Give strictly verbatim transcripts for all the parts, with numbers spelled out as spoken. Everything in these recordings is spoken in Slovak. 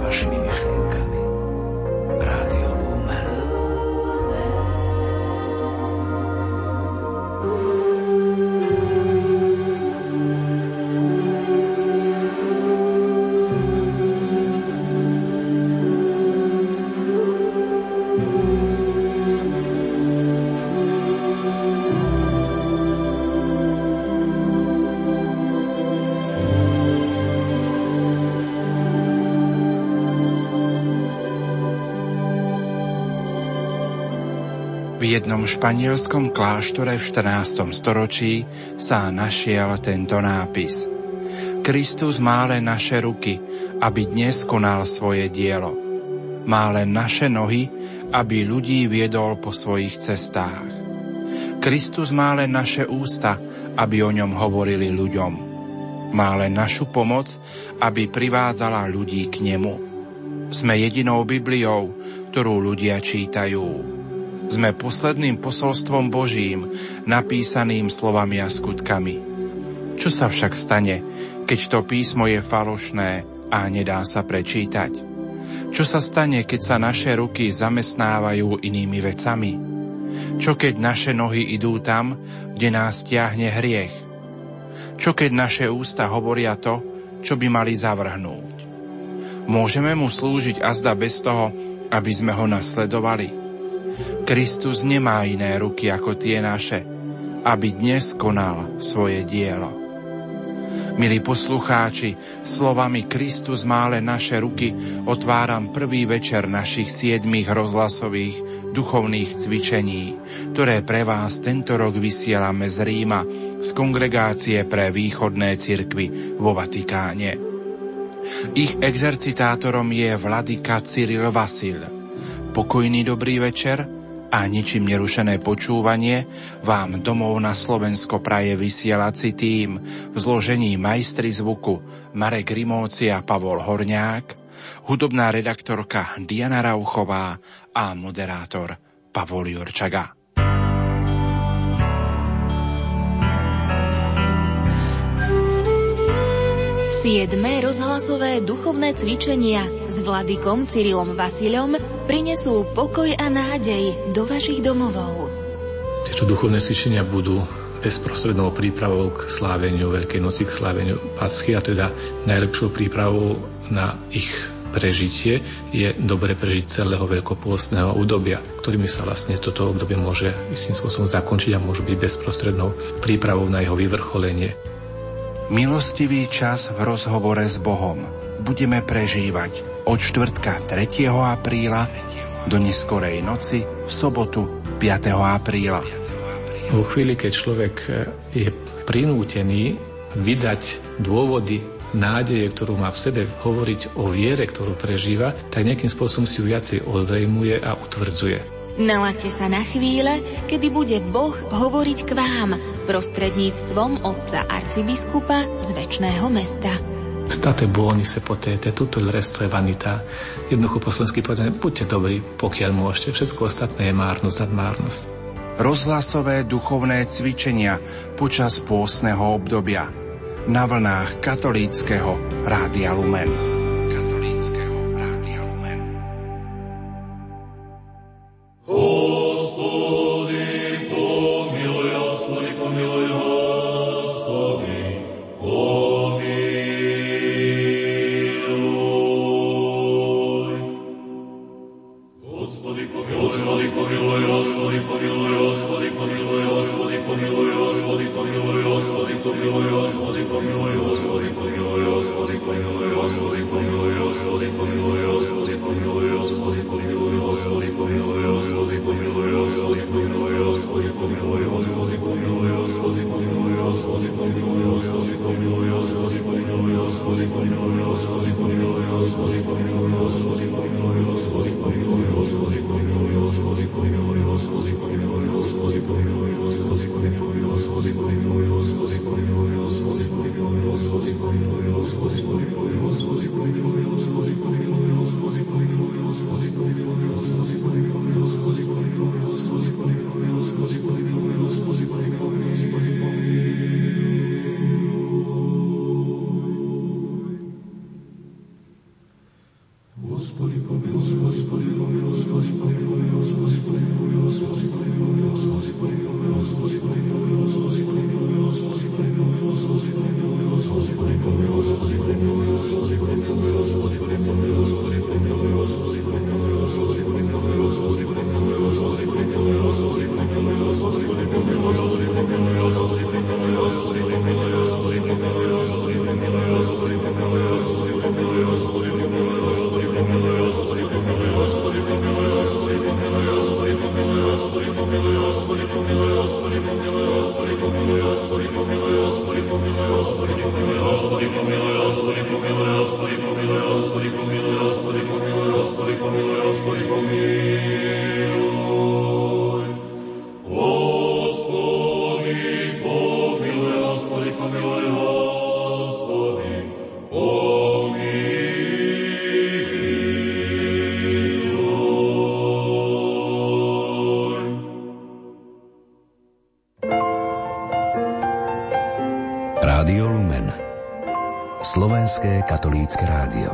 vašimi myšlienkami. Rádio Lumen. V jednom španielskom kláštore v štrnástom storočí sa našiel tento nápis. Kristus má len naše ruky, aby dnes konal svoje dielo. Má len naše nohy, aby ľudí viedol po svojich cestách. Kristus má len naše ústa, aby o ňom hovorili ľuďom. Má len našu pomoc, aby privádzala ľudí k nemu. Sme jedinou Bibliou, ktorú ľudia čítajú. Sme posledným posolstvom Božím, napísaným slovami a skutkami. Čo sa však stane, keď to písmo je falošné a nedá sa prečítať? Čo sa stane, keď sa naše ruky zamestnávajú inými vecami? Čo keď naše nohy idú tam, kde nás tiahne hriech? Čo keď naše ústa hovoria to, čo by mali zavrhnúť? Môžeme mu slúžiť azda bez toho, aby sme ho nasledovali? Kristus nemá iné ruky ako tie naše, aby dnes konal svoje dielo. Milí poslucháči, slovami Kristus má len naše ruky otváram prvý večer našich siedmých rozhlasových duchovných cvičení, ktoré pre vás tento rok vysielame z Ríma, z Kongregácie pre východné cirkvi vo Vatikáne. Ich exercitátorom je vladyka Cyril Vasil. Pokojný dobrý večer a ničím nerušené počúvanie vám domov na Slovensko praje vysielací tím v zložení majstri zvuku Marek Rimóci a Pavol Horňák, hudobná redaktorka Diana Rauchová a moderátor Pavol Jurčaga. Siedme rozhlasové duchovné cvičenia s vladykom Cyrilom Vasilom prinesú pokoj a nádej do vašich domovov. Tieto duchovné cvičenia budú bezprostrednou prípravou k sláveniu Veľkej noci, k sláveniu Paschy, a teda najlepšou prípravou na ich prežitie je dobre prežiť celého veľkopôstneho obdobia, ktorými sa vlastne toto obdobie môže istým spôsobom zakončiť a môže byť bezprostrednou prípravou na jeho vyvrcholenie. Milostivý čas v rozhovore s Bohom budeme prežívať od štvrtka tretieho apríla do neskorej noci v sobotu piateho apríla. Vo chvíli, keď človek je prinútený vydať dôvody nádeje, ktorú má v sebe, hovoriť o viere, ktorú prežíva, tak nejakým spôsobom si ju viacej ozrejmuje a utvrdzuje. Nalaďte sa na chvíle, kedy bude Boh hovoriť k vám prostredníctvom otca arcibiskupa z Večného mesta. State buoni se potete, tutto il resto è vanità. Jednoducho po slovensky povedané, buďte dobrí, pokiaľ môžete, všetko ostatné je márnosť nad márnosť. Rozhlasové duchovné cvičenia počas pôstneho obdobia na vlnách katolíckeho Rádia Lumen. Rádio Lumen, slovenské katolícke rádio.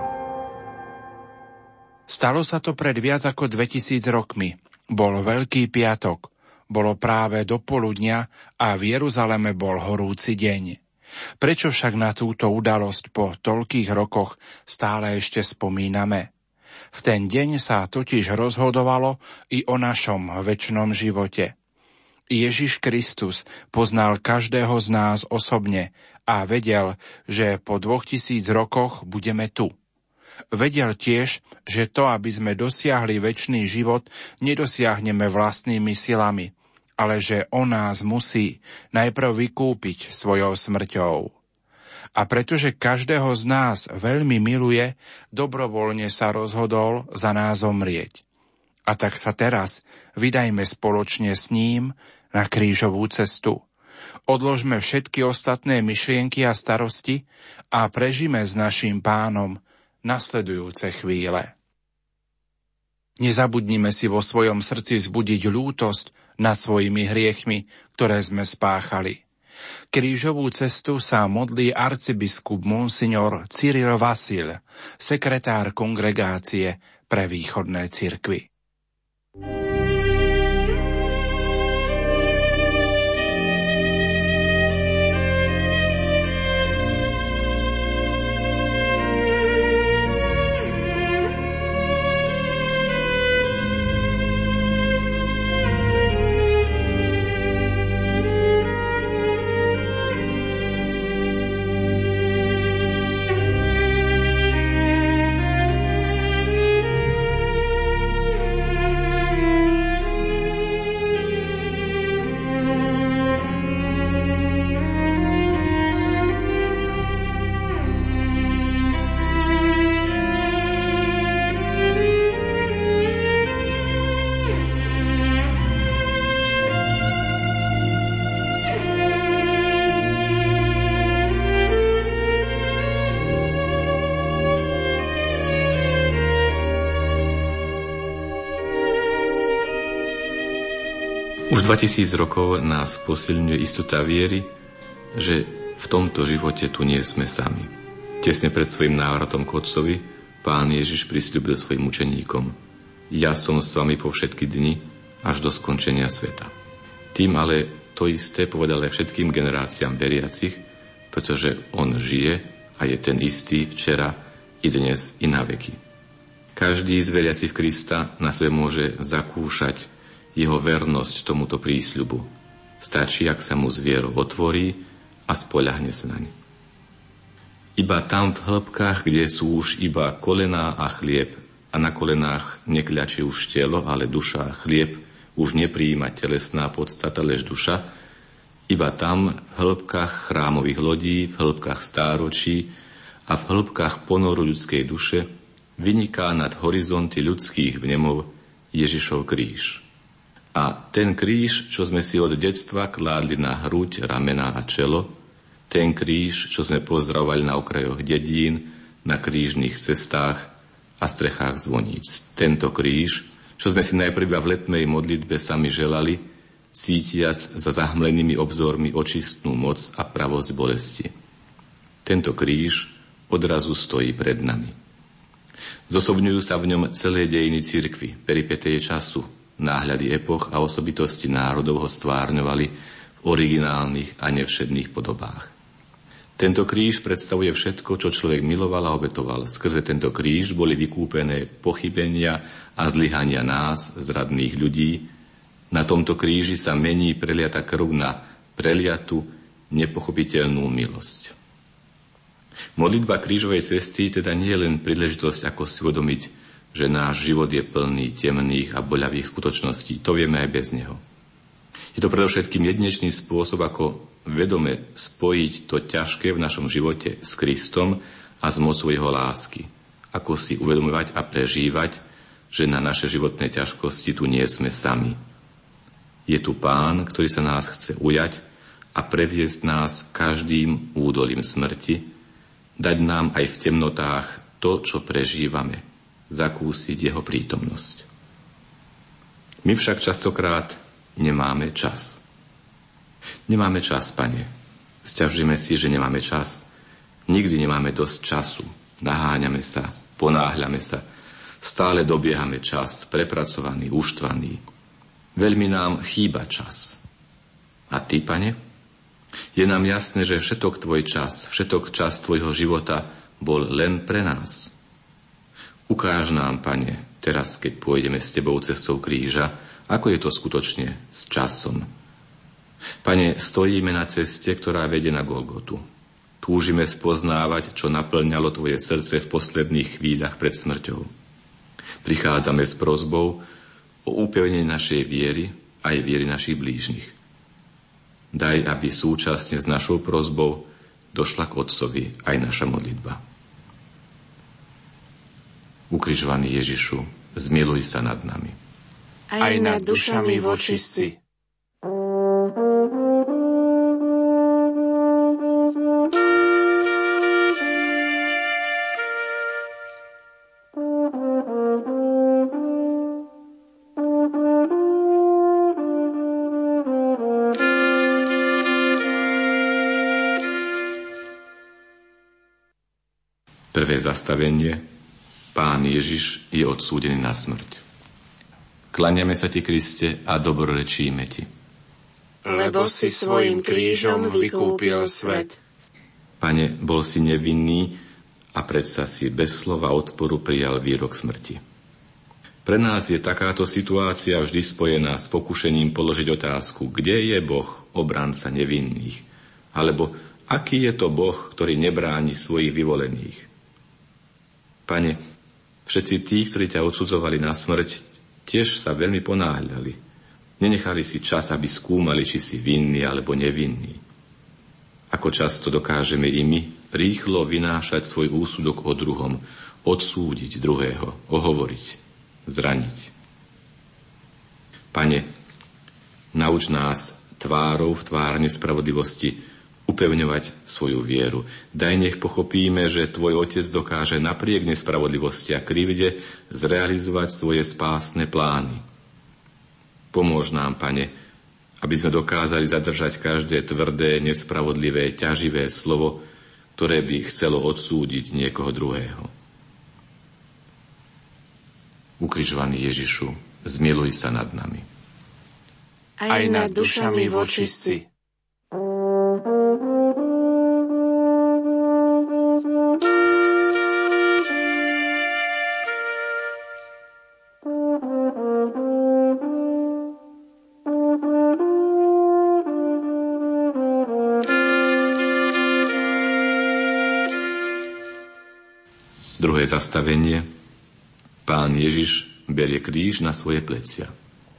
Stalo sa to pred viac ako dvetisíc rokmi. Bol Veľký piatok. Bolo práve do poludnia a v Jeruzaleme bol horúci deň. Prečo však na túto udalosť po toľkých rokoch stále ešte spomíname? V ten deň sa totiž rozhodovalo i o našom večnom živote. Ježiš Kristus poznal každého z nás osobne a vedel, že po dvoch tisíc rokoch budeme tu. Vedel tiež, že to, aby sme dosiahli večný život, nedosiahneme vlastnými silami, ale že on nás musí najprv vykúpiť svojou smrťou. A pretože každého z nás veľmi miluje, dobrovoľne sa rozhodol za nás zomrieť. A tak sa teraz vydajme spoločne s ním na krížovú cestu. Odložme všetky ostatné myšlienky a starosti a prežime s naším Pánom nasledujúce chvíle. Nezabudnime si vo svojom srdci vzbudiť ľútosť nad svojimi hriechmi, ktoré sme spáchali. Krížovú cestu sa modlí arcibiskup monsignor Cyril Vasil, sekretár kongregácie pre východné cirkvi. Už dvetisíc rokov nás posilňuje istota viery, že v tomto živote tu nie sme sami. Tesne pred svojim návratom k Otcovi Pán Ježiš prisľúbil svojim učeníkom: Ja som s vami po všetky dni až do skončenia sveta. Tým ale to isté povedal aj všetkým generáciám veriacich, pretože on žije a je ten istý včera i dnes i na veky. Každý z veriacich Krista na sebe môže zakúšať jeho vernosť tomuto prísľubu. Stačí, ak sa mu s vierou otvorí a spoľahne sa naň. Iba tam v hĺbkach, kde sú už iba kolená a chlieb, a na kolenách nekľačí už telo, ale duša a chlieb, už neprijíma telesná podstata, lež duša, iba tam v hĺbkach chrámových lodí, v hĺbkach stáročí a v hĺbkach ponoru ľudskej duše vyniká nad horizonty ľudských vnemov Ježišov kríž. A ten kríž, čo sme si od detstva kládli na hruď, ramená a čelo, ten kríž, čo sme pozdravovali na okrajoch dedín, na krížnych cestách a strechách zvoníc. Tento kríž, čo sme si najprv v letnej modlitbe sami želali, cítiac za zahmlenými obzormi očistnú moc a pravosť bolesti. Tento kríž odrazu stojí pred nami. Zosobňujú sa v ňom celé dejiny cirkvi, peripetie času, náhľady epoch a osobitosti národov ho stvárňovali v originálnych a nevšedných podobách. Tento kríž predstavuje všetko, čo človek miloval a obetoval. Skrze tento kríž boli vykúpené pochybenia a zlyhania nás, zradných ľudí. Na tomto kríži sa mení preliata krv na preliatu, nepochopiteľnú milosť. Modlitba krížovej cesty teda nie je len príležitosť, ako si uvedomiť, že náš život je plný temných a boľavých skutočností. To vieme aj bez neho. Je to predovšetkým jedinečný spôsob, ako vedome spojiť to ťažké v našom živote s Kristom a s mocou jeho lásky. Ako si uvedomovať a prežívať, že na naše životné ťažkosti tu nie sme sami. Je tu Pán, ktorý sa nás chce ujať a previesť nás každým údolím smrti, dať nám aj v temnotách to, čo prežívame, zakúsiť jeho prítomnosť. My však častokrát nemáme čas. Nemáme čas, Pane. Sťažujeme si, že nemáme čas. Nikdy nemáme dosť času. Naháňame sa, ponáhľame sa. Stále dobiehame čas, prepracovaný, uštvaný. Veľmi nám chýba čas. A Ty, Pane? Je nám jasné, že všetok Tvoj čas, všetok čas Tvojho života bol len pre nás. Ukáž nám, Pane, teraz, keď pôjdeme s Tebou cestou kríža, ako je to skutočne s časom. Pane, stojíme na ceste, ktorá vedie na Golgotu. Túžime spoznávať, čo naplňalo Tvoje srdce v posledných chvíľach pred smrťou. Prichádzame s prosbou o upevnenie našej viery aj viery našich blížnych. Daj, aby súčasne s našou prosbou došla k Otcovi aj naša modlitba. Ukrižovaný Ježišu, zmiluj sa nad nami. Aj nad dušami vočistí. Prvé zastavenie. Pán Ježiš je odsúdený na smrť. Kláňame sa Ti, Kriste, a dobrorečíme Ti. Lebo si svojim krížom vykúpil svet. Pane, bol si nevinný a predsa si bez slova odporu prijal výrok smrti. Pre nás je takáto situácia vždy spojená s pokušením položiť otázku, kde je Boh, obranca nevinných? Alebo aký je to Boh, ktorý nebráni svojich vyvolených? Pane, všetci tí, ktorí ťa odsudzovali na smrť, tiež sa veľmi ponáhľali. Nenechali si čas, aby skúmali, či si vinný alebo nevinný. Ako často dokážeme i my rýchlo vynášať svoj úsudok o druhom, odsúdiť druhého, ohovoriť, zraniť. Pane, nauč nás tvárou v tvár nespravodlivosti upevňovať svoju vieru. Daj, nech pochopíme, že Tvoj Otec dokáže napriek nespravodlivosti a krivde zrealizovať svoje spásne plány. Pomôž nám, Pane, aby sme dokázali zadržať každé tvrdé, nespravodlivé, ťaživé slovo, ktoré by chcelo odsúdiť niekoho druhého. Ukrižovaný Ježišu, zmiluj sa nad nami. Aj nad dušami vočistí. Druhé zastavenie. Pán Ježiš berie kríž na svoje plecia.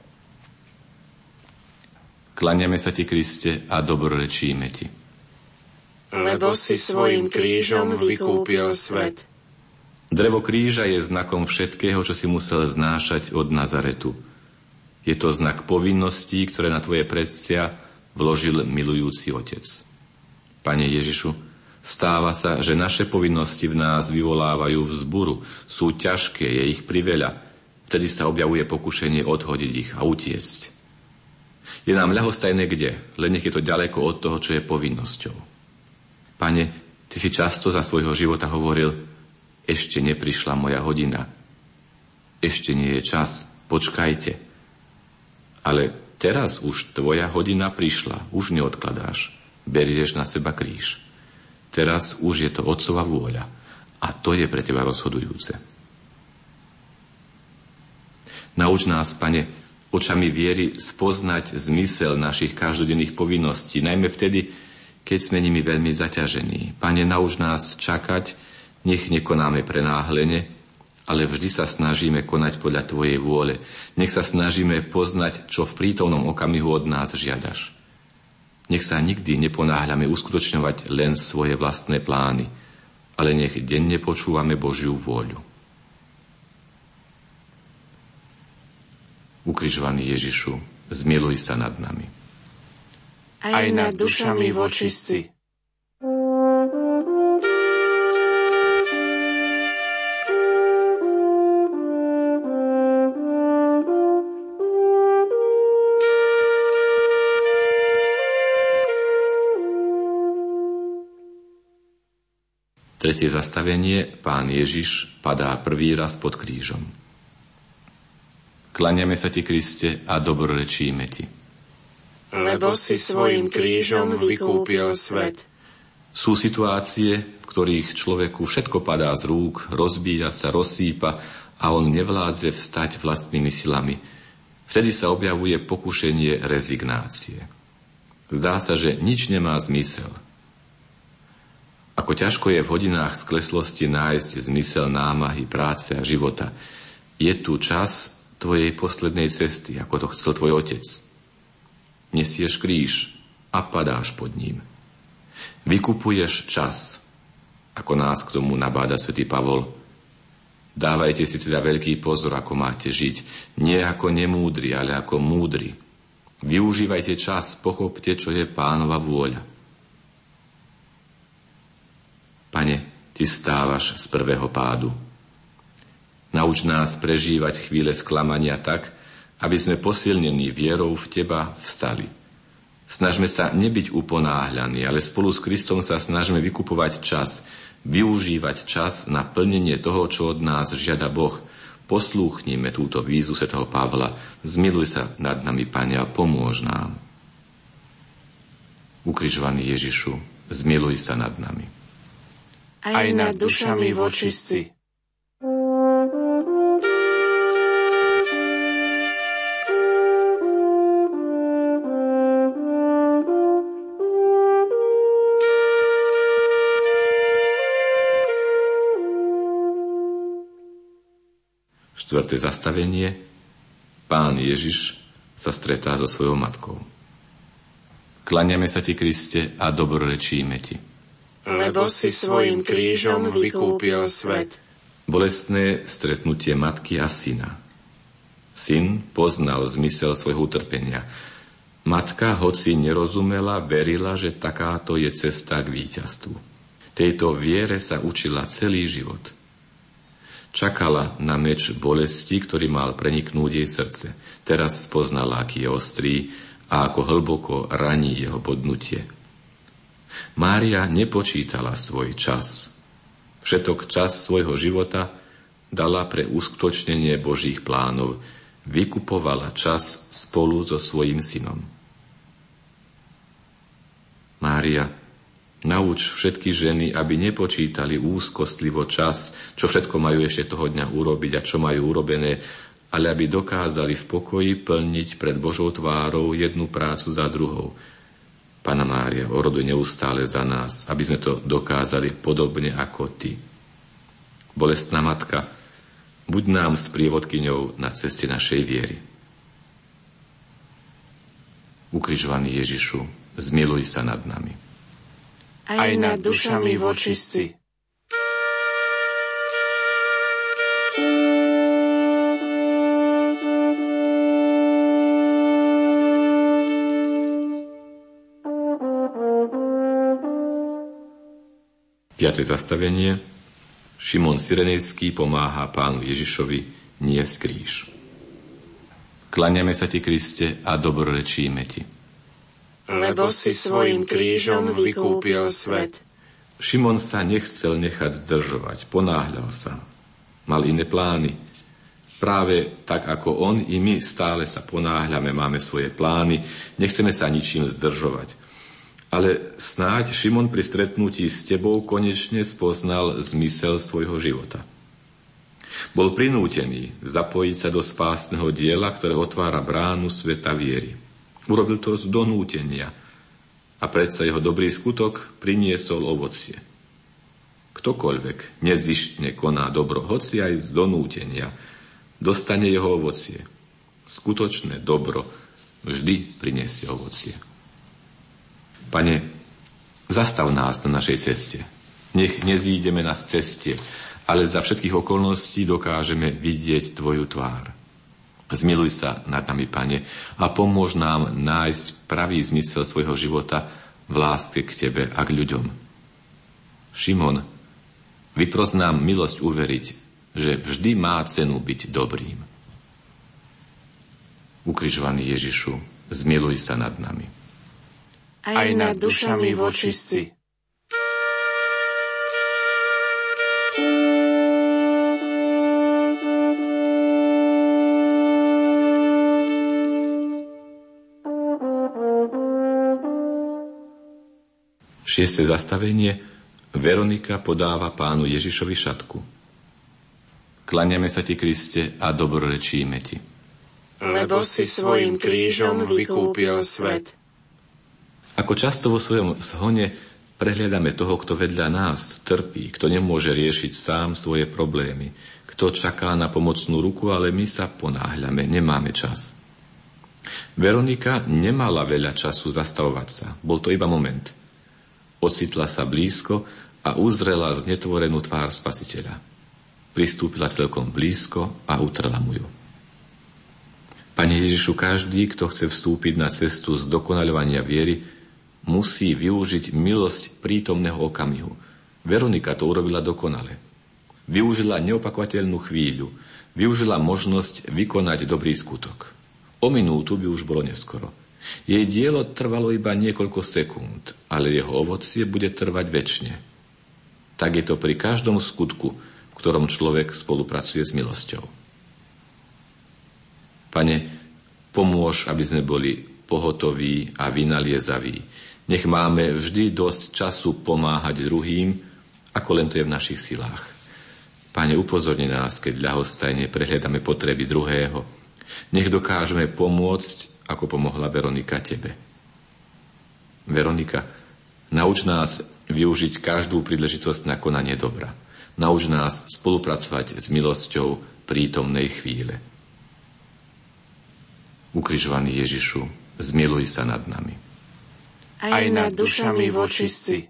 Kláňame sa Ti, Kriste, a dobrorečíme Ti. Lebo si svojim krížom vykúpil svet. Drevo kríža je znakom všetkého, čo si musel znášať od Nazaretu. Je to znak povinností, ktoré na Tvoje plecia vložil milujúci Otec. Pane Ježišu, stáva sa, že naše povinnosti v nás vyvolávajú vzburu, sú ťažké, je ich priveľa. Vtedy sa objavuje pokušenie odhodiť ich a utiecť. Je nám ľahostajné kde, len nech je to ďaleko od toho, čo je povinnosťou. Pane, Ty si často za svojho života hovoril, ešte neprišla moja hodina. Ešte nie je čas, počkajte. Ale teraz už tvoja hodina prišla, už neodkladáš. Berieš na seba kríž. Teraz už je to Otcova vôľa a to je pre teba rozhodujúce. Nauč nás, Pane, očami viery spoznať zmysel našich každodenných povinností, najmä vtedy, keď sme nimi veľmi zaťažení. Pane, nauč nás čakať, nech nekonáme prenáhlene, ale vždy sa snažíme konať podľa Tvojej vôle. Nech sa snažíme poznať, čo v prítomnom okamihu od nás žiadaš. Nech sa nikdy neponáhľame uskutočňovať len svoje vlastné plány, ale nech denne počúvame Božiu vôľu. Ukrižovaný Ježišu, zmiluj sa nad nami. Aj nad dušami vočistci. Tretie zastavenie, Pán Ježiš padá prvý raz pod krížom. Kláňame sa Ti, Kriste, a dobrorečíme Ti. Lebo si svojim krížom vykúpil svet. Sú situácie, v ktorých človeku všetko padá z rúk, rozbíja sa, rozsýpa a on nevládze vstať vlastnými silami. Vtedy sa objavuje pokušenie rezignácie. Zdá sa, že nič nemá zmysel. Ako ťažko je v hodinách skleslosti nájsť zmysel námahy, práce a života. Je tu čas tvojej poslednej cesty, ako to chcel tvoj otec. Nesieš kríž a padáš pod ním. Vykupuješ čas, ako nás k tomu nabáda svätý Pavol. Dávajte si teda veľký pozor, ako máte žiť. Nie ako nemúdri, ale ako múdri. Využívajte čas, pochopte, čo je Pánova vôľa. Pane, Ty stávaš z prvého pádu. Nauč nás prežívať chvíle sklamania tak, aby sme posilnení vierou v Teba vstali. Snažme sa nebyť uponáhľaní, ale spolu s Kristom sa snažme vykupovať čas, využívať čas na plnenie toho, čo od nás žiada Boh. Poslúchnime túto výzvu svätého Pavla. Zmiluj sa nad nami, Pane, a pomôž nám. Ukrižovaný Ježišu, zmiluj sa nad nami. Aj nad dušami vočistci. Štvrté zastavenie. Pán Ježiš sa stretá so svojou matkou. Kláňame sa Ti, Kriste, a dobrorečíme Ti. Lebo si svojim krížom vykúpil svet. Bolestné stretnutie matky a syna. Syn poznal zmysel svojho utrpenia. Matka, hoci nerozumela, verila, že takáto je cesta k víťazstvu. Tejto viere sa učila celý život. Čakala na meč bolesti, ktorý mal preniknúť jej srdce. Teraz spoznala, aký je ostrý a ako hlboko raní jeho bodnutie. Mária nepočítala svoj čas. Všetok čas svojho života dala pre uskutočnenie Božích plánov. Vykupovala čas spolu so svojím synom. Mária, nauč všetky ženy, aby nepočítali úzkostlivo čas, čo všetko majú ešte toho dňa urobiť a čo majú urobené, ale aby dokázali v pokoji plniť pred Božou tvárou jednu prácu za druhou. Panna Mária, oroduj neustále za nás, aby sme to dokázali podobne ako Ty. Bolestná matka, buď nám sprievodkyňou na ceste našej viery. Ukrižovaný Ježišu, zmiluj sa nad nami. Aj nad dušami vočistci. Piate zastavenie. Šimon Cyrenejský pomáha Pánu Ježišovi niesť kríž. Kláňame sa Ti, Kriste, a dobrorečíme Ti. Lebo si svojim krížom vykúpil svet. Šimon sa nechcel nechať zdržovať, ponáhľal sa. Mal iné plány. Práve tak ako on, i my stále sa ponáhľame, máme svoje plány, nechceme sa ničím zdržovať. Ale snáď Šimon pri stretnutí s tebou konečne spoznal zmysel svojho života. Bol prinútený zapojiť sa do spásneho diela, ktoré otvára bránu sveta viery. Urobil to z donútenia a predsa jeho dobrý skutok priniesol ovocie. Ktokoľvek nezištne koná dobro, hoci aj z donútenia, dostane jeho ovocie. Skutočné dobro vždy priniesie ovocie. Pane, zastav nás na našej ceste. Nech nezídeme na ceste, ale za všetkých okolností dokážeme vidieť Tvoju tvár. Zmiluj sa nad nami, Pane, a pomôž nám nájsť pravý zmysel svojho života v láske k Tebe a k ľuďom. Šimon, vypros nám milosť uveriť, že vždy má cenu byť dobrým. Ukrižovaný Ježišu, zmiluj sa nad nami. Aj nad dušami vočistí. Šieste zastavenie. Veronika podáva pánu Ježišovi šatku. Kláňame sa ti, Kriste, a dobrorečíme ti. Lebo si svojim krížom vykúpil svet. Ako často vo svojom zhone prehliadame toho, kto vedľa nás trpí, kto nemôže riešiť sám svoje problémy, kto čaká na pomocnú ruku, ale my sa ponáhľame, nemáme čas. Veronika nemala veľa času zastavovať sa, bol to iba moment. Ocitla sa blízko a uzrela znetvorenú tvár Spasiteľa. Pristúpila celkom blízko a utrela mu ju. Pane Ježišu, každý, kto chce vstúpiť na cestu zdokonaľovania viery, musí využiť milosť prítomného okamihu. Veronika to urobila dokonale. Využila neopakovateľnú chvíľu, využila možnosť vykonať dobrý skutok. O minútu by už bolo neskoro. Jej dielo trvalo iba niekoľko sekúnd, ale jeho ovocie bude trvať večne. Tak je to pri každom skutku, v ktorom človek spolupracuje s milosťou. Pane, pomôž, aby sme boli pohotoví a vynaliezaví. Nech máme vždy dosť času pomáhať druhým, ako len to je v našich silách. Pane, upozorni nás, keď ľahostajne prehliadame potreby druhého. Nech dokážeme pomôcť, ako pomohla Veronika tebe. Veronika, nauč nás využiť každú príležitosť na konanie dobra. Nauč nás spolupracovať s milosťou prítomnej chvíle. Ukrižovaný Ježišu, zmiluj sa nad nami. Aj nad dušami vočistí.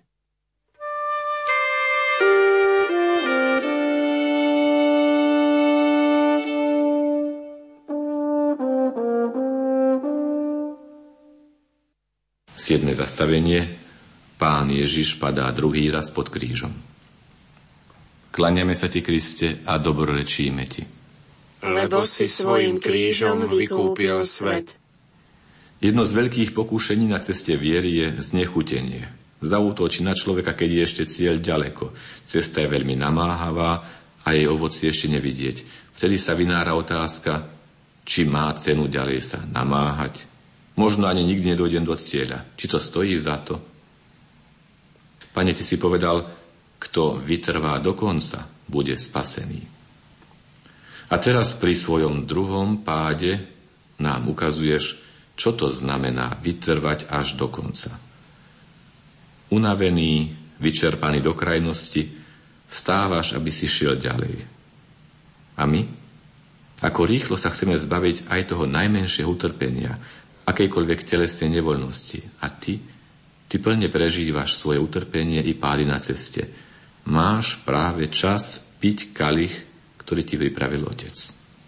Siedme zastavenie. Pán Ježiš padá druhý raz pod krížom. Kláňame sa ti, Kriste, a dobrorečíme ti. Lebo si svojim krížom vykúpil svet. Jedno z veľkých pokúšení na ceste viery je znechutenie. Zaútočí na človeka, keď je ešte cieľ ďaleko. Cesta je veľmi namáhavá a jej ovocie ešte nevidieť. Vtedy sa vynára otázka, či má cenu ďalej sa namáhať. Možno ani nikdy nedojdem do cieľa. Či to stojí za to? Pane, ty si povedal, kto vytrvá do konca, bude spasený. A teraz pri svojom druhom páde nám ukazuješ, čo to znamená vytrvať až do konca. Unavený, vyčerpaný do krajnosti, vstávaš, aby si šiel ďalej. A my? Ako rýchlo sa chceme zbaviť aj toho najmenšieho utrpenia, akejkoľvek telesnej nevoľnosti. A ty, ty plne prežívaš svoje utrpenie i pády na ceste. Máš práve čas piť kalich, ktorý ti pripravil Otec.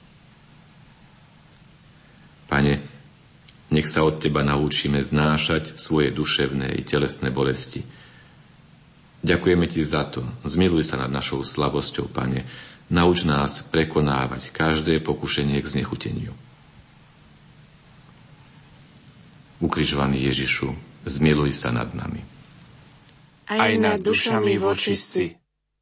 Pane, nech sa od teba naučíme znášať svoje duševné i telesné bolesti. Ďakujeme ti za to. Zmiluj sa nad našou slabosťou, Pane. Nauč nás prekonávať každé pokušenie k znechuteniu. Ukrižovaný Ježišu, zmiluj sa nad nami. aj nad dušami vočistí.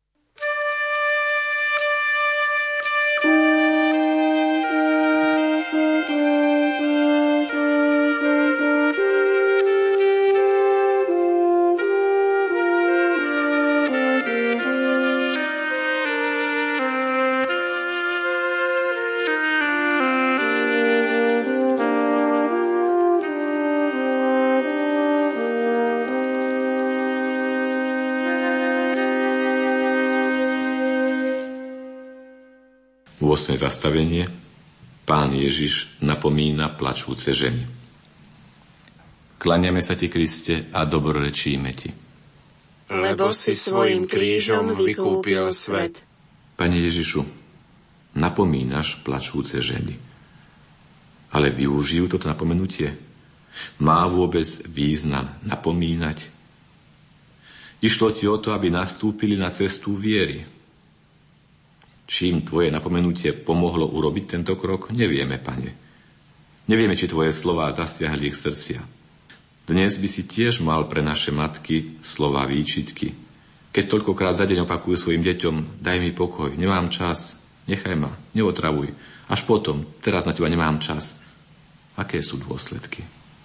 ôsme zastavenie. Pán Ježiš napomína plačúce ženy. Kláňame sa ti, Kriste, a dobrorečíme ti. Lebo si svojim krížom vykúpil svet. Pane Ježišu, napomínaš plačúce ženy. Ale využijú toto napomenutie? Má vôbec význam napomínať? Išlo ti o to, aby nastúpili na cestu viery. Čím tvoje napomenutie pomohlo urobiť tento krok, nevieme, Pane. Nevieme, či tvoje slová zasiahli ich srdcia. Dnes by si tiež mal pre naše matky slová výčitky. Keď toľkokrát za deň opakujú svojim deťom: daj mi pokoj, nemám čas, nechaj ma, neotravuj. Až potom, teraz na teba nemám čas. Aké sú dôsledky?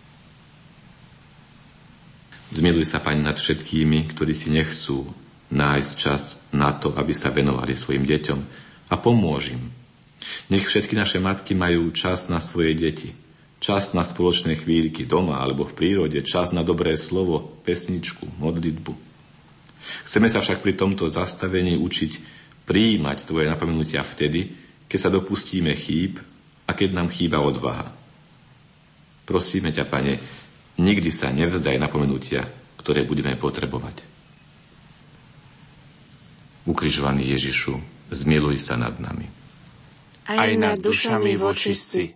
Zmiluj sa, Pane, nad všetkými, ktorí si nechcú nájsť čas na to, aby sa venovali svojim deťom, a pomôž im. Nech všetky naše matky majú čas na svoje deti, čas na spoločné chvíľky doma alebo v prírode, čas na dobré slovo, pesničku, modlitbu. Chceme sa však pri tomto zastavení učiť prijímať tvoje napomenutia vtedy, keď sa dopustíme chýb a keď nám chýba odvaha. Prosíme ťa, Pane, nikdy sa nevzdaj napomenutia, ktoré budeme potrebovať. Ukrižovaný Ježišu, zmiluj sa nad nami. Aj nad dušami vočistí.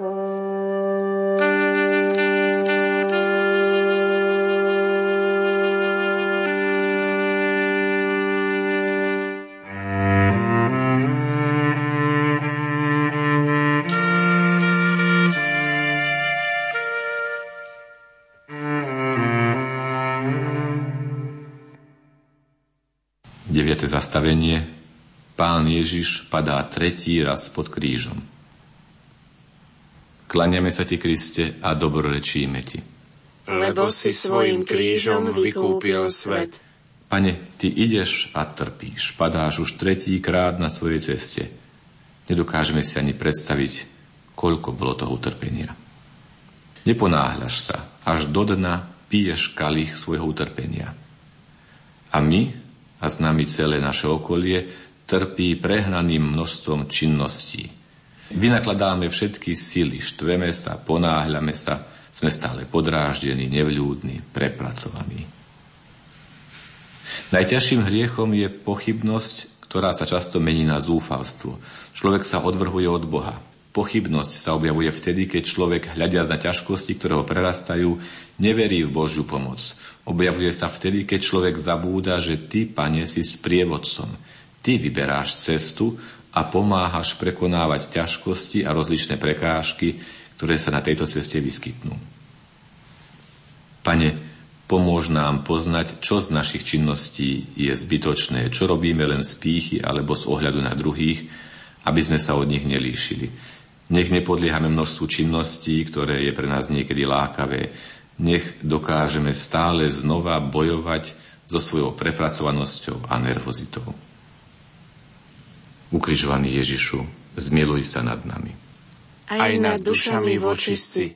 deviate zastavenie. Pán Ježiš padá tretí raz pod krížom. Kláňame sa ti, Kriste, a dobrorečíme ti. Lebo si svojim krížom vykúpil svet. Pane, ty ideš a trpíš, padáš už tretíkrát na svojej ceste. Nedokážeme si ani predstaviť, koľko bolo toho utrpenia. Neponáhľaš sa, až do dna piješ kalich svojho utrpenia. A my, a s nami celé naše okolie, trpí prehnaným množstvom činností. Vynakladáme všetky sily, štveme sa, ponáhľame sa, sme stále podráždení, nevľúdni, prepracovaní. Najťažším hriechom je pochybnosť, ktorá sa často mení na zúfalstvo. Človek sa odvrhuje od Boha. Pochybnosť sa objavuje vtedy, keď človek, hľadiac na ťažkosti, ktoré ho prerastajú, neverí v Božiu pomoc. Objavuje sa vtedy, keď človek zabúda, že ty, Pane, si sprievodcom. Ty vyberáš cestu a pomáhaš prekonávať ťažkosti a rozličné prekážky, ktoré sa na tejto ceste vyskytnú. Pane, pomôž nám poznať, čo z našich činností je zbytočné, čo robíme len z pýchy alebo z ohľadu na druhých, aby sme sa od nich nelíšili. Nech nepodliehame množstvu činností, ktoré je pre nás niekedy lákavé. Nech dokážeme stále znova bojovať so svojou prepracovanosťou a nervozitou. Ukrižovaný Ježišu, zmiluj sa nad nami. Aj nad dušami vočistí.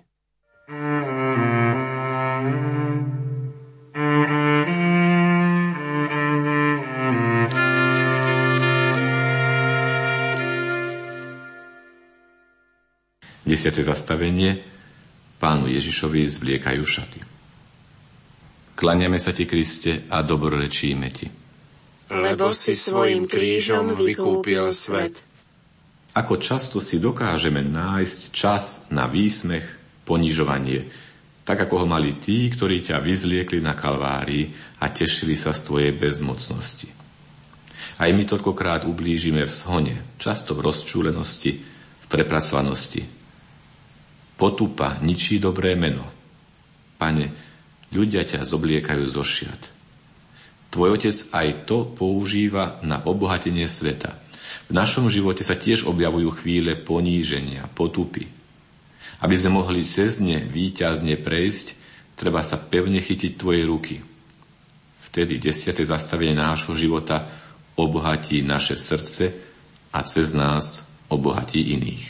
Desiate zastavenie. Pánu Ježišovi zvliekajú šaty. Kláňame sa ti, Kriste, a dobrorečíme ti. Lebo si svojim krížom vykúpil svet. Ako často si dokážeme nájsť čas na výsmech, ponižovanie, tak ako ho mali tí, ktorí ťa vyzliekli na Kalvárii a tešili sa z tvojej bezmocnosti. Aj my toľkokrát ublížime v shone, často v rozčúlenosti, v prepracovanosti. Potupa ničí dobré meno. Pane, ľudia ťa zobliekajú zo šiat. Tvoj Otec aj to používa na obohatenie sveta. V našom živote sa tiež objavujú chvíle poníženia, potupy. Aby sme mohli cez ne víťazne prejsť, treba sa pevne chytiť Tvojej ruky. Vtedy desiate zastavenie nášho života obohatí naše srdce a cez nás obohatí iných.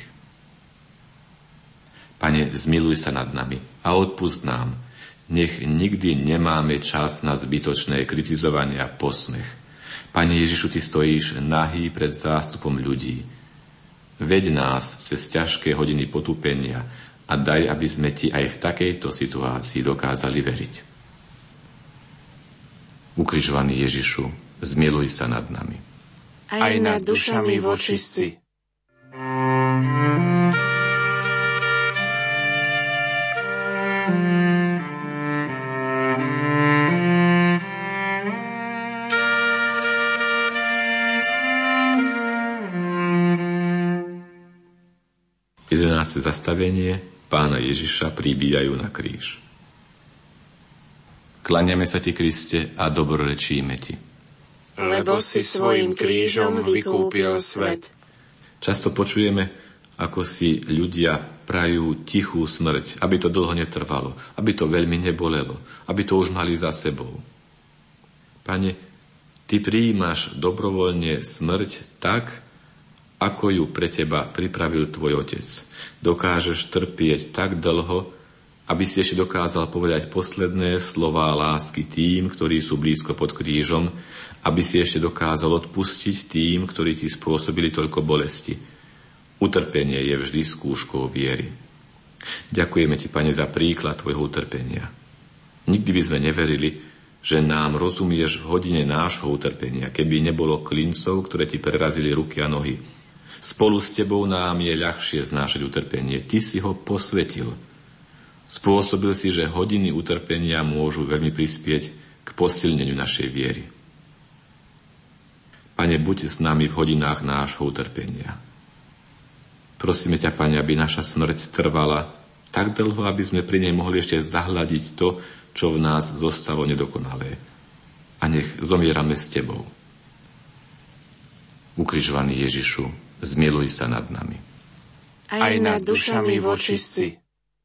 Pane, zmiluj sa nad nami a odpusť nám. Nech nikdy nemáme čas na zbytočné kritizovanie a posmech. Pane Ježišu, Ty stojíš nahý pred zástupom ľudí. Veď nás cez ťažké hodiny potupenia a daj, aby sme Ti aj v takejto situácii dokázali veriť. Ukrižovaný Ježišu, zmiluj sa nad nami. Aj nad dušami vočistci. jedenáste zastavenie Pána Ježiša pribíjajú na kríž. Kláňame sa Ti, Kriste, a dobrorečíme Ti. Lebo si svojim krížom vykúpil svet. Často počujeme, ako si ľudia prajú tichú smrť, aby to dlho netrvalo, aby to veľmi nebolelo, aby to už mali za sebou. Pane, Ty prijímaš dobrovoľne smrť tak, ako ju pre Teba pripravil Tvoj Otec. Dokážeš trpieť tak dlho, aby si ešte dokázal povedať posledné slová lásky tým, ktorí sú blízko pod krížom, aby si ešte dokázal odpustiť tým, ktorí Ti spôsobili toľko bolesti. Utrpenie je vždy skúškou viery. Ďakujeme Ti, Pane, za príklad Tvojho utrpenia. Nikdy by sme neverili, že nám rozumieš v hodine nášho utrpenia, keby nebolo klincov, ktoré Ti prerazili ruky a nohy. Spolu s Tebou nám je ľahšie znášať utrpenie. Ty si ho posvetil. Spôsobil si, že hodiny utrpenia môžu veľmi prispieť k posilneniu našej viery. Pane, buď s nami v hodinách nášho utrpenia. Prosíme ťa, Pane, aby naša smrť trvala tak dlho, aby sme pri nej mohli ešte zahľadiť to, čo v nás zostalo nedokonalé. A nech zomierame s Tebou. Ukrižovaný Ježišu, zmiluj sa nad nami. Aj nad dušami vočistci.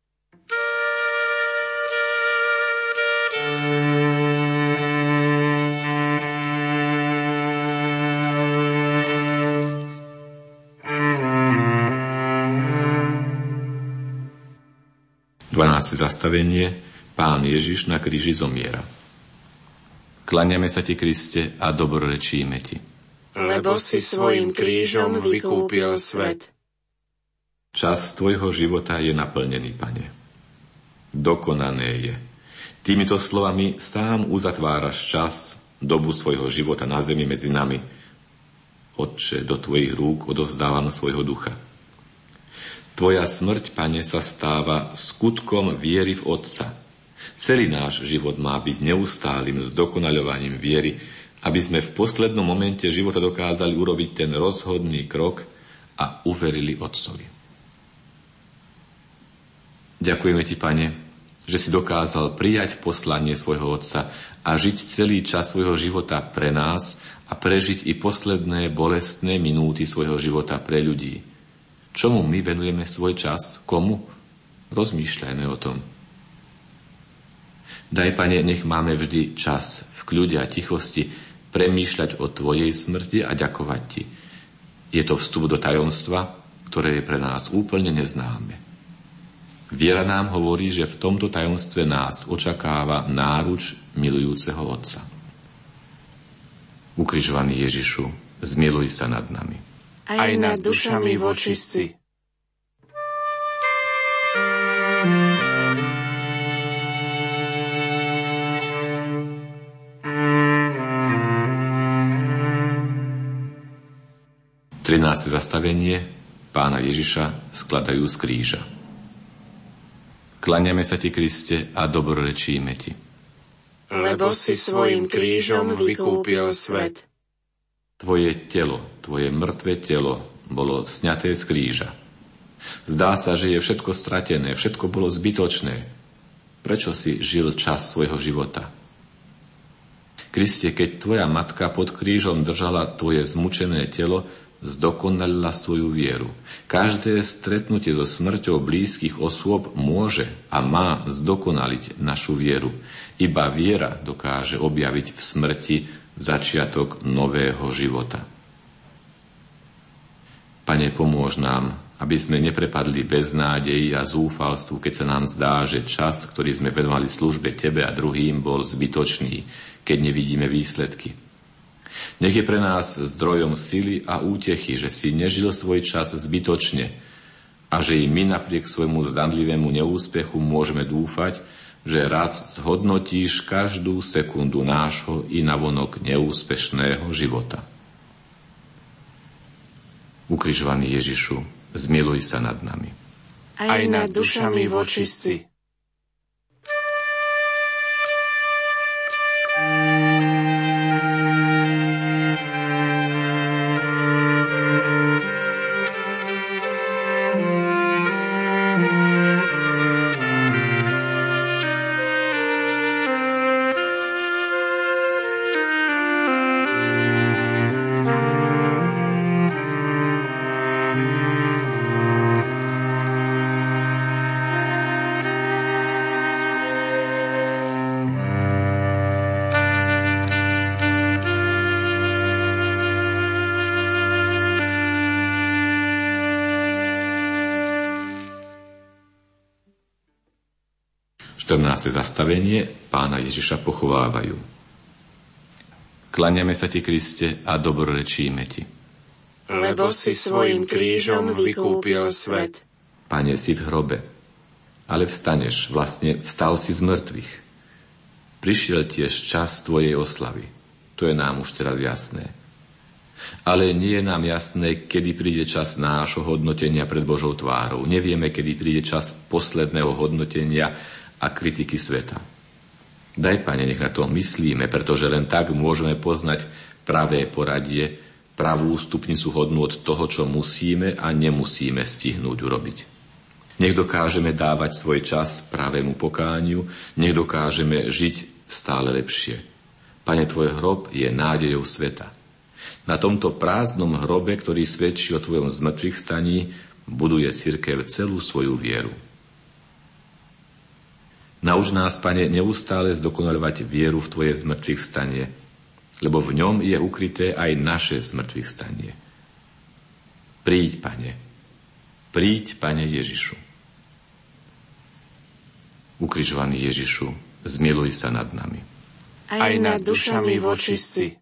dvanáste zastavenie Pán Ježiš na kríži zomiera. Kláňame sa Ti, Kriste, a dobrorečíme Ti. Lebo si svojim krížom vykúpil svet. Čas Tvojho života je naplnený, Pane. Dokonané je. Týmito slovami sám uzatváraš čas, dobu svojho života na zemi medzi nami. Otče, do Tvojich rúk odovzdávam svojho ducha. Tvoja smrť, Pane, sa stáva skutkom viery v Otca. Celý náš život má byť neustálym zdokonaľovaním viery, aby sme v poslednom momente života dokázali urobiť ten rozhodný krok a uverili Otcovi. Ďakujeme Ti, Pane, že si dokázal prijať poslanie svojho Otca a žiť celý čas svojho života pre nás a prežiť i posledné bolestné minúty svojho života pre ľudí. Čomu my venujeme svoj čas? Komu? Rozmýšľajme o tom. Daj, Pane, nech máme vždy čas v kľude a tichosti premýšľať o Tvojej smrti a ďakovať Ti. Je to vstup do tajomstva, ktoré je pre nás úplne neznáme. Viera nám hovorí, že v tomto tajomstve nás očakáva náruč milujúceho Otca. Ukrižovaný Ježišu, zmiluj sa nad nami. Aj nad dušami vočistci. trináste zastavenie Pána Ježiša skladajú z kríža. Kláňame sa Ti, Kriste, a dobrorečíme Ti. Lebo si svojim krížom vykúpil svet. Tvoje telo, Tvoje mŕtve telo bolo sňaté z kríža. Zdá sa, že je všetko stratené, všetko bolo zbytočné. Prečo si žil čas svojho života? Kriste, keď tvoja matka pod krížom držala tvoje zmučené telo, zdokonalila svoju vieru. Každé stretnutie so smrťou blízkych osôb môže a má zdokonaliť našu vieru. Iba viera dokáže objaviť v smrti začiatok nového života. Pane, pomôž nám, aby sme neprepadli beznádeji a zúfalstvu, keď sa nám zdá, že čas, ktorý sme venovali službe Tebe a druhým, bol zbytočný, keď nevidíme výsledky. Nech je pre nás zdrojom sily a útechy, že si nežil svoj čas zbytočne a že i my napriek svojmu zdanlivému neúspechu môžeme dúfať, že raz zhodnotíš každú sekundu nášho i navonok neúspešného života. Ukrižovaný Ježišu, zmiluj sa nad nami. Aj nad dušami vočistí. štrnáste zastavenie, Pána Ježiša pochovávajú. Kláňame sa Ti, Kriste, a dobrorečíme Ti. Lebo si svojim krížom vykúpil svet. Pane, si v hrobe, ale vstaneš, vlastne vstal si z mŕtvych. Prišiel tiež čas Tvojej oslavy. To je nám už teraz jasné. Ale nie je nám jasné, kedy príde čas nášho hodnotenia pred Božou tvárou. Nevieme, kedy príde čas posledného hodnotenia a kritiky sveta. Daj, Pane, nech na to myslíme, pretože len tak môžeme poznať pravé poradie, pravú stupnicu hodnôt toho, čo musíme a nemusíme stihnúť urobiť. Nech dokážeme dávať svoj čas pravému pokániu, nech dokážeme žiť stále lepšie. Pane, Tvoj hrob je nádejou sveta. Na tomto prázdnom hrobe, ktorý svedčí o Tvojom zmŕtvychvstaní, buduje cirkev celú svoju vieru. Nauč nás, Pane, neustále zdokonaľovať vieru v Tvoje zmŕtvychvstanie, lebo v ňom je ukryté aj naše zmŕtvychvstanie. Príď, Pane, príď, Pane Ježišu. Ukrižovaný Ježišu, zmiluj sa nad nami. Aj nad dušami vočistí.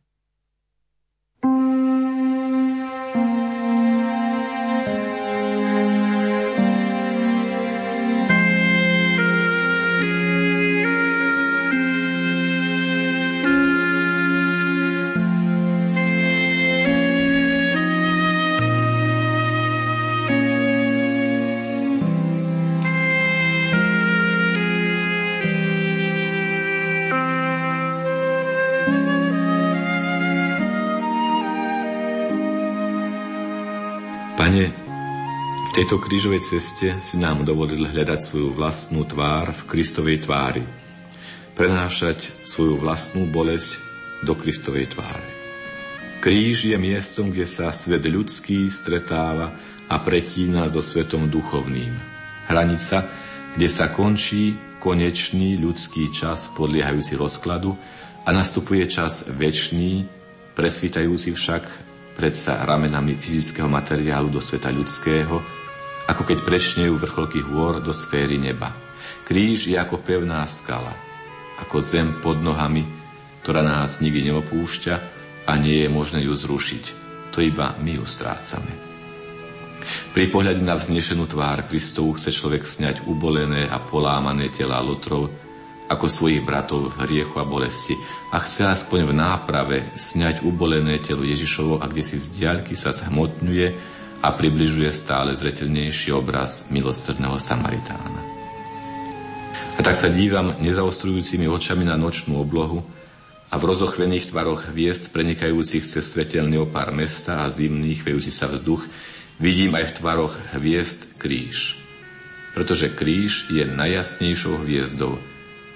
Pane, v tejto krížovej ceste si nám dovolil hľadať svoju vlastnú tvár v Kristovej tvári, prenášať svoju vlastnú bolesť do Kristovej tváre. Kríž je miestom, kde sa svet ľudský stretáva a pretína so svetom duchovným. Hranica, kde sa končí konečný ľudský čas podliehajúci rozkladu a nastupuje čas večný, presvítajúci však predsa ramenami fyzického materiálu do sveta ľudského, ako keď prečnejú vrcholky hôr do sféry neba. Kríž je ako pevná skala, ako zem pod nohami, ktorá nás nikdy neopúšťa a nie je možné ju zrušiť. To iba my ju strácame. Pri pohľade na vznešenú tvár Kristovu chce človek sňať ubolené a polámané telá lotrov, ako svojich bratov v hriechu a bolesti, a chce aspoň v náprave sňať ubolené telo Ježišovo, a kde si z diaľky sa zhmotňuje a približuje stále zreteľnejší obraz milosrdného Samaritána. A tak sa dívam nezaostrujúcimi očami na nočnú oblohu a v rozochvených tvaroch hviezd prenikajúcich cez svetelný opár mesta a zimný chvejúci sa vzduch vidím aj v tvaroch hviezd kríž. Pretože kríž je najjasnejšou hviezdou.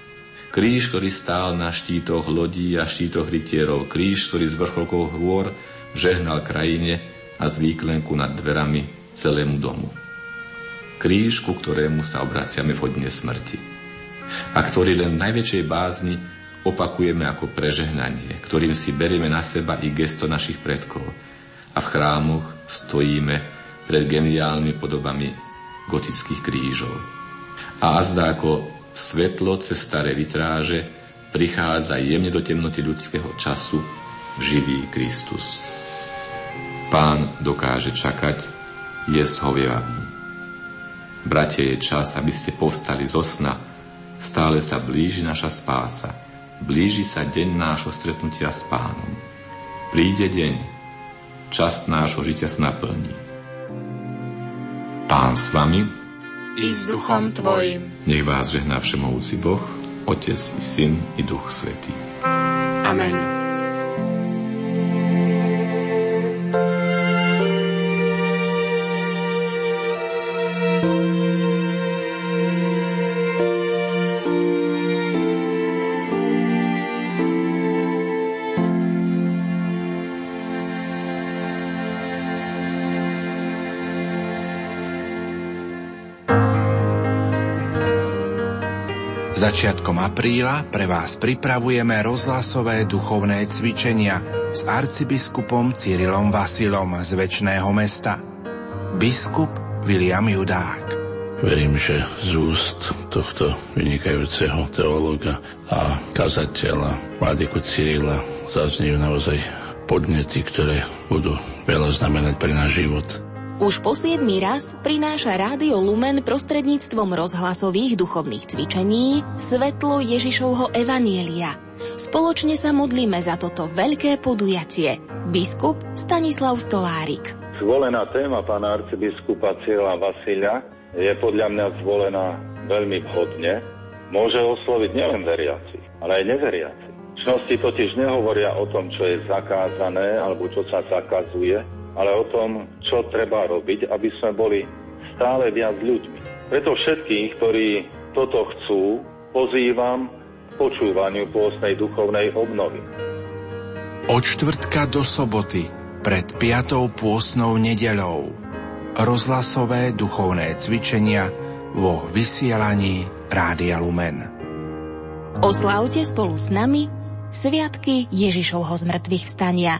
Kríž, ktorý stál na štítoch lodí a štítoch rytierov. Kríž, ktorý z vrcholkov hôr žehnal krajine a z výklenku nad dverami celému domu. Kríž, ku ktorému sa obraciame v hodine smrti. A ktorý len v najväčšej bázni opakujeme ako prežehnanie, ktorým si berieme na seba i gesto našich predkov. A v chrámoch stojíme pred geniálnymi podobami gotických krížov. A azda ako svetlo cez staré vitráže prichádza jemne do temnoty ľudského času živý Kristus. Pán dokáže čakať, je zhovievavý. Bratia, je čas, aby ste povstali zo sna. Stále sa blíži naša spása. Blíži sa deň nášho stretnutia s Pánom. Príde deň, čas nášho žitia sa naplní. Pán s vami i s duchom tvojim. Nech vás žehná všemohúci Boh, Otec i Syn i Duch Svätý. Amen. Začiatkom apríla pre vás pripravujeme rozhlasové duchovné cvičenia s arcibiskupom Cyrilom Vasilom z Večného Mesta. Biskup William Judák. Verím, že z úst tohto vynikajúceho teológa a kazateľa Vladyku Cyrila zaznejú naozaj podnety, ktoré budú veľa znamenať pre náš život. Už po siedmy raz prináša Rádio Lumen prostredníctvom rozhlasových duchovných cvičení svetlo Ježišovho evanjelia. Spoločne sa modlíme za toto veľké podujatie. Biskup Stanislav Stolárik. Zvolená téma pána arcibiskupa Cyrila Vasila je podľa mňa zvolená veľmi vhodne. Môže osloviť nielen veriacich, ale aj neveriacich. Čnosti totiž nehovoria o tom, čo je zakázané alebo čo sa zakazuje, ale o tom, čo treba robiť, aby sme boli stále viac ľuďmi. Preto všetkých, ktorí toto chcú, pozývam k počúvaniu pôstnej duchovnej obnovy. Od štvrtka do soboty, pred piatou pôstnou nedeľou, rozhlasové duchovné cvičenia vo vysielaní Rádia Lumen. Oslávte spolu s nami sviatky Ježišovho zmrtvých vstania.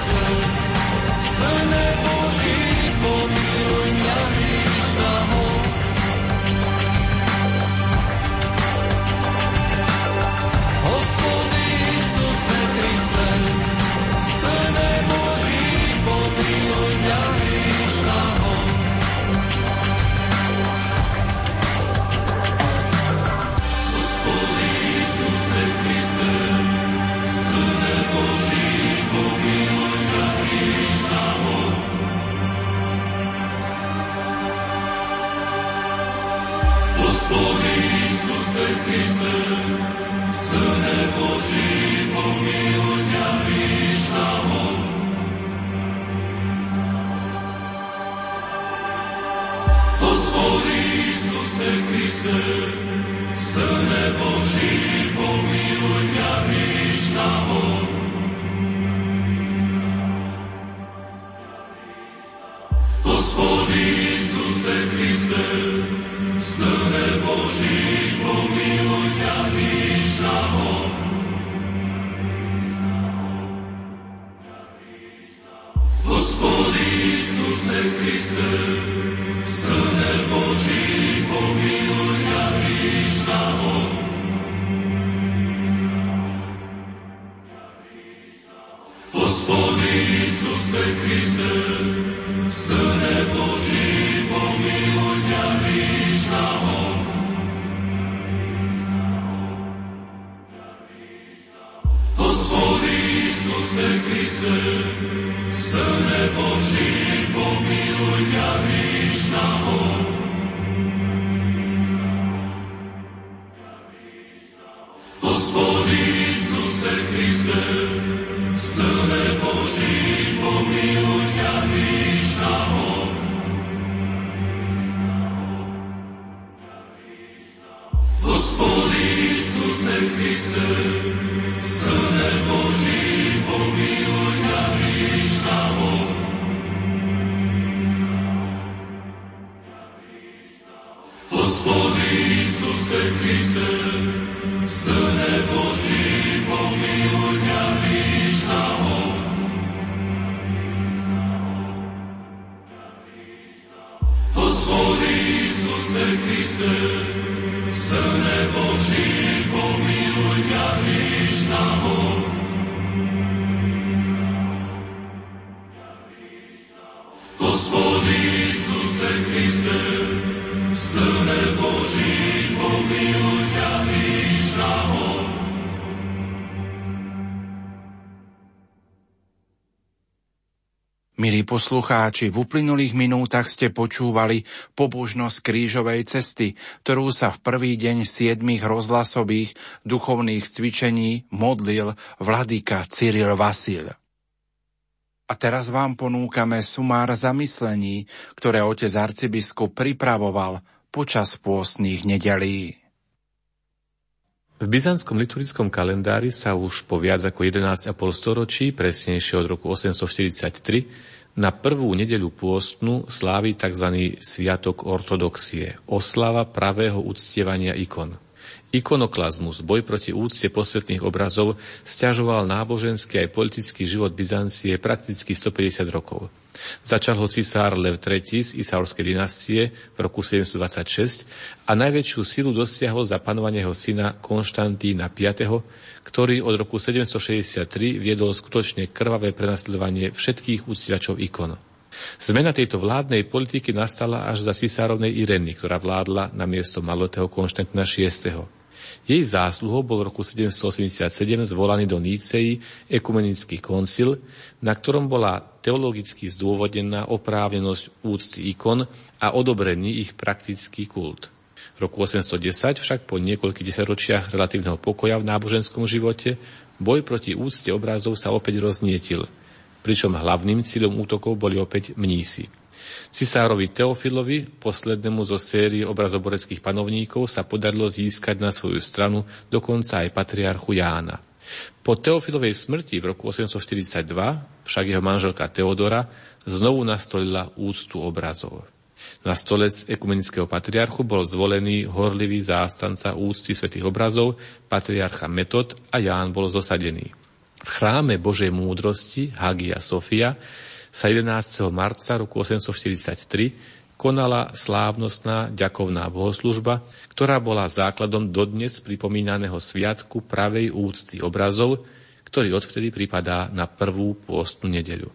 Milí poslucháči, v uplynulých minútach ste počúvali pobožnosť krížovej cesty, ktorú sa v prvý deň siedmich rozhlasových duchovných cvičení modlil vladyka Cyril Vasil. A teraz vám ponúkame sumár zamyslení, ktoré otec arcibiskup pripravoval počas pôstnych nedelí. V byzantskom liturgickom kalendári sa už po viac ako jedenásť a pol storočí, presnejšie od roku osemstoštyridsaťtri, na prvú nedeľu pôstnu slávi tzv. Sviatok ortodoxie, oslava pravého uctievania ikon. Ikonoklazmus, boj proti úcte posvetných obrazov, sťažoval náboženský aj politický život Byzancie prakticky stopäťdesiat rokov. Začal ho cisár Lev tretí z Isaurskej dynastie v roku sedemstodvadsaťšesť a najväčšiu silu dosiahol za panovania jeho syna Konštantína piateho, ktorý od roku sedemstošesťdesiattri viedol skutočne krvavé prenasledovanie všetkých uctievačov ikon. Zmena tejto vládnej politiky nastala až za cisárovnej Irény, ktorá vládla na miesto malotého Konštantína šiesteho. Jej zásluhou bol v roku sedemstoosemdesiatsedem zvolaný do Nícei ekumenický koncil, na ktorom bola teologicky zdôvodnená oprávnenosť úcty ikon a odobrený ich praktický kult. V roku osemstodesať však po niekoľkých desaťročiach relatívneho pokoja v náboženskom živote boj proti úcte obrazov sa opäť roznietil, pričom hlavným cieľom útokov boli opäť mnísi. Cisárovi Teofilovi, poslednému zo série obrazoboreckých panovníkov, sa podarilo získať na svoju stranu dokonca aj patriarchu Jána. Po Teofilovej smrti v roku osemstoštyridsaťdva však jeho manželka Teodora znovu nastolila úctu obrazov. Na stolec ekumenického patriarchu bol zvolený horlivý zástanca úcty svätých obrazov, patriarcha Metod, a Ján bol zosadený. V chráme Božej múdrosti Hagia Sophia sa jedenásteho marca roku osemstoštyridsaťtri konala slávnostná ďakovná bohoslužba, ktorá bola základom dodnes pripomínaného sviatku pravej úcty obrazov, ktorý odvtedy pripadá na prvú pôstnu nedeľu.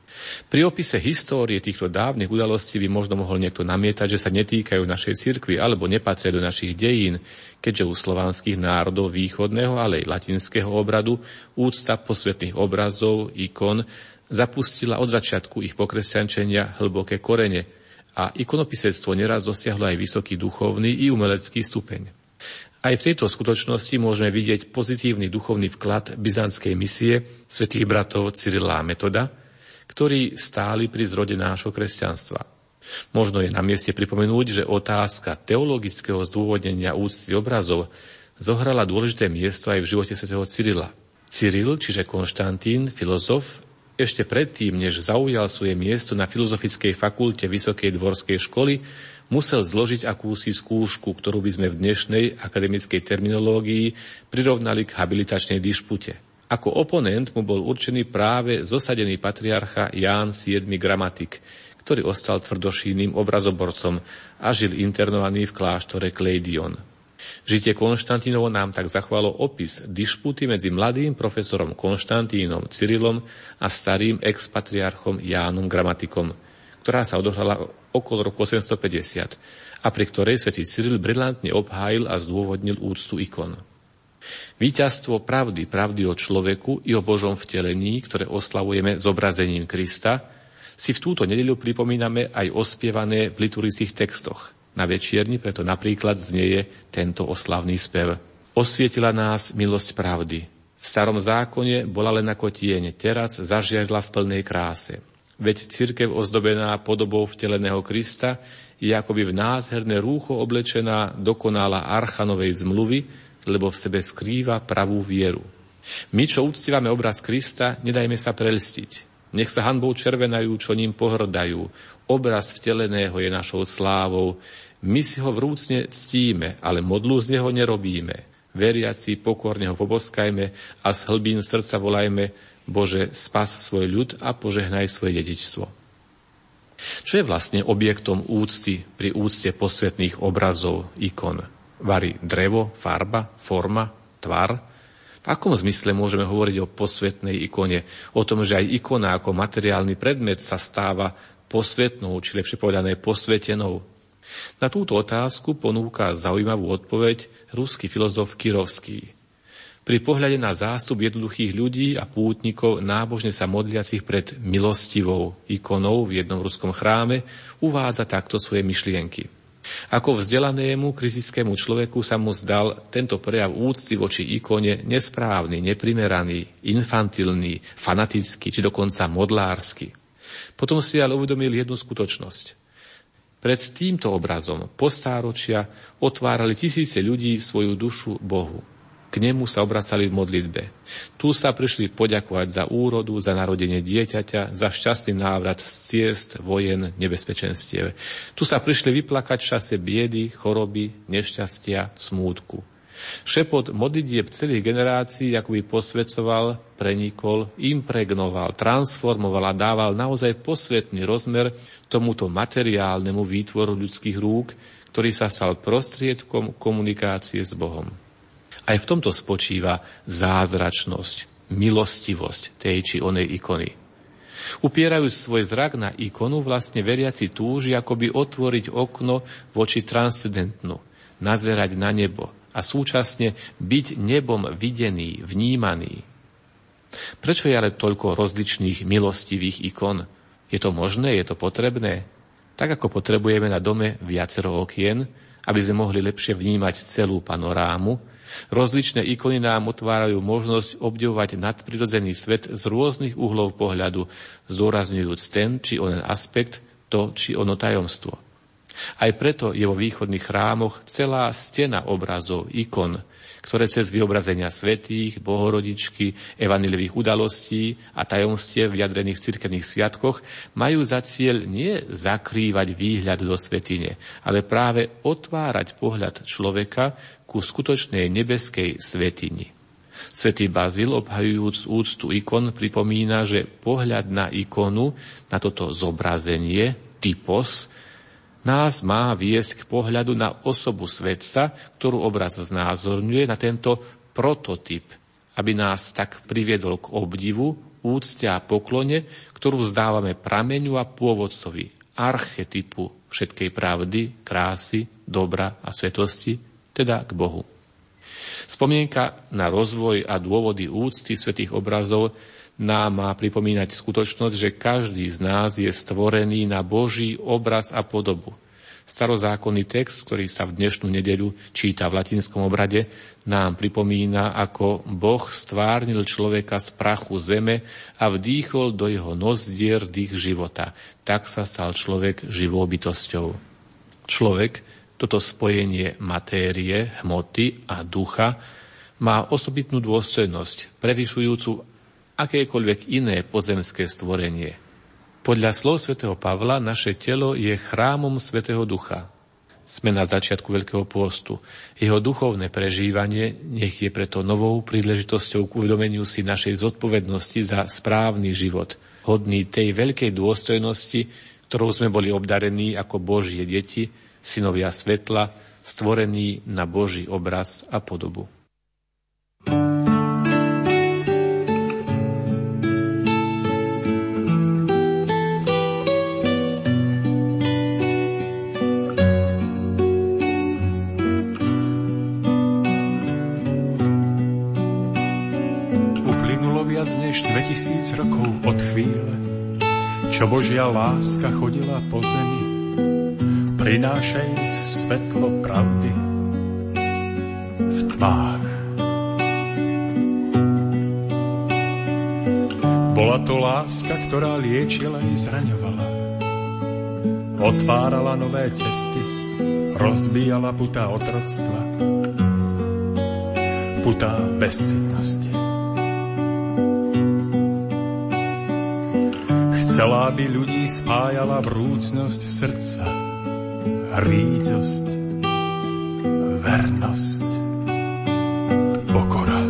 Pri opise histórie týchto dávnych udalostí by možno mohol niekto namietať, že sa netýkajú našej cirkvi alebo nepatria do našich dejín, keďže u slovanských národov východného, ale aj latinského obradu úcta posvätných obrazov, ikon, zapustila od začiatku ich pokresťančenia hlboké korene a ikonopisectvo neraz dosiahlo aj vysoký duchovný i umelecký stupeň. Aj v tejto skutočnosti môžeme vidieť pozitívny duchovný vklad byzantskej misie svätých bratov Cyrila a Metoda, ktorí stáli pri zrode nášho kresťanstva. Možno je na mieste pripomenúť, že otázka teologického zdôvodnenia úcty obrazov zohrala dôležité miesto aj v živote svätého Cyrila. Cyril, čiže Konštantín, filozof, ešte predtým, než zaujal svoje miesto na Filozofickej fakulte Vysokej dvorskej školy, musel zložiť akúsi skúšku, ktorú by sme v dnešnej akademickej terminológii prirovnali k habilitačnej dišpute. Ako oponent mu bol určený práve zosadený patriarcha Ján siedmy Gramatik, ktorý ostal tvrdošínnym obrazoborcom a žil internovaný v kláštore Kleidion. Žitie Konštantínovo nám tak zachovalo opis dišputy medzi mladým profesorom Konštantínom Cyrilom a starým expatriarchom Jánom Gramatikom, ktorá sa odohrala okolo roku osemstopäťdesiat a pri ktorej svätý Cyril brilantne obhájil a zdôvodnil úctu ikon. Víťazstvo pravdy, pravdy o človeku i o Božom vtelení, ktoré oslavujeme zobrazením Krista, si v túto nedeľu pripomíname aj ospievané v liturgických textoch. Na večierni preto napríklad znieje tento oslavný spev. Osvietila nás milosť pravdy. V starom zákone bola len ako tieň, teraz zažiarila v plnej kráse. Veď cirkev ozdobená podobou vteleného Krista je akoby v nádherné rúcho oblečená dokonalá archa novej zmluvy, lebo v sebe skrýva pravú vieru. My, čo uctívame obraz Krista, nedajme sa prelstiť. Nech sa hanbou červenajú, čo ním pohrdajú. Obraz vteleného je našou slávou. My si ho vrúcne ctíme, ale modlu z neho nerobíme. Veriaci pokorne ho poboskajme a z hlbín srdca volajme: Bože, spas svoj ľud a požehnaj svoje dedičstvo. Čo je vlastne objektom úcty pri úcte posvätných obrazov, ikon? Vari drevo, farba, forma, tvar? V akom zmysle môžeme hovoriť o posvätnej ikone? O tom, že aj ikona ako materiálny predmet sa stáva posvätnou, či lepšie povedané posvätenou? Na túto otázku ponúka zaujímavú odpoveď ruský filozof Kirovský. Pri pohľade na zástup jednoduchých ľudí a pútnikov nábožne sa modliacich pred milostivou ikonou v jednom ruskom chráme uvádza takto svoje myšlienky. Ako vzdelanému kritickému človeku sa mu zdal tento prejav úcty voči ikone nesprávny, neprimeraný, infantilný, fanatický či dokonca modlársky. Potom si ale uvedomil jednu skutočnosť. Pred týmto obrazom po stáročia otvárali tisíce ľudí svoju dušu Bohu. K nemu sa obracali v modlitbe. Tu sa prišli poďakovať za úrodu, za narodenie dieťaťa, za šťastný návrat z ciest, vojen, nebezpečenstiev. Tu sa prišli vyplakať v čase biedy, choroby, nešťastia, smútku. Šepot modlitieb celých generácií akoby posvedcoval, prenikol, impregnoval, transformoval a dával naozaj posvetný rozmer tomuto materiálnemu výtvoru ľudských rúk, ktorý sa stal prostriedkom komunikácie s Bohom. Aj v tomto spočíva zázračnosť, milostivosť tej či onej ikony. Upierajúc svoj zrak na ikonu, vlastne veriaci túži akoby otvoriť okno voči transcendentnu, nazerať na nebo a súčasne byť nebom videný, vnímaný. Prečo je ale toľko rozličných milostivých ikon? Je to možné? Je to potrebné? Tak ako potrebujeme na dome viacero okien, aby sme mohli lepšie vnímať celú panorámu, rozličné ikony nám otvárajú možnosť obdivovať nadprirodzený svet z rôznych uhlov pohľadu, zdôrazňujúc ten či onen aspekt, to či ono tajomstvo. Aj preto je vo východných chrámoch celá stena obrazov, ikon, ktoré cez vyobrazenia svätých, Bohorodičky, evanjeliových udalostí a tajomstiev vyjadrených v cirkevných sviatkoch majú za cieľ nie zakrývať výhľad do svätyne, ale práve otvárať pohľad človeka ku skutočnej nebeskej svätyni. Svätý Bazil, obhajujúc úctu ikon, pripomína, že pohľad na ikonu, na toto zobrazenie, typos, nás má viesť k pohľadu na osobu svetca, ktorú obraz znázorňuje, na tento prototyp, aby nás tak priviedol k obdivu, úcte a poklone, ktorú vzdávame prameňu a pôvodcovi, archetypu všetkej pravdy, krásy, dobra a svetosti, teda k Bohu. Spomienka na rozvoj a dôvody úcty svätých obrazov nám má pripomínať skutočnosť, že každý z nás je stvorený na Boží obraz a podobu. Starozákonný text, ktorý sa v dnešnú nedeľu číta v latinskom obrade, nám pripomína, ako Boh stvárnil človeka z prachu zeme a vdýchol do jeho nozdier dých života. Tak sa stal človek živou bytosťou. Človek, toto spojenie matérie, hmoty a ducha, má osobitnú dôstojnosť, prevyšujúcu akékoľvek iné pozemské stvorenie. Podľa slov svätého Pavla naše telo je chrámom Svätého Ducha. Sme na začiatku Veľkého pôstu. Jeho duchovné prežívanie nech je preto novou príležitosťou k uvedomeniu si našej zodpovednosti za správny život, hodný tej veľkej dôstojnosti, ktorou sme boli obdarení ako Božie deti, synovia svetla, stvorení na Boží obraz a podobu. dvetisíc rokov od chvíle, čo Božia láska chodila po zemi, prinášajúc svetlo pravdy v tmách. Bola to láska, ktorá liečila i zraňovala, otvárala nové cesty, rozbíjala putá otroctva, putá bezsitnosti. Chcela, aby ľudí spájala vrúcnosť srdca, hrídzosť, vernosť, pokora.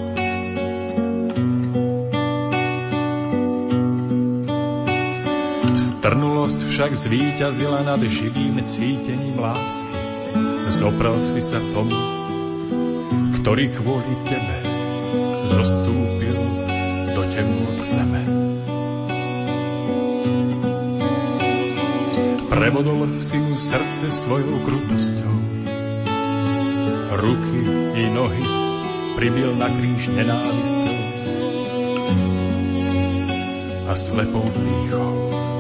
Strnulosť však zvíťazila nad živým cítením lásky. Zoprel si sa tomu, ktorý kvôli tebe zostúpil do temnôt zeme. Prevodol si mu srdce svojou krutosťou. Ruky i nohy pribil na kríž nenávistou a slepou dýchou.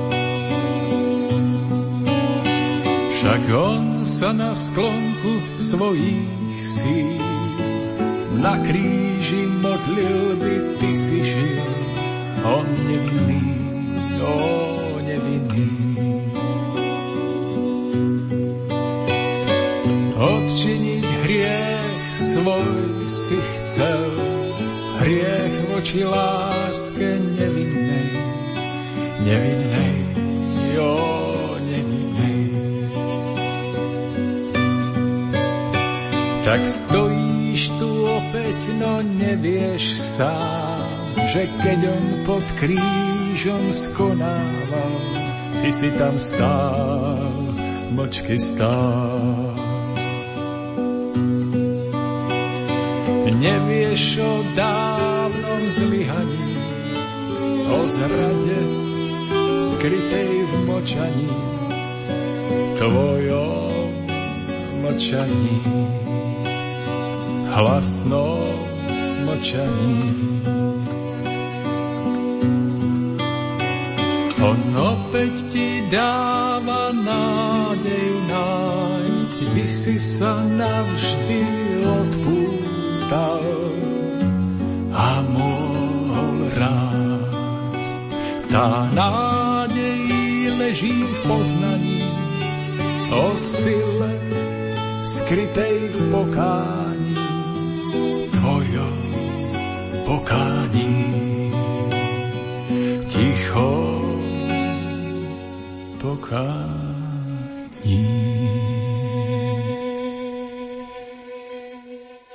Však on sa na sklonku svojich síl na kríži modlil, by ty si žil. On nevinný, o nevinný. Odčiniť hriech svoj si chcel, hriech voči láske nevinnej, nevinnej, jo, nevinnej. Tak stojíš tu opäť, no nevieš sám, že keď on pod krížom skonával, ty si tam stál, mlčky stál. Nevieš o dávnom zlyhaní, o zrade skrytej v močaní, tvojom mlčaní, hlasnom mlčaní. On opäť ti dáva nádej nájsť, by si sa navždy odpútal a mohol rásť. Tá nádej leží v poznaní o sile skrytej v pokání, tvojom pokání. Ticho pokání. V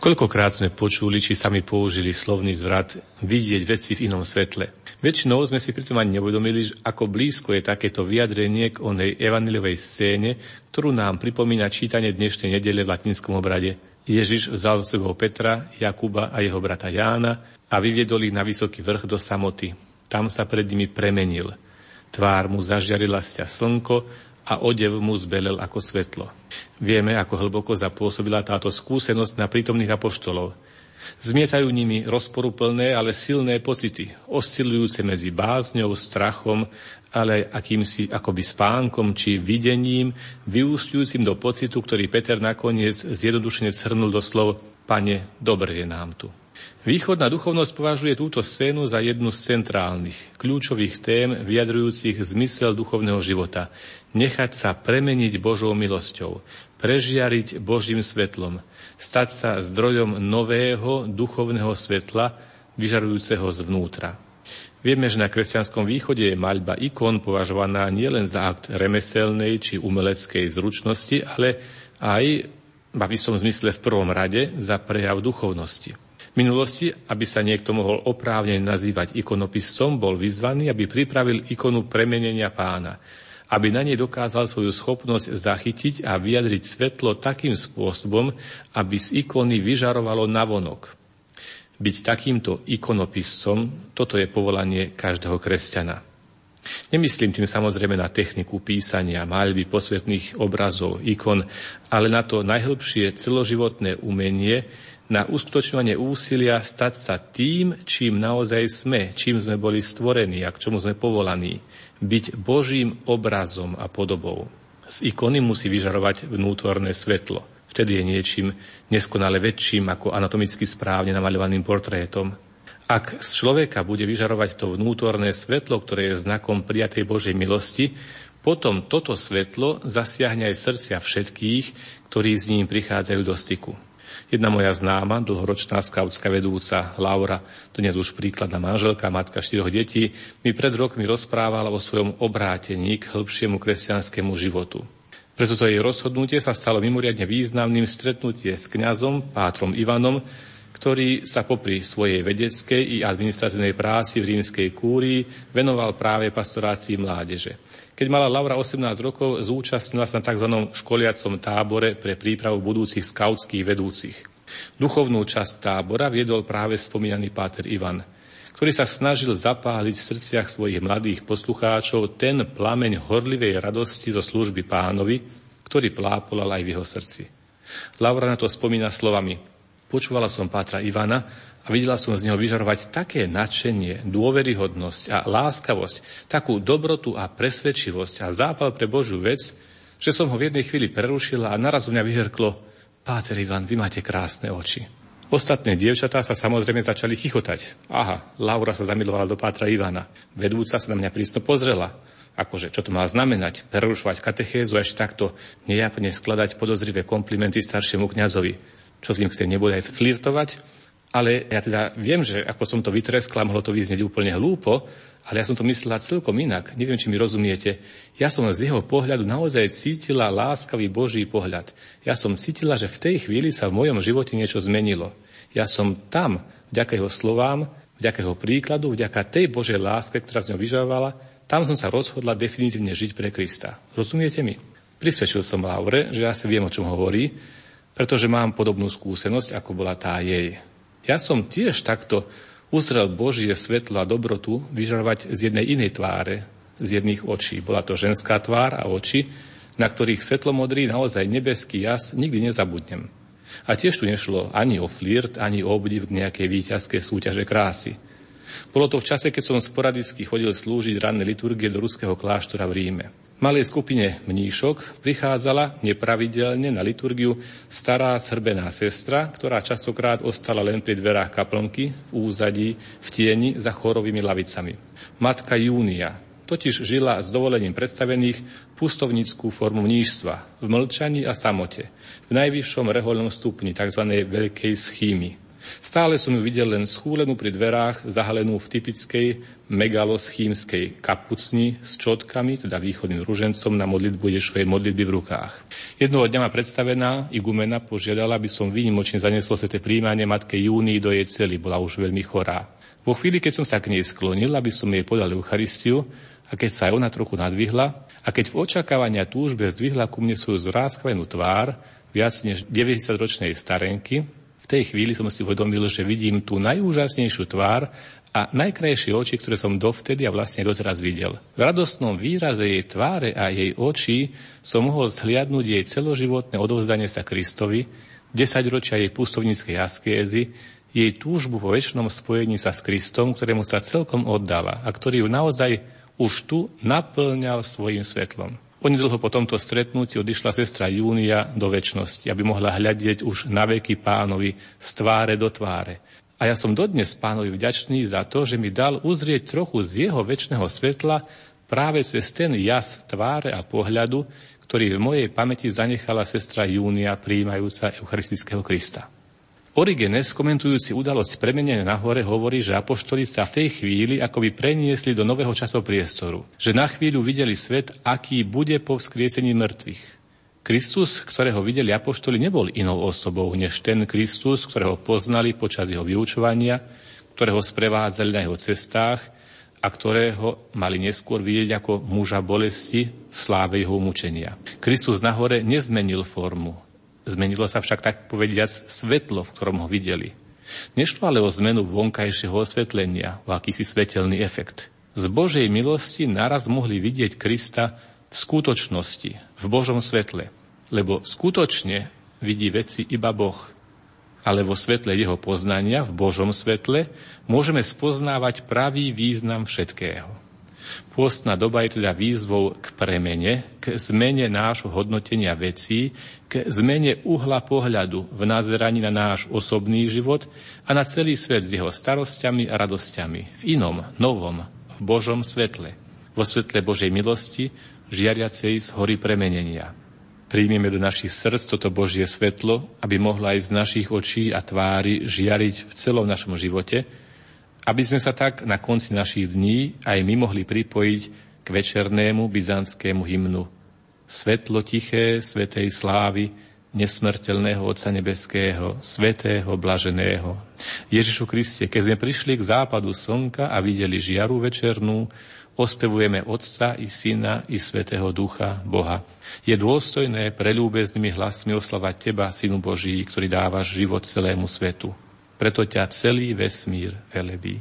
Koľkokrát sme počuli, či sami použili slovný zvrat vidieť veci v inom svetle. Väčšinou sme si pritom ani neuvedomili, ako blízko je takéto vyjadrenie k onej evanjeliovej scéne, ktorú nám pripomína čítanie dnešnej nedele v latinskom obrade. Ježiš vzal so sebou Petra, Jakuba a jeho brata Jána a vyviedol ich na vysoký vrch do samoty. Tam sa pred nimi premenil. Tvár mu zažiarila sťa slnko a odev mu zbelel ako svetlo. Vieme, ako hlboko zapôsobila táto skúsenosť na prítomných apoštolov. Zmietajú nimi rozporuplné, ale silné pocity, oscilujúce medzi bázňou, strachom, ale akýmsi akoby spánkom či videním, vyúsťujúcim do pocitu, ktorý Peter nakoniec zjednodušene shrnul do slov: Pane, dobre je nám tu. Východná duchovnosť považuje túto scénu za jednu z centrálnych, kľúčových tém vyjadrujúcich zmysel duchovného života. Nechať sa premeniť Božou milosťou, prežiariť Božím svetlom, stať sa zdrojom nového duchovného svetla, vyžarujúceho zvnútra. Vieme, že na kresťanskom východe je maľba ikon považovaná nielen za akt remeselnej či umeleckej zručnosti, ale aj, v istom zmysle v prvom rade, za prejav duchovnosti. V minulosti, aby sa niekto mohol oprávnene nazývať ikonopiscom, bol vyzvaný, aby pripravil ikonu premenenia Pána, aby na nej dokázal svoju schopnosť zachytiť a vyjadriť svetlo takým spôsobom, aby z ikony vyžarovalo navonok. Byť takýmto ikonopiscom, toto je povolanie každého kresťana. Nemyslím tým samozrejme na techniku písania, maľby, posvetných obrazov, ikon, ale na to najhlbšie celoživotné umenie, na uskutočňovanie úsilia stať sa tým, čím naozaj sme, čím sme boli stvorení a k čomu sme povolaní. Byť Božím obrazom a podobou. Z ikony musí vyžarovať vnútorné svetlo. Vtedy je niečím neskonale väčším ako anatomicky správne namaľovaným portrétom. Ak z človeka bude vyžarovať to vnútorné svetlo, ktoré je znakom prijatej Božej milosti, potom toto svetlo zasiahne aj srdcia všetkých, ktorí s ním prichádzajú do styku. Jedna moja známa, dlhoročná skautská vedúca, Laura, dnes už príkladná manželka, matka štyroch detí, mi pred rokmi rozprávala o svojom obrátení k hĺbšiemu kresťanskému životu. Preto to jej rozhodnutie sa stalo mimoriadne významným stretnutie s kňazom, pátrom Ivanom, ktorý sa popri svojej vedeckej i administratívnej práci v rímskej kúrii venoval práve pastorácii mládeže. Keď mala Laura osemnásť rokov, zúčastnila sa na tzv. Školiacom tábore pre prípravu budúcich skautských vedúcich. Duchovnú časť tábora viedol práve spomínaný páter Ivan, ktorý sa snažil zapáliť v srdciach svojich mladých poslucháčov ten plameň horlivej radosti zo služby Pánovi, ktorý plápolal aj v jeho srdci. Laura na to spomína slovami: Počúvala som pátra Ivana a videla som z neho vyžarovať také nadšenie, dôveryhodnosť a láskavosť, takú dobrotu a presvedčivosť a zápal pre Božiu vec, že som ho v jednej chvíli prerušila a naraz mňa vyhrklo: Páter Ivan, vy máte krásne oči. Ostatné dievčatá sa samozrejme začali chichotať. Aha, Laura sa zamilovala do pátra Ivana. Vedúca sa na mňa prísno pozrela. Akože, čo to má znamenať? Prerušovať katechézu a ešte takto nejapne skladať podozrivé komplimenty staršiemu kňazovi. Čo s ním chce, nebude aj flirtovať? Ale ja teda viem, že ako som to vytreskla, mohlo to vyznieť úplne hlúpo, ale ja som to myslela celkom inak. Neviem, či mi rozumiete. Ja som z jeho pohľadu naozaj cítila láskavý Boží pohľad. Ja som cítila, že v tej chvíli sa v mojom živote niečo zmenilo. Ja som tam, vďaka jeho slovám, vďaka jeho príkladu, vďaka tej Božej láske, ktorá z ňou vyžarovala, tam som sa rozhodla definitívne žiť pre Krista. Rozumiete mi? Prisvedčil som Laure, že ja si viem, o čom hovorí, pretože mám podobnú skúsenosť, ako bola tá jej. Ja som tiež takto uzrel Božie svetlo a dobrotu vyžarovať z jednej inej tváre, z jedných očí. Bola to ženská tvár a oči, na ktorých svetlomodrý, naozaj nebeský jas nikdy nezabudnem. A tiež tu nešlo ani o flirt, ani o obdiv k nejakej víťazskej súťaže krásy. Bolo to v čase, keď som sporadicky chodil slúžiť ranné liturgie do ruského kláštora v Ríme. V malej skupine mníšok prichádzala nepravidelne na liturgiu stará shrbená sestra, ktorá častokrát ostala len pri dverách kaplnky, v úzadí, v tieni za chorovými lavicami. Matka Júnia totiž žila s dovolením predstavených pustovnickú formu mníšstva v mlčaní a samote, v najvyššom rehoľnom stupni tzv. Veľkej schýmy. Stále som ju videl len schúlenú pri dverách, zahalenú v typickej megaloschímskej kapucni s čotkami, teda východným ružencom na modlitbu Ježišovej modlitby v rukách. Jednoho dňa ma predstavená igumena požiadala, aby som výnimočne zaniesol sväté prijímanie matke Júnii do jej cely, bola už veľmi chorá. Vo chvíli, keď som sa k nej sklonil, aby som jej podal Eucharistiu, a keď sa aj ona trochu nadvihla, a keď v očakávaní a túžbe zdvihla ku mne svoju zráskvenú tvár, viac než deväťdesiatročnej starenky, v tej chvíli som si uvedomil, že vidím tú najúžasnejšiu tvár a najkrajšie oči, ktoré som dovtedy a vlastne doteraz videl. V radostnom výraze jej tváre a jej očí som mohol zhliadnúť jej celoživotné odovzdanie sa Kristovi, desaťročia jej pustovníckej askézy, jej túžbu po večnom spojení sa s Kristom, ktorému sa celkom oddala a ktorý ju naozaj už tu naplňal svojim svetlom. Onedlho po tomto stretnutí odišla sestra Júnia do večnosti, aby mohla hľadieť už na veky Pánovi z tváre do tváre. A ja som dodnes Pánovi vďačný za to, že mi dal uzrieť trochu z jeho večného svetla práve cez ten jas tváre a pohľadu, ktorý v mojej pamäti zanechala sestra Júnia prijímajúca Eucharistického Krista. Origenes, komentujúci udalosť premenenia na hore, hovorí, že apoštoli sa v tej chvíli akoby preniesli do nového časopriestoru, že na chvíľu videli svet, aký bude po vzkriesení mŕtvych. Kristus, ktorého videli apoštoli, nebol inou osobou, než ten Kristus, ktorého poznali počas jeho vyučovania, ktorého sprevádzali na jeho cestách a ktorého mali neskôr vidieť ako muža bolesti v sláve jeho mučenia. Kristus na hore nezmenil formu. Zmenilo sa však, tak povediac, svetlo, v ktorom ho videli. Nešlo ale o zmenu vonkajšieho osvetlenia, o akýsi svetelný efekt. Z Božej milosti naraz mohli vidieť Krista v skutočnosti, v Božom svetle, lebo skutočne vidí veci iba Boh. Ale vo svetle jeho poznania, v Božom svetle, môžeme spoznávať pravý význam všetkého. Pôstna doba je teda výzvou k premene, k zmene nášho hodnotenia vecí, k zmene uhla pohľadu v nazeraní na náš osobný život a na celý svet s jeho starosťami a radosťami, v inom, novom, v Božom svetle, vo svetle Božej milosti, žiariacej z hory premenenia. Príjmeme do našich srdc toto Božie svetlo, aby mohlo aj z našich očí a tvári žiariť v celom našom živote, aby sme sa tak na konci našich dní aj my mohli pripojiť k večernému byzantskému hymnu. Svetlo tiché, svätej slávy, nesmrteľného Otca nebeského, svätého, blaženého. Ježišu Kriste, keď sme prišli k západu slnka a videli žiaru večernú, ospevujeme Otca i Syna i Svätého Ducha, Boha. Je dôstojné preľúbeznými hlasmi oslavať Teba, Synu Boží, ktorý dávaš život celému svetu. Preto ťa celý vesmír velebí.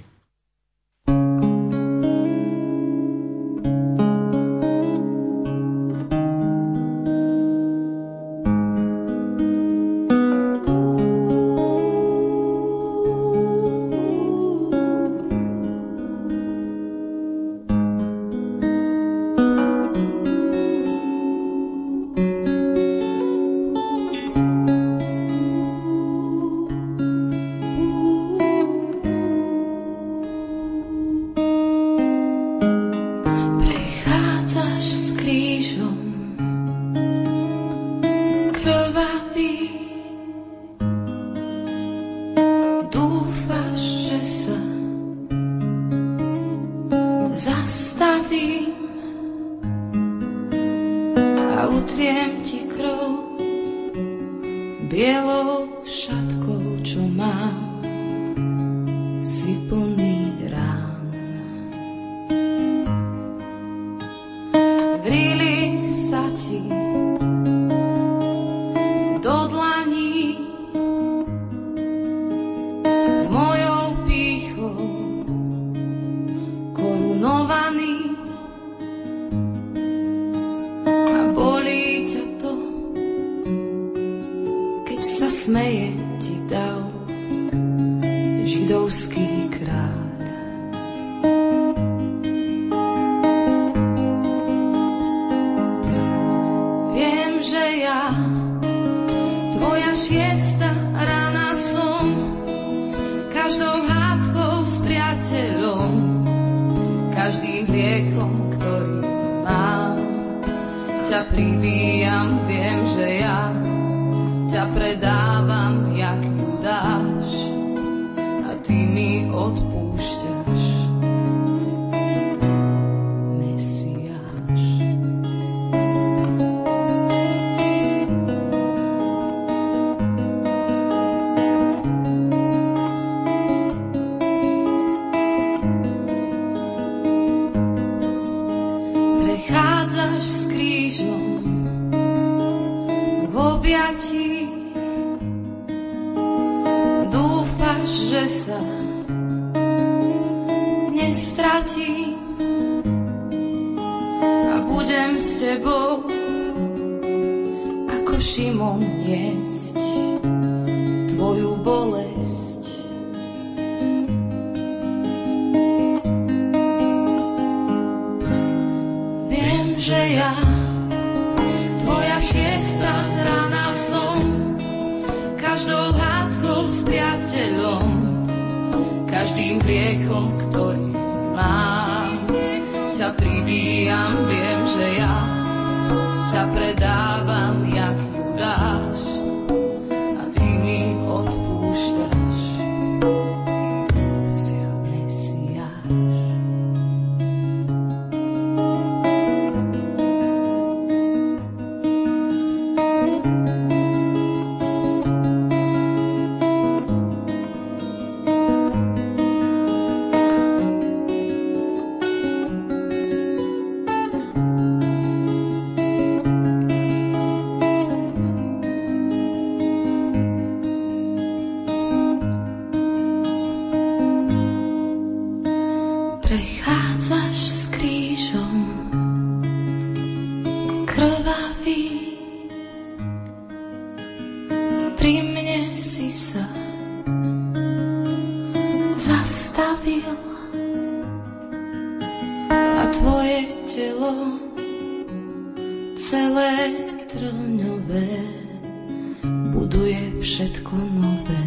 Predávam, jak ju dáš. vrátim a budem s tebou ako Šimon niesť tvoju bolesť. Viem, že ja tvoja šiesta rána som, každou hádkou s priateľom, každým hriechom, ktorý mám, ťa pribíjam, viem, že ja ťa predávam, jak Judáš, a ty mi odpúšťaš. Mesiáš. Prechádzaš s krížom krvavý, pri mne si sa zastavil a tvoje telo celé trňové buduje všetko nové.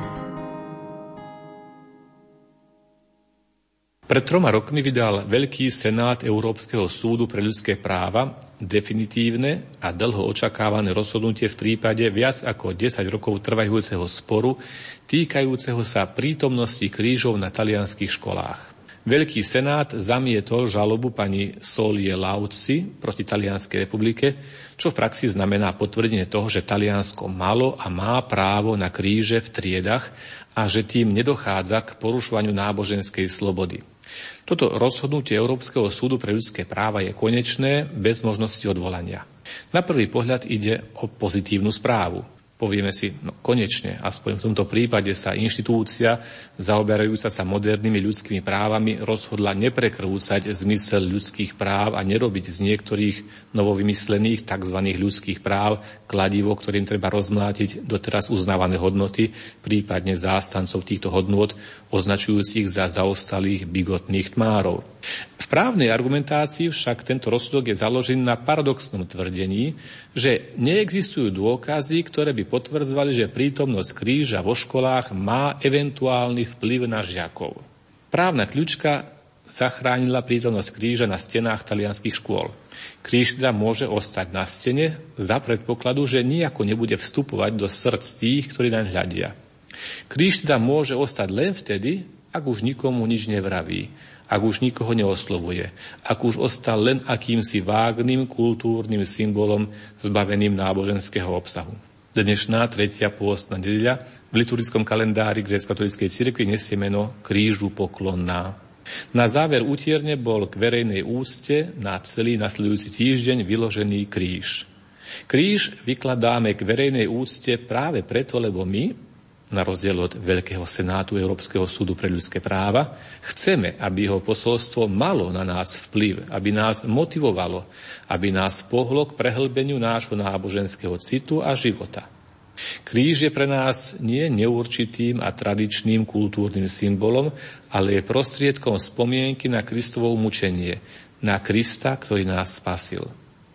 Pred troma rokmi vydal Veľký senát Európskeho súdu pre ľudské práva definitívne a dlho očakávané rozhodnutie v prípade viac ako desať rokov trvajúceho sporu týkajúceho sa prítomnosti krížov na talianskych školách. Veľký senát zamietol žalobu pani Solie Lauci proti Talianskej republike, čo v praxi znamená potvrdenie toho, že Taliansko malo a má právo na kríže v triedach a že tým nedochádza k porušovaniu náboženskej slobody. Toto rozhodnutie Európskeho súdu pre ľudské práva je konečné, bez možnosti odvolania. Na prvý pohľad ide o pozitívnu správu. Povieme si, no konečne, aspoň v tomto prípade sa inštitúcia, zaoberajúca sa modernými ľudskými právami, rozhodla neprekrúcať zmysel ľudských práv a nerobiť z niektorých novovymyslených tzv. Ľudských práv kladivo, ktorým treba rozmlátiť doteraz uznávané hodnoty, prípadne zástancov týchto hodnôt, označujúcich za zaostalých bigotných tmárov. V právnej argumentácii však tento rozsudok je založený na paradoxnom tvrdení, že neexistujú dôkazy, ktoré by potvrdzovali, že prítomnosť kríža vo školách má eventuálny vplyv na žiakov. Právna kľučka zachránila prítomnosť kríža na stenách talianskych škôl. Kríž teda môže ostať na stene za predpokladu, že nijako nebude vstupovať do srdc tých, ktorí naň hľadia. Kríž teda môže ostať len vtedy, ak už nikomu nič nevraví, ak už nikoho neoslovuje, ak už ostal len akýmsi vágným kultúrnym symbolom zbaveným náboženského obsahu. Dnešná tretia pôstna nedeľa v liturgickom kalendári grécko-katolíckej cirkvi nesie meno Krížu poklonná. Na záver útierne bol k verejnej úcte na celý nasledujúci týždeň vyložený kríž. Kríž vykladáme k verejnej úcte práve preto, lebo my, na rozdiel od Veľkého senátu Európskeho súdu pre ľudské práva, chceme, aby jeho posolstvo malo na nás vplyv, aby nás motivovalo, aby nás pohlo k prehlbeniu nášho náboženského citu a života. Kríž je pre nás nie neurčitým a tradičným kultúrnym symbolom, ale je prostriedkom spomienky na Kristovo mučenie, na Krista, ktorý nás spasil.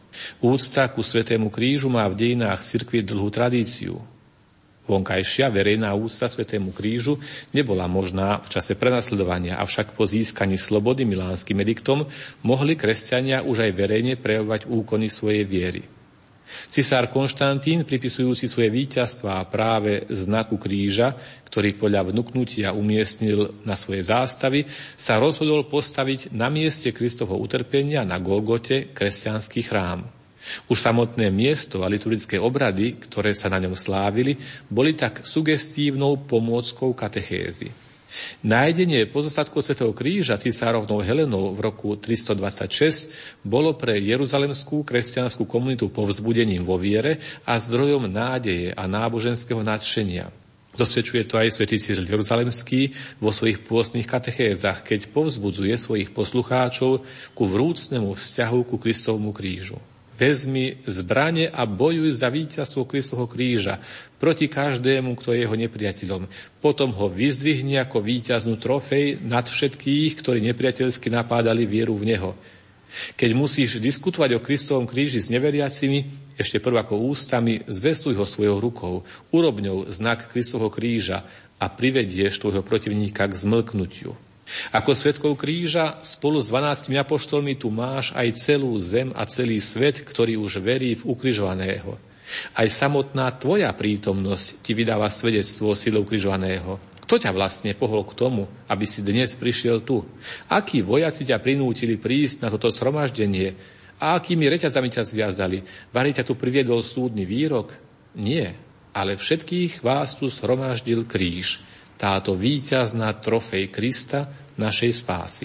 Úcta ku Svätému krížu má v dejinách cirkvi dlhú tradíciu. Vonkajšia verejná úcta Svätému krížu nebola možná v čase prenasledovania, avšak po získaní slobody milánskym ediktom mohli kresťania už aj verejne prejavovať úkony svojej viery. Cisár Konštantín, pripisujúci svoje víťazstvá práve znaku kríža, ktorý podľa vnuknutia umiestnil na svoje zástavy, sa rozhodol postaviť na mieste Kristovho utrpenia na Golgote kresťanský chrám. Už samotné miesto a liturgické obrady, ktoré sa na ňom slávili, boli tak sugestívnou pomôckou katechézy. Nájdenie pozostatkov Svätého kríža cisárovnou Helenou v roku tristodvadsaťšesť bolo pre jeruzalemskú kresťanskú komunitu povzbudením vo viere a zdrojom nádeje a náboženského nadšenia. Dosvedčuje to aj svätý Cyril Jeruzalemský vo svojich pôstnych katechézach, keď povzbudzuje svojich poslucháčov ku vrúcnemu vzťahu ku Kristovmu krížu. Vezmi zbrane a bojuj za víťazstvo Kristovho kríža proti každému, kto je jeho nepriateľom. Potom ho vyzdvihni ako víťaznú trofej nad všetkých, ktorí nepriateľsky napádali vieru v neho. Keď musíš diskutovať o Kristovom kríži s neveriacimi, ešte prv ako ústami zvestuj ho svojou rukou, urob ňou znak Kristovho kríža a privedieš tvojho protivníka k zmlknutiu. Ako svedkov kríža spolu s dvanástimi apoštolmi tu máš aj celú zem a celý svet, ktorý už verí v ukrižovaného. Aj samotná tvoja prítomnosť ti vydáva svedectvo silou ukrižovaného. Kto ťa vlastne pohol k tomu, aby si dnes prišiel tu? Akí vojaci ťa prinútili prísť na toto zhromaždenie? A akými reťazami ťa zviazali? Vari ťa tu priviedol súdny výrok? Nie, ale všetkých vás tu zhromaždil kríž. Táto víťazná trofej Krista, našej spásy.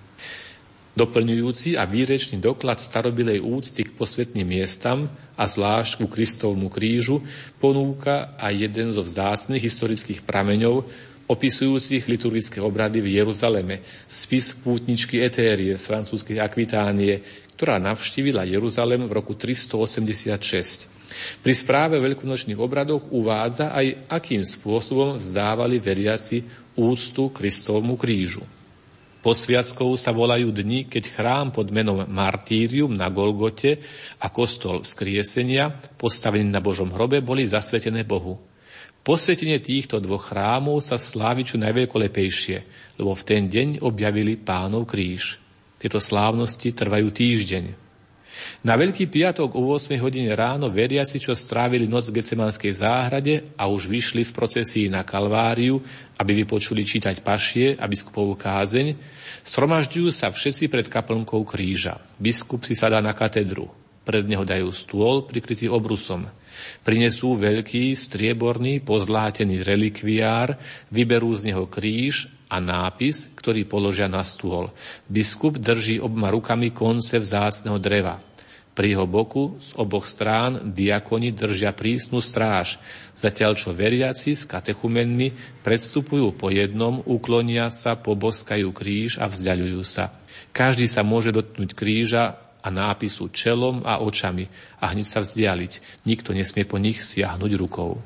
Doplňujúci a výrečný doklad starobilej úcty k posvätným miestam a zvlášť ku Kristovmu krížu ponúka aj jeden zo vzácnych historických prameňov opisujúcich liturgické obrady v Jeruzaleme, spis pútničky Etérie z francúzskej Akvitánie, ktorá navštívila Jeruzalem v roku tristoosemdesiatšesť. Pri správe veľkonočných obradoch uvádza aj, akým spôsobom vzdávali veriaci úctu Kristovmu krížu. Posviackou sa volajú dni, keď chrám pod menom Martírium na Golgote a kostol Vzkriesenia, postavený na Božom hrobe, boli zasvetené Bohu. Posvetenie týchto dvoch chrámov sa slávi čo najveľkolepejšie, lebo v ten deň objavili Pánov kríž. Tieto slávnosti trvajú týždeň. Na Veľký piatok o ôsmej hodine ráno veriaci, čo strávili noc v Getsemanskej záhrade a už vyšli v procesii na Kalváriu, aby vypočuli čítať pašie a biskupovú kázeň, zhromažďujú sa všetci pred kaplnkou kríža. Biskup si sadá na katedru. Pred neho dajú stôl prikrytý obrusom. Prinesú veľký, strieborný, pozlátený relikviár, vyberú z neho kríž a nápis, ktorý položia na stôl. Biskup drží oboma rukami konce vzácneho dreva. Pri jeho boku z oboch strán diakoni držia prísnu stráž, zatiaľ čo veriaci s katechumenmi predstupujú po jednom, uklonia sa, poboskajú kríž a vzdiaľujú sa. Každý sa môže dotknúť kríža a nápisu čelom a očami a hneď sa vzdialiť. Nikto nesmie po nich siahnuť rukou.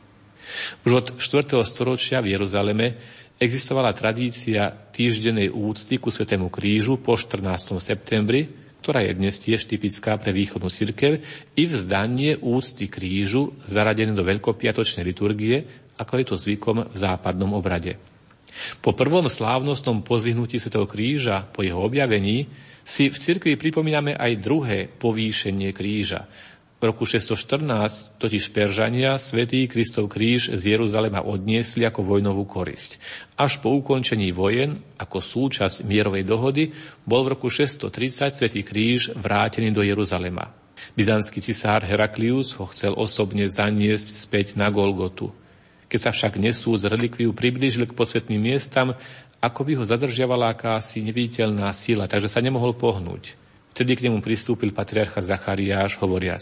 Už od štvrtého storočia v Jeruzaleme existovala tradícia týždennej úcty ku Svätému krížu po štrnásteho septembri, ktorá je dnes tiež typická pre východnú cirkev, i vzdanie úcty krížu zaradené do veľkopiatočnej liturgie, ako je to zvykom v západnom obrade. Po prvom slávnostnom pozvihnutí Svätého kríža, po jeho objavení, si v cirkvi pripomíname aj druhé povýšenie kríža. V roku šesťstoštrnásť totiž Peržania svätý Kristov kríž z Jeruzalema odniesli ako vojnovú korisť. Až po ukončení vojen, ako súčasť mierovej dohody, bol v roku šesťstotridsať svätý kríž vrátený do Jeruzalema. Byzantský cisár Heraklius ho chcel osobne zaniesť späť na Golgotu. Keď sa však nesúc relikviu priblížil k posvätným miestam, ako by ho zadržiavala akási neviditeľná sila, takže sa nemohol pohnúť. Vtedy k nemu pristúpil patriarcha Zachariáš, hovoriac: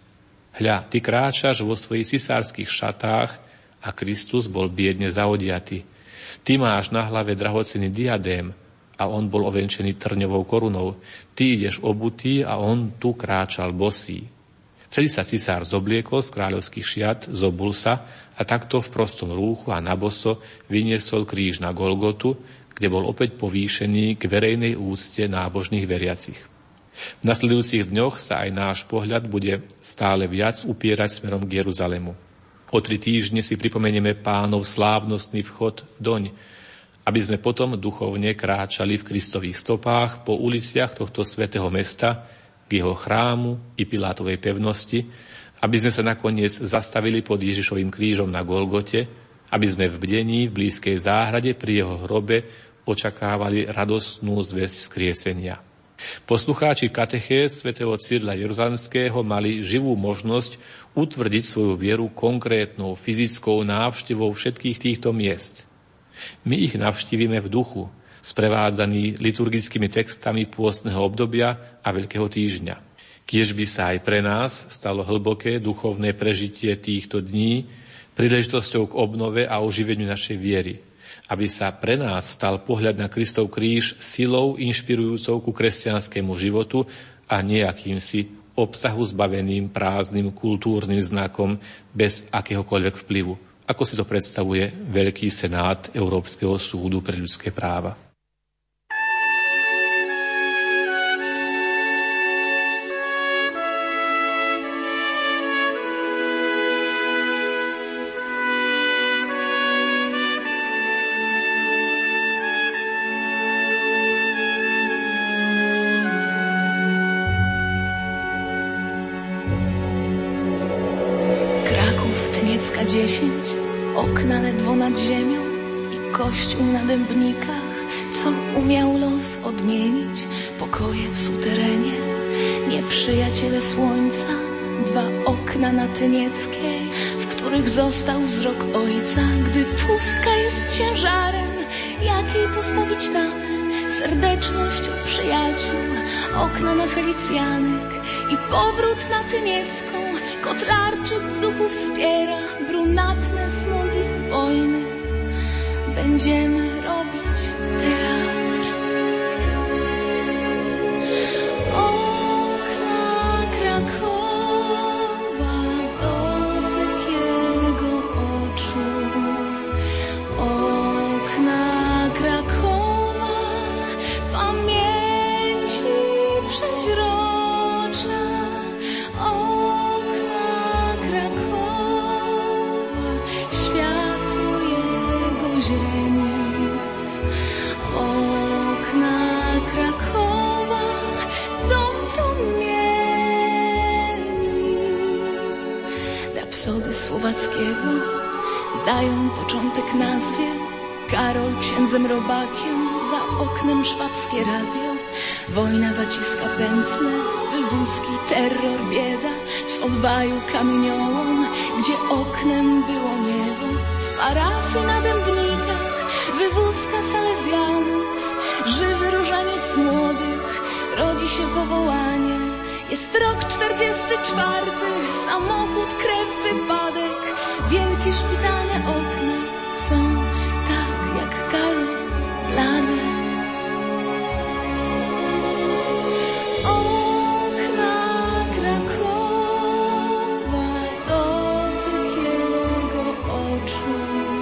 Hľa, ty kráčaš vo svojich cisárskych šatách a Kristus bol biedne zaodiaty. Ty máš na hlave drahocenný diadém a on bol ovenčený trňovou korunou. Ty ideš obutý a on tu kráčal bosý. Vtedy sa cisár zobliekol z kráľovských šiat, zobul sa a takto v prostom rúchu a naboso vyniesol kríž na Golgotu, kde bol opäť povýšený k verejnej úcte nábožných veriacich. V nasledujúcich dňoch sa aj náš pohľad bude stále viac upierať smerom k Jeruzalému. O tri týždne si pripomenieme Pánov slávnostný vchod doň, aby sme potom duchovne kráčali v Kristových stopách po uliciach tohto svätého mesta, k jeho chrámu i Pilátovej pevnosti, aby sme sa nakoniec zastavili pod Ježišovým krížom na Golgote, aby sme v bdení v blízkej záhrade pri jeho hrobe očakávali radostnú zvesť vzkriesenia. Poslucháči katechéz svätého Cyrila Jeruzalemského mali živú možnosť utvrdiť svoju vieru konkrétnou fyzickou návštevou všetkých týchto miest. My ich navštívime v duchu, sprevádzaný liturgickými textami pôstneho obdobia a Veľkého týždňa. Kiež by sa aj pre nás stalo hlboké duchovné prežitie týchto dní príležitosťou k obnove a oživeniu našej viery, aby sa pre nás stal pohľad na Kristov kríž silou inšpirujúcou ku kresťanskému životu a nejakýmsi obsahu zbaveným prázdnym kultúrnym znakom bez akéhokoľvek vplyvu, ako si to predstavuje Veľký senát Európskeho súdu pre ľudské práva. dziesięć, okna ledwo nad ziemią i kościół na dębnikach, co umiał los odmienić, pokoje w suterenie, nieprzyjaciele słońca, dwa okna na Tynieckiej, w których został wzrok ojca, gdy pustka jest ciężarem, jakiej postawić tamę, serdeczność u przyjaciół, okna na Felicjanek i powrót na Tyniecką. Kotlarczyk w duchu wspiera brunatne smugi wojny. Będziemy robić teatr. Okna Krakowa dotyk jego oczu. Okna Krakowa pamięci przeźrocza. Źrenic, okna Krakowa, dom promieni. Rapsody Słowackiego dają początek nazwie. Karol księdzem robakiem, za oknem szwabskie radio. Wojna zaciska pętle, wywózki, terror, bieda. W odwaju kamieniołom, gdzie oknem było niebo. W parafii na Dębnikach, wywózka salezjanów. Żywy różaniec młodych, rodzi się powołanie. Jest rok czterdziesty czwarty, samochód, krew, wypadek. Wielkie szpitalne okna są tak jak Karol blade. Okna Krakowa, dotyk jego oczu.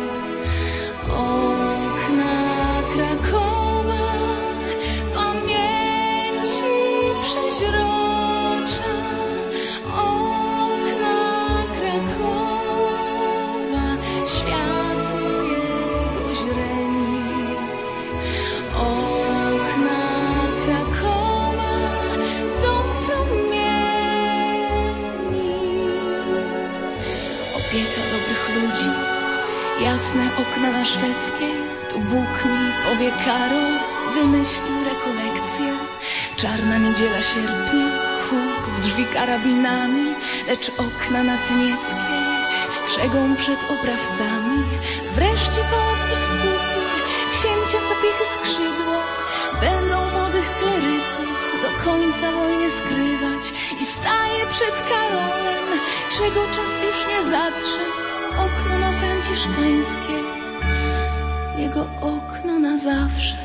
Okna Krakowa, pamięci przeźrocza. Okna Krakowa, światło jego źrenic. Okna Krakowa, dom promieni. Opieka dobrych ludzi, jasne okna na Szwedzkiej. Tu Bóg mi powie, Karol wymyślił rekolekcję. Czarna niedziela sierpnia, huk w drzwi karabinami, lecz okna na Tynieckiej strzegą przed oprawcami. Wreszcie pałac biskupów, księcia zapiechy skrzydło, będą młodych kleryków do końca wojny skrywać. I staje przed Karolem, czego czas już nie zatrze, okno na Franciszkańskiej, jego okno na zawsze.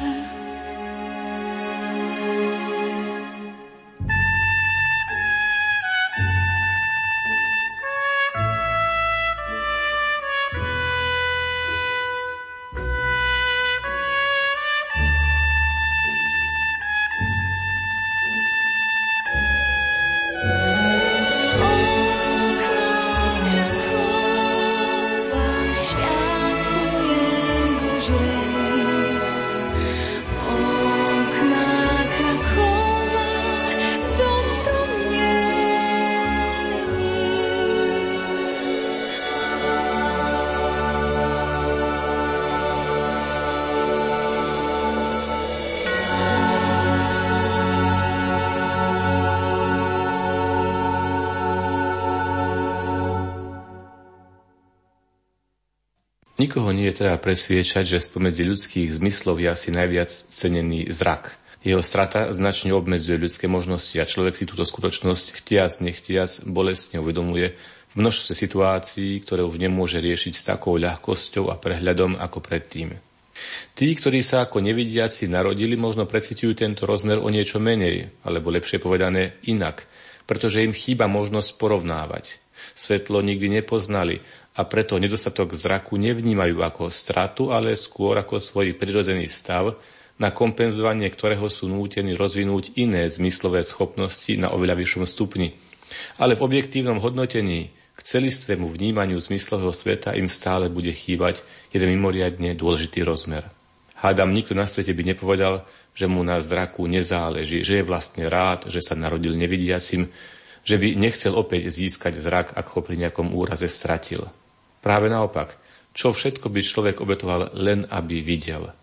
Nikoho nie je treba presviečať, že spomedzi ľudských zmyslov je asi najviac cenený zrak. Jeho strata značne obmedzuje ľudské možnosti a človek si túto skutočnosť chtiac, nechtiac bolestne uvedomuje v množstve situácií, ktoré už nemôže riešiť s takou ľahkosťou a prehľadom ako predtým. Tí, ktorí sa ako nevidiaci narodili, možno precíťujú tento rozmer o niečo menej, alebo lepšie povedané inak, pretože im chýba možnosť porovnávať. Svetlo nikdy nepoznali a preto nedostatok zraku nevnímajú ako stratu, ale skôr ako svoj prirodzený stav, na kompenzovanie ktorého sú nútení rozvinúť iné zmyslové schopnosti na oveľa vyššom stupni. Ale v objektívnom hodnotení k celistvému vnímaniu zmyslového sveta im stále bude chýbať jeden mimoriadne dôležitý rozmer. Hádam, nikto na svete by nepovedal, že mu na zraku nezáleží, že je vlastne rád, že sa narodil nevidiacim, že by nechcel opäť získať zrak, ak ho pri nejakom úraze stratil. Práve naopak, čo všetko by človek obetoval len, aby videl.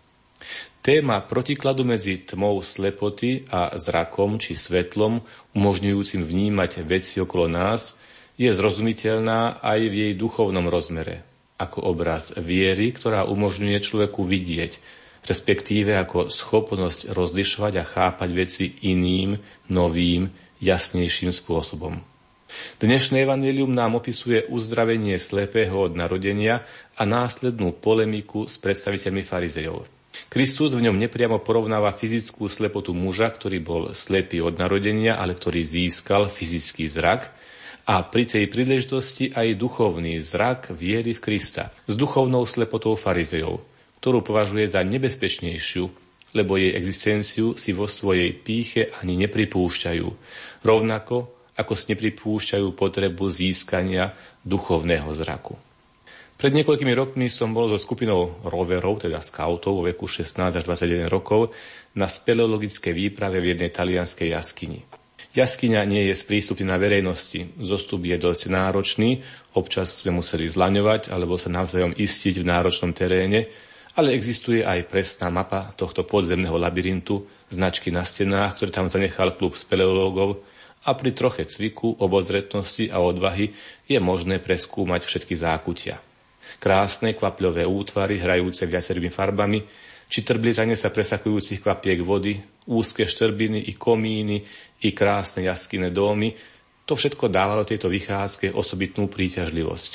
Téma protikladu medzi tmou slepoty a zrakom či svetlom, umožňujúcim vnímať veci okolo nás, je zrozumiteľná aj v jej duchovnom rozmere, ako obraz viery, ktorá umožňuje človeku vidieť, respektíve ako schopnosť rozlišovať a chápať veci iným, novým, jasnejším spôsobom. Dnešné evanjelium nám opisuje uzdravenie slepého od narodenia a následnú polemiku s predstaviteľmi farizejov. Kristus v ňom nepriamo porovnáva fyzickú slepotu muža, ktorý bol slepý od narodenia, ale ktorý získal fyzický zrak, a pri tej príležitosti aj duchovný zrak viery v Krista s duchovnou slepotou farizejov, ktorú považuje za nebezpečnejšiu, lebo jej existenciu si vo svojej pýche ani nepripúšťajú, rovnako ako si nepripúšťajú potrebu získania duchovného zraku. Pred niekoľkými rokmi som bol so skupinou roverov, teda skautov vo veku šestnásť až dvadsaťjeden rokov, na speleologickej výprave v jednej talianskej jaskyni. Jaskyňa nie je sprístupnená verejnosti, zostup je dosť náročný, občas sme museli zlaňovať alebo sa navzájom istiť v náročnom teréne, ale existuje aj presná mapa tohto podzemného labyrintu, značky na stenách, ktoré tam zanechal klub speleológov, a pri troche cviku, obozretnosti a odvahy je možné preskúmať všetky zákutia. Krásne kvapľové útvary, hrajúce viacerými farbami, či trblitanie sa presakujúcich kvapiek vody, úzke štrbiny i komíny, i krásne jaskyné domy, to všetko dávalo tejto vychádzke osobitnú príťažlivosť.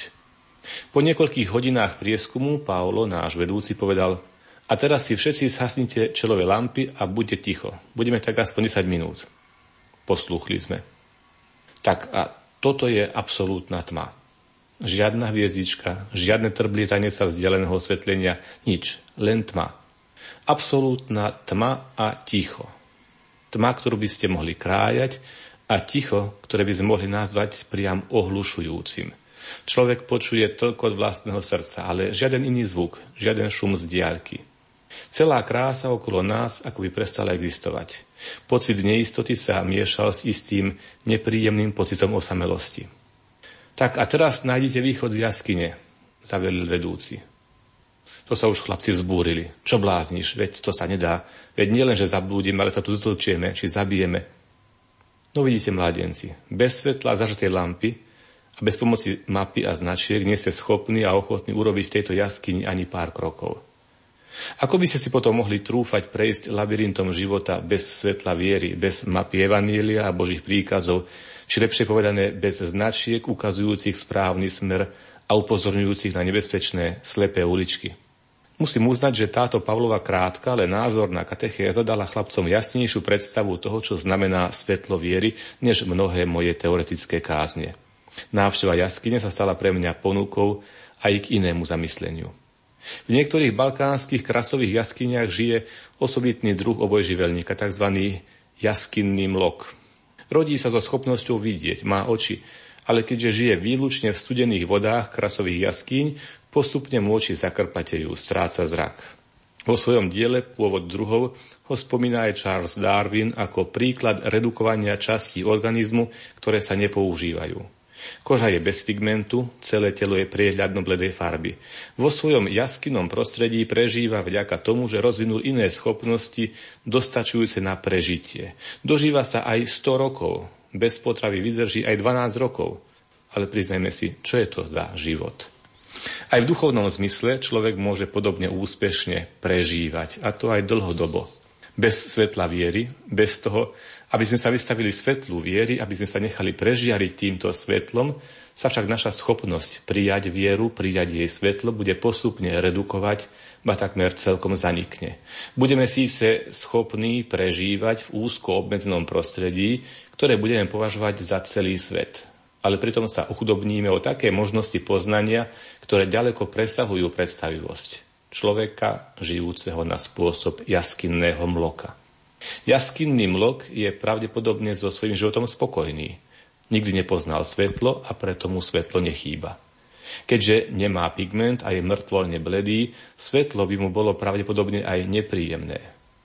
Po niekoľkých hodinách prieskumu Paolo, náš vedúci, povedal: a teraz si všetci zhasnite čelové lampy a buďte ticho. Budeme tak aspoň desať minút. Poslúchli sme. Tak a toto je absolútna tma. Žiadna hviezdička, žiadne trblítanie sa vzdialeného osvetlenia, nič, len tma. Absolútna tma a ticho. Tma, ktorú by ste mohli krájať, a ticho, ktoré by sme mohli nazvať priam ohlušujúcim. Človek počuje toľko od vlastného srdca, ale žiaden iný zvuk, žiaden šum z diaľky. Celá krása okolo nás ako by prestala existovať. Pocit neistoty sa miešal s istým nepríjemným pocitom osamelosti. Tak a teraz nájdete východ z jaskyne, zavelil vedúci. To sa už chlapci vzbúrili. Čo blázniš? Veď to sa nedá. Veď nie len, že zablúdime, ale sa tu ztlčieme, či zabijeme. No vidíte, mladenci, bez svetla zažatej lampy a bez pomoci mapy a značiek nie ste schopní a ochotní urobiť v tejto jaskyni ani pár krokov. Ako by ste si potom mohli trúfať prejsť labyrintom života bez svetla viery, bez mapy evanjelia a Božích príkazov, či lepšie povedané bez značiek ukazujúcich správny smer a upozorňujúcich na nebezpečné slepé uličky? Musím uznať, že táto Pavlova krátka, ale názorná katechéza dala chlapcom jasnejšiu predstavu toho, čo znamená svetlo viery, než mnohé moje teoretické kázne. Návšteva jaskyne sa stala pre mňa ponukou aj k inému zamysleniu. V niektorých balkánskych krasových jaskyniach žije osobitný druh obojživelníka, tzv. Jaskynný mlok. Rodí sa so schopnosťou vidieť, má oči, ale keďže žije výlučne v studených vodách krasových jaskýň, postupne mu oči zakrpatejú, stráca zrak. Vo svojom diele Pôvod druhov ho spomína aj Charles Darwin ako príklad redukovania častí organizmu, ktoré sa nepoužívajú. Koža je bez pigmentu, celé telo je priehľadno-bledej farby. Vo svojom jaskynom prostredí prežíva vďaka tomu, že rozvinul iné schopnosti dostačujúce na prežitie. Dožíva sa aj sto rokov, bez potravy vydrží aj dvanásť rokov. Ale priznajme si, čo je to za život? Aj v duchovnom zmysle človek môže podobne úspešne prežívať, a to aj dlhodobo. Bez svetla viery, bez toho, aby sme sa vystavili svetlu viery, aby sme sa nechali prežiariť týmto svetlom, sa však naša schopnosť prijať vieru, prijať jej svetlo bude postupne redukovať, ba takmer celkom zanikne. Budeme síce schopní prežívať v úzko obmedzenom prostredí, ktoré budeme považovať za celý svet. Ale pritom sa uchudobníme o také možnosti poznania, ktoré ďaleko presahujú predstavivosť človeka žijúceho na spôsob jaskinného mloka. Jaskinný mlok je pravdepodobne so svojím životom spokojný. Nikdy nepoznal svetlo a preto mu svetlo nechýba. Keďže nemá pigment a je mŕtvoľne bledý, svetlo by mu bolo pravdepodobne aj nepríjemné.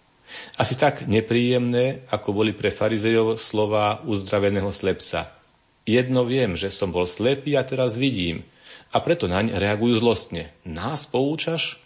Asi tak nepríjemné, ako boli pre farizejov slová uzdraveného slepca. Jedno viem, že som bol slepý a teraz vidím, a preto naň reagujú zlostne. Nás poučaš?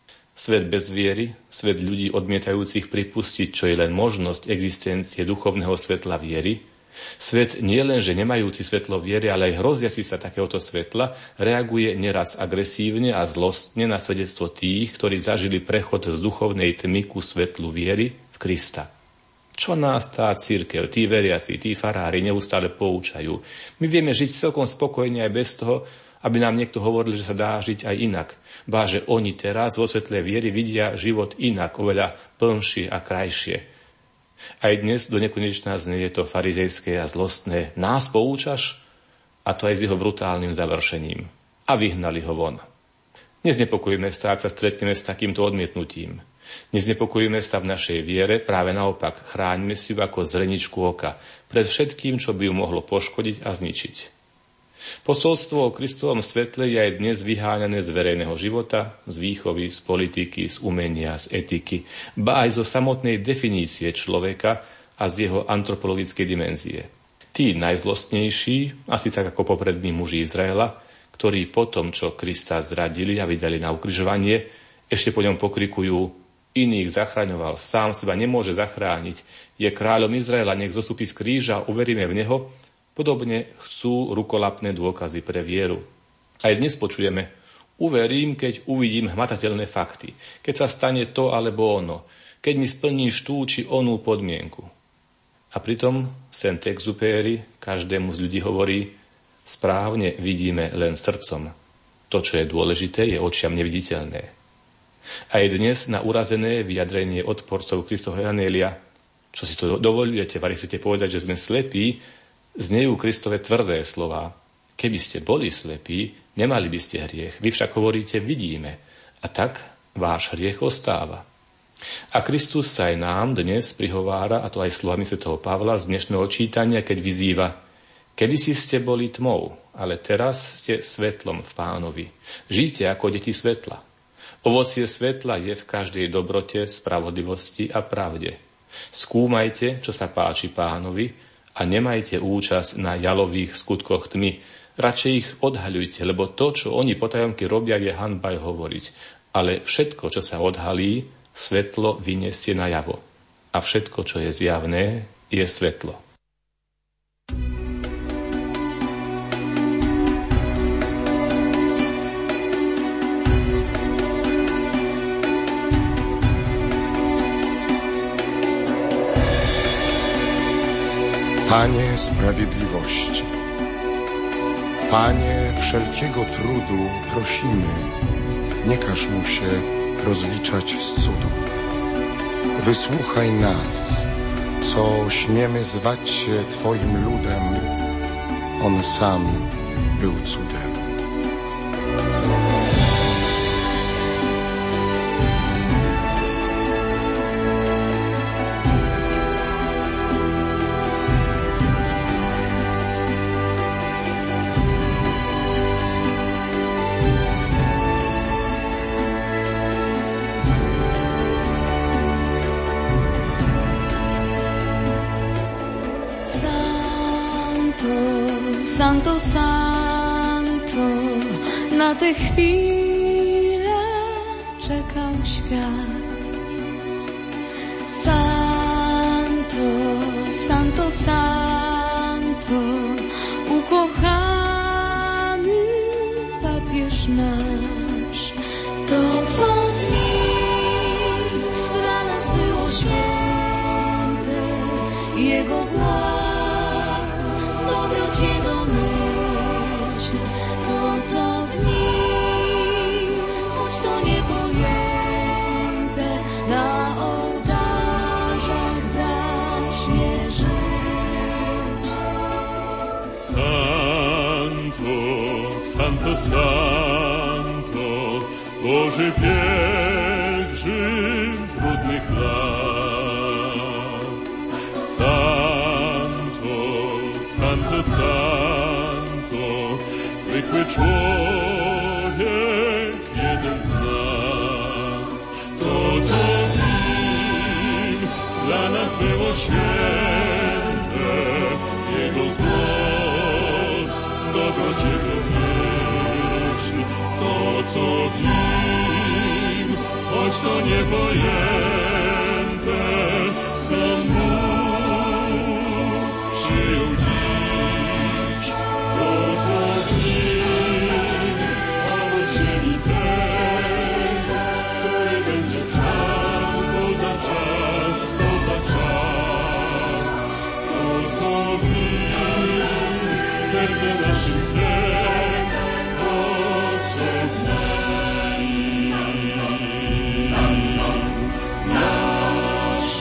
Svet bez viery, svet ľudí odmietajúcich pripustiť, čo je len možnosť existencie duchovného svetla viery, svet nie len, že nemajúci svetlo viery, ale aj hroziaci sa takéhoto svetla, reaguje neraz agresívne a zlostne na svedectvo tých, ktorí zažili prechod z duchovnej tmy ku svetlu viery v Krista. Čo nás tá cirkev, tí veriaci, tí farári neustále poučajú? My vieme žiť celkom spokojne aj bez toho, aby nám niekto hovoril, že sa dá žiť aj inak. Bá, že oni teraz vo svetle viery vidia život inak, oveľa plnšie a krajšie. Aj dnes do nekonečna znie to farizejské a zlostné. Nás poučaš? A to aj s jeho brutálnym završením. A vyhnali ho von. Neznepokojíme sa, ak sa stretneme s takýmto odmietnutím. Neznepokojíme sa v našej viere, práve naopak. Chráňme si ju ako zreničku oka pred všetkým, čo by ju mohlo poškodiť a zničiť. Posolstvo o Kristovom svetle je aj dnes vyháňané z verejného života, z výchovy, z politiky, z umenia, z etiky, ba aj zo samotnej definície človeka a z jeho antropologickej dimenzie. Tí najzlostnejší, asi tak ako poprední muži Izraela, ktorí po tom, čo Krista zradili a vydali na ukrižovanie, ešte po ňom pokrikujú: iných zachraňoval, sám seba nemôže zachrániť, je kráľom Izraela, nech zostupí z kríža, uveríme v neho. Podobne chcú rukolapné dôkazy pre vieru. Aj dnes počujeme: uverím, keď uvidím hmatateľné fakty, keď sa stane to alebo ono, keď mi splníš tú či onú podmienku. A pritom Saint-Exupéry každému z ľudí hovorí: správne vidíme len srdcom. To, čo je dôležité, je očiam neviditeľné. Aj dnes na urazené vyjadrenie odporcov Kristovho evanjelia: čo si to dovolujete, vari chcete povedať, že sme slepí, znejú Kristove tvrdé slová. Keby ste boli slepí, nemali by ste hriech. Vy však hovoríte: vidíme. A tak váš hriech ostáva. A Kristus sa aj nám dnes prihovára, a to aj slovami svätého Pavla z dnešného čítania, keď vyzýva: kedysi ste boli tmou, ale teraz ste svetlom v Pánovi. Žijte ako deti svetla. Ovocie svetla je v každej dobrote, spravodlivosti a pravde. Skúmajte, čo sa páči Pánovi, a nemajte účasť na jalových skutkoch tmy. Radšej ich odhaľujte, lebo to, čo oni potajomky robia, je hanba hovoriť. Ale všetko, čo sa odhalí, svetlo vyniesie najavo. A všetko, čo je zjavné, je svetlo. Panie sprawiedliwości, Panie wszelkiego trudu, prosimy, nie każ mu się rozliczać z cudów. Wysłuchaj nas, co śmiemy zwać się Twoim ludem. On sam był cudem. Santo, Santo, na tę chwilę czekał świat. Santo, Santo, Santo, ukochany papież nasz. To, co w nim dla nas było święte, Jego głos, dobroć Jego myśl, to co w nim, choć to niepojęte, na ołtarzach zacznie żyć. Santo, Santo, Santo, Boży pielgrzym trudnych lat. Santo, Santo, Santo, zwykły człowiek, jeden z nas. To, co z nim dla nas było święte, Jego głos, dobroć Jego myśl. To, co w nim, choć to niepojęte, sam Bóg przyjął dziś. To, co w nim, owoc ziemi ten, który będzie trwał poza czas, poza czas. To, co w nim, serce naszych serc, odszedł z nim. Nasz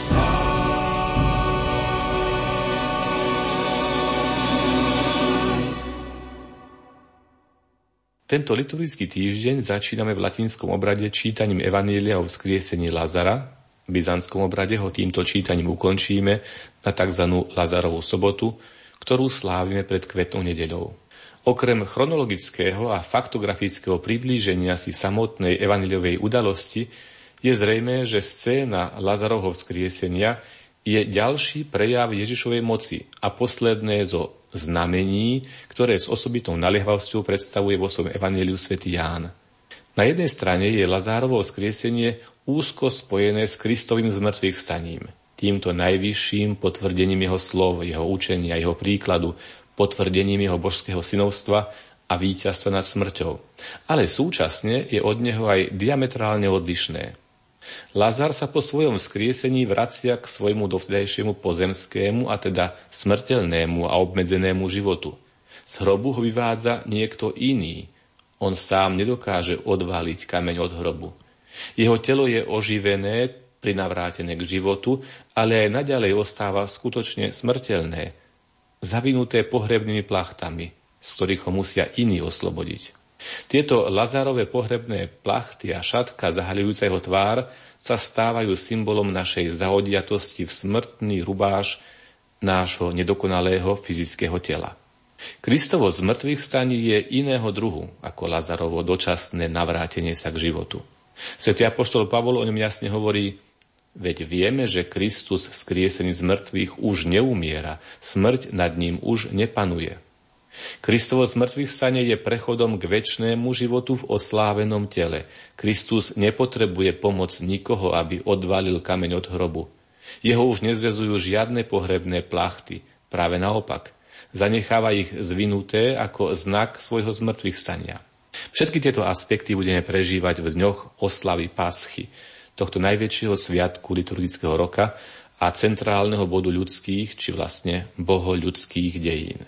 Tento liturgický týždeň začíname v latinskom obrade čítaním Evanjelia o vzkriesení Lazara. V byzantskom obrade ho týmto čítaním ukončíme na tzv. Lazarovú sobotu, ktorú slávime pred Kvetnou nedeľou. Okrem chronologického a faktografického priblíženia si samotnej evanjeliovej udalosti je zrejmé, že scéna Lazarovho vzkriesenia je ďalší prejav Ježišovej moci a posledné zo znamení, ktoré s osobitnou naliehavosťou predstavuje vo svojom evanjeliu svätý Ján. Na jednej strane je Lazárovo vzkriesenie úzko spojené s Kristovým zmrtvých vstaním, týmto najvyšším potvrdením jeho slov, jeho učenia, jeho príkladu, potvrdením jeho božského synovstva a víťazstva nad smrťou. Ale súčasne je od neho aj diametrálne odlišné. Lazar sa po svojom vzkriesení vracia k svojmu dovtedajšiemu pozemskému, a teda smrteľnému a obmedzenému životu. Z hrobu ho vyvádza niekto iný. On sám nedokáže odváliť kameň od hrobu. Jeho telo je oživené, prinavrátené k životu, ale aj naďalej ostáva skutočne smrteľné, zavinuté pohrebnými plachtami, z ktorých ho musia iní oslobodiť. Tieto Lazárove pohrebné plachty a šatka zahaľujúca jeho tvár sa stávajú symbolom našej zaodiatosti v smrtný rubáš nášho nedokonalého fyzického tela. Kristovo zmrtvých vstaní je iného druhu ako Lazarovo dočasné navrátenie sa k životu. Svätý apoštol Pavol o ňom jasne hovorí: veď vieme, že Kristus vzkriesený z mŕtvych už neumiera, smrť nad ním už nepanuje. Kristovo zmrtvých vstanie je prechodom k večnému životu v oslávenom tele. Kristus nepotrebuje pomoc nikoho, aby odvalil kameň od hrobu. Jeho už nezväzujú žiadne pohrebné plachty, práve naopak. Zanecháva ich zvinuté ako znak svojho zmrtvých vstania. Všetky tieto aspekty budeme prežívať v dňoch oslavy Paschy, tohto najväčšieho sviatku liturgického roka a centrálneho bodu ľudských, či vlastne bohoľudských dejín.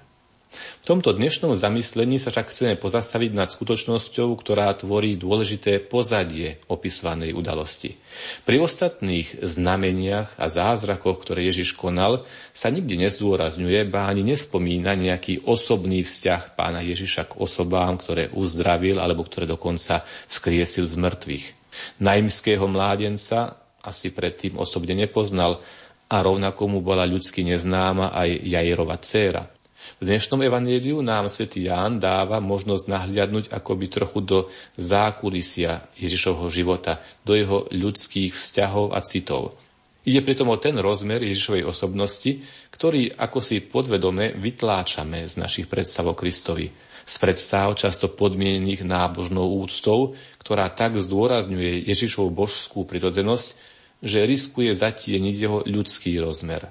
V tomto dnešnom zamyslení sa však chceme pozastaviť nad skutočnosťou, ktorá tvorí dôležité pozadie opisovanej udalosti. Pri ostatných znameniach a zázrakoch, ktoré Ježiš konal, sa nikdy nezdôrazňuje, ba ani nespomína nejaký osobný vzťah pána Ježiša k osobám, ktoré uzdravil alebo ktoré dokonca vzkriesil z mŕtvych. Naimského mládenca asi predtým osobne nepoznal a rovnako mu bola ľudsky neznáma aj Jairova dcéra. V dnešnom evanjeliu nám svätý Ján dáva možnosť nahliadnúť akoby trochu do zákulisia Ježišovho života, do jeho ľudských vzťahov a citov. Ide pritom o ten rozmer Ježišovej osobnosti, ktorý ako si podvedome vytláčame z našich predstav o Kristovi. Z predstav často podmienených nábožnou úctou, ktorá tak zdôrazňuje Ježišovu božskú prirodzenosť, že riskuje zatieniť jeho ľudský rozmer.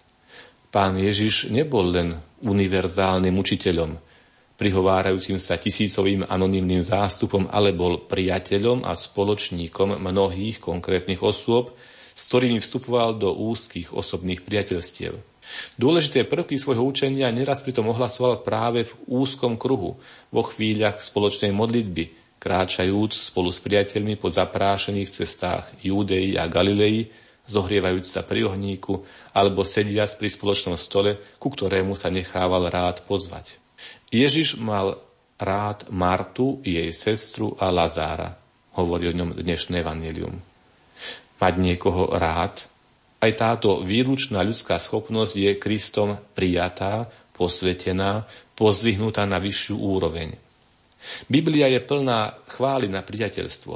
Pán Ježiš nebol len univerzálnym učiteľom, prihovárajúcim sa tisícovým anonymným zástupom, ale bol priateľom a spoločníkom mnohých konkrétnych osôb, s ktorými vstupoval do úzkých osobných priateľstiev. Dôležité prvky svojho učenia neraz pritom ohlasoval práve v úzkom kruhu, vo chvíľach spoločnej modlitby, kráčajúc spolu s priateľmi po zaprášených cestách Júdei a Galilei, zohrievajúc sa pri ohníku, alebo sediac pri spoločnom stole, ku ktorému sa nechával rád pozvať. Ježiš mal rád Martu, jej sestru a Lazára, hovorí o ňom dnešné evanjelium. Mať niekoho rád, aj táto výlučná ľudská schopnosť je Kristom prijatá, posvetená, pozdvihnutá na vyššiu úroveň. Biblia je plná chvály na priateľstvo.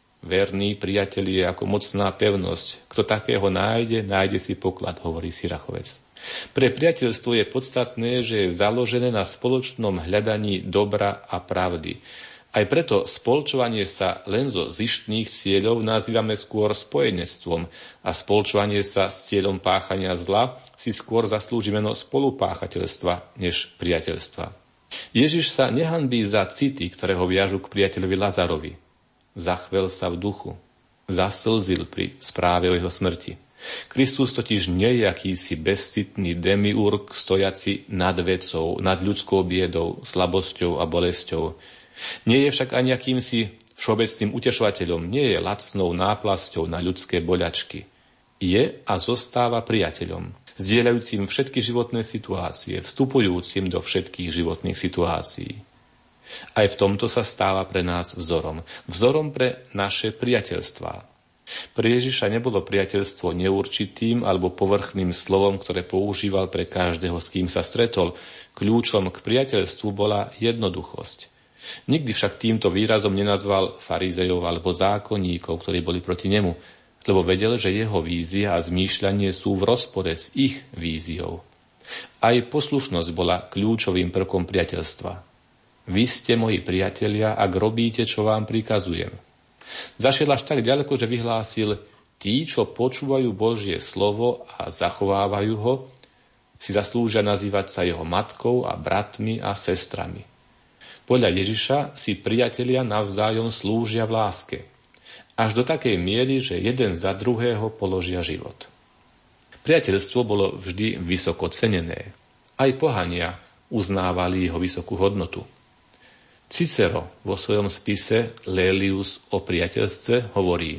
Verný priateľ je ako mocná pevnosť. Kto takého nájde, nájde si poklad, hovorí Sirachovec. Pre priateľstvo je podstatné, že je založené na spoločnom hľadaní dobra a pravdy. Aj preto spolčovanie sa len zo zištných cieľov nazývame skôr spojenectvom a spolčovanie sa s cieľom páchania zla si skôr zaslúži meno spolupáchateľstva než priateľstva. Ježiš sa nehanbí za city, ktoré ho viažu k priateľovi Lazarovi. Zachvel sa v duchu, zaslzil pri správe o jeho smrti. Kristus totiž nie je akýsi bezcitný demiurg stojaci nad vecou, nad ľudskou biedou, slabosťou a bolesťou. Nie je však ani akýmsi všeobecným utešovateľom, nie je lacnou náplasťou na ľudské boľačky. Je a zostáva priateľom, zdieľajúcim všetky životné situácie, vstupujúcim do všetkých životných situácií. Aj v tomto sa stáva pre nás vzorom. Vzorom pre naše priateľstvá. Pre Ježiša nebolo priateľstvo neurčitým alebo povrchným slovom, ktoré používal pre každého, s kým sa stretol. Kľúčom k priateľstvu bola jednoduchosť. Nikdy však týmto výrazom nenazval farizejov alebo zákonníkov, ktorí boli proti nemu, lebo vedel, že jeho vízia a zmýšľanie sú v rozpore s ich víziou. Aj poslušnosť bola kľúčovým prvkom priateľstva. Vy ste moji priatelia, ak robíte, čo vám prikazujem. Zašiel až tak ďaleko, že vyhlásil: tí, čo počúvajú Božie slovo a zachovávajú ho, si zaslúžia nazývať sa jeho matkou a bratmi a sestrami. Podľa Ježiša si priatelia navzájom slúžia v láske. Až do takej miery, že jeden za druhého položia život. Priateľstvo bolo vždy vysoko cenené. Aj pohania uznávali jeho vysokú hodnotu. Cicero vo svojom spise Laelius o priateľstve hovorí: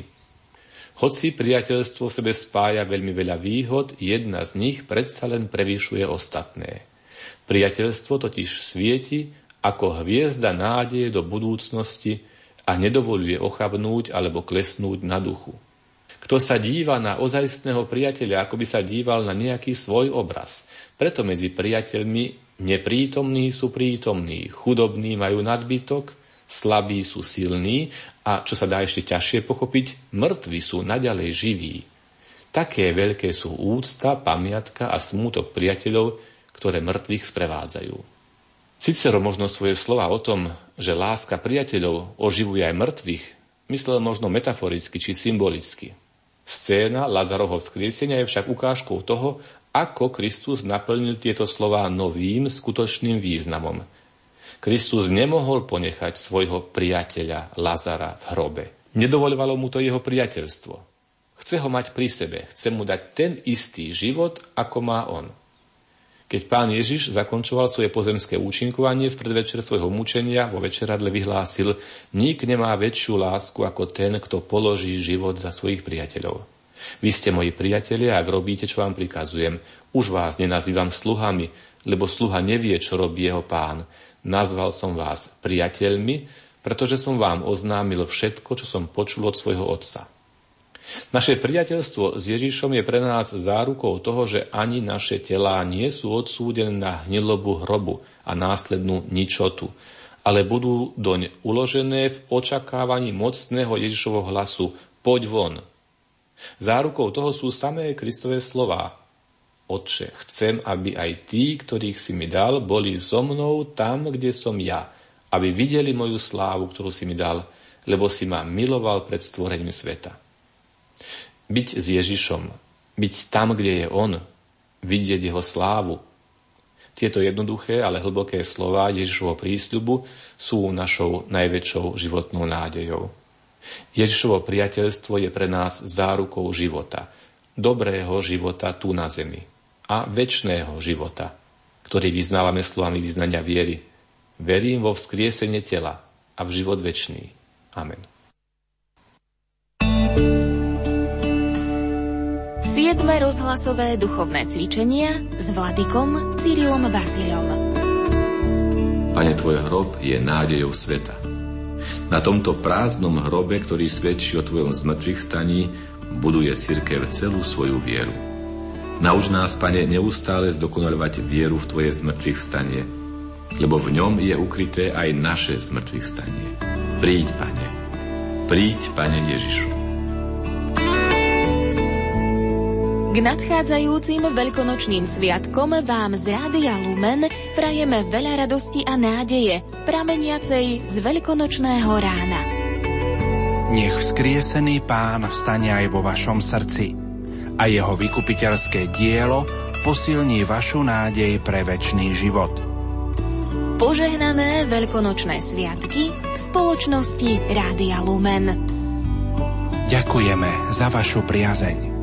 hoci priateľstvo v sebe spája veľmi veľa výhod, jedna z nich predsa len prevýšuje ostatné. Priateľstvo totiž svieti ako hviezda nádeje do budúcnosti a nedovoľuje ochabnúť alebo klesnúť na duchu. Kto sa díva na ozajstného priateľa, ako by sa díval na nejaký svoj obraz. Preto medzi priateľmi neprítomní sú prítomní, chudobní majú nadbytok, slabí sú silní a, čo sa dá ešte ťažšie pochopiť, mŕtvi sú naďalej živí. Také veľké sú úcta, pamiatka a smútok priateľov, ktoré mŕtvych sprevádzajú. Cicero možno svoje slova o tom, že láska priateľov oživuje aj mŕtvych, myslel možno metaforicky či symbolicky. Scéna Lazarovho vzkriesenia je však ukážkou toho, ako Kristus naplnil tieto slová novým, skutočným významom. Kristus nemohol ponechať svojho priateľa Lazara v hrobe. Nedovoľovalo mu to jeho priateľstvo. Chce ho mať pri sebe, chce mu dať ten istý život, ako má on. Keď Pán Ježiš zakončoval svoje pozemské účinkovanie v predvečer svojho mučenia, vo večeradle vyhlásil: nik nemá väčšiu lásku ako ten, kto položí život za svojich priateľov. Vy ste moji priatelia, ak robíte, čo vám prikazujem. Už vás nenazývam sluhami, lebo sluha nevie, čo robí jeho pán. Nazval som vás priateľmi, pretože som vám oznámil všetko, čo som počul od svojho otca. Naše priateľstvo s Ježišom je pre nás zárukou toho, že ani naše telá nie sú odsúdené na hnilobu hrobu a následnú ničotu, ale budú doň uložené v očakávaní mocného Ježišovho hlasu: poď von. Zárukou toho sú samé Kristové slová: Otče, chcem, aby aj tí, ktorých si mi dal, boli so mnou tam, kde som ja, aby videli moju slávu, ktorú si mi dal, lebo si ma miloval pred stvorením sveta. Byť s Ježišom, byť tam, kde je on, vidieť jeho slávu. Tieto jednoduché, ale hlboké slová Ježišovho prísľubu sú našou najväčšou životnou nádejou. Ježišovo priateľstvo je pre nás zárukou života, dobrého života tu na zemi a večného života, ktorý vyznávame slovami vyznania viery. Verím vo vzkriesenie tela a v život večný. Amen. Siedme rozhlasové duchovné cvičenia s vladykom Cyrilom Vasilom. Pane, tvoj hrob je nádejou sveta. Na tomto prázdnom hrobe, ktorý svedčí o tvojom zmŕtvychvstaní, buduje cirkev celú svoju vieru. Nauč nás, Pane, neustále zdokonaľovať vieru v tvoje zmŕtvychvstanie, lebo v ňom je ukryté aj naše zmŕtvychvstanie. Príď, Pane. Príď, Pane Ježišu. K nadchádzajúcim veľkonočným sviatkom vám z Rádia Lumen prajeme veľa radosti a nádeje, prameniacej z veľkonočného rána. Nech vzkriesený Pán vstane aj vo vašom srdci a jeho vykupiteľské dielo posilní vašu nádej pre večný život. Požehnané veľkonočné sviatky v spoločnosti Rádia Lumen. Ďakujeme za vašu priazeň.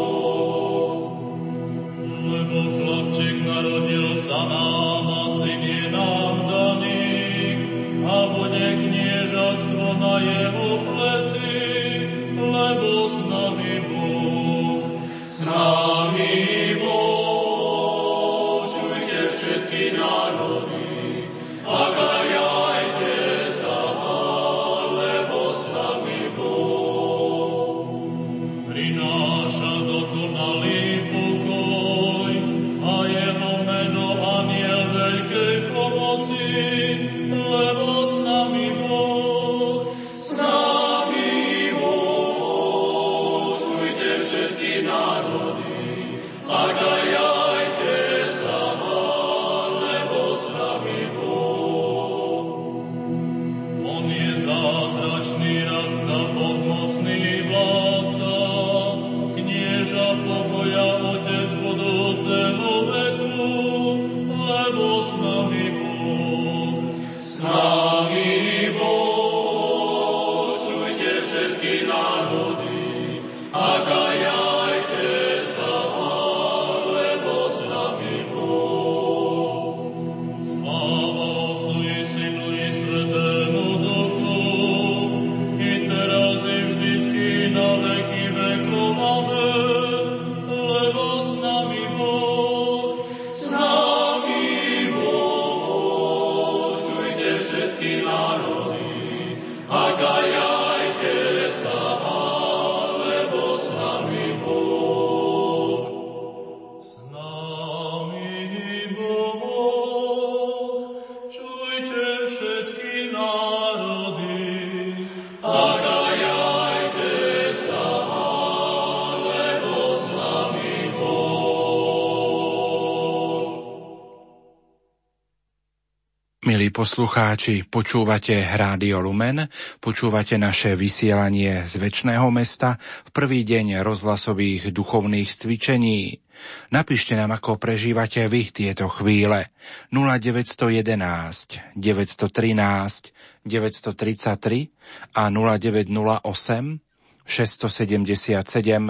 Lebo chlapček narodil sa nám a syn Milí poslucháči, počúvate Rádio Lumen, počúvate naše vysielanie z Večného mesta v prvý deň rozhlasových duchovných cvičení. Napíšte nám, ako prežívate vy tieto chvíle. nula deväť jeden jedna, deväť jedna tri, deväť tri tri a nula deväť nula osem, šesť sedem sedem,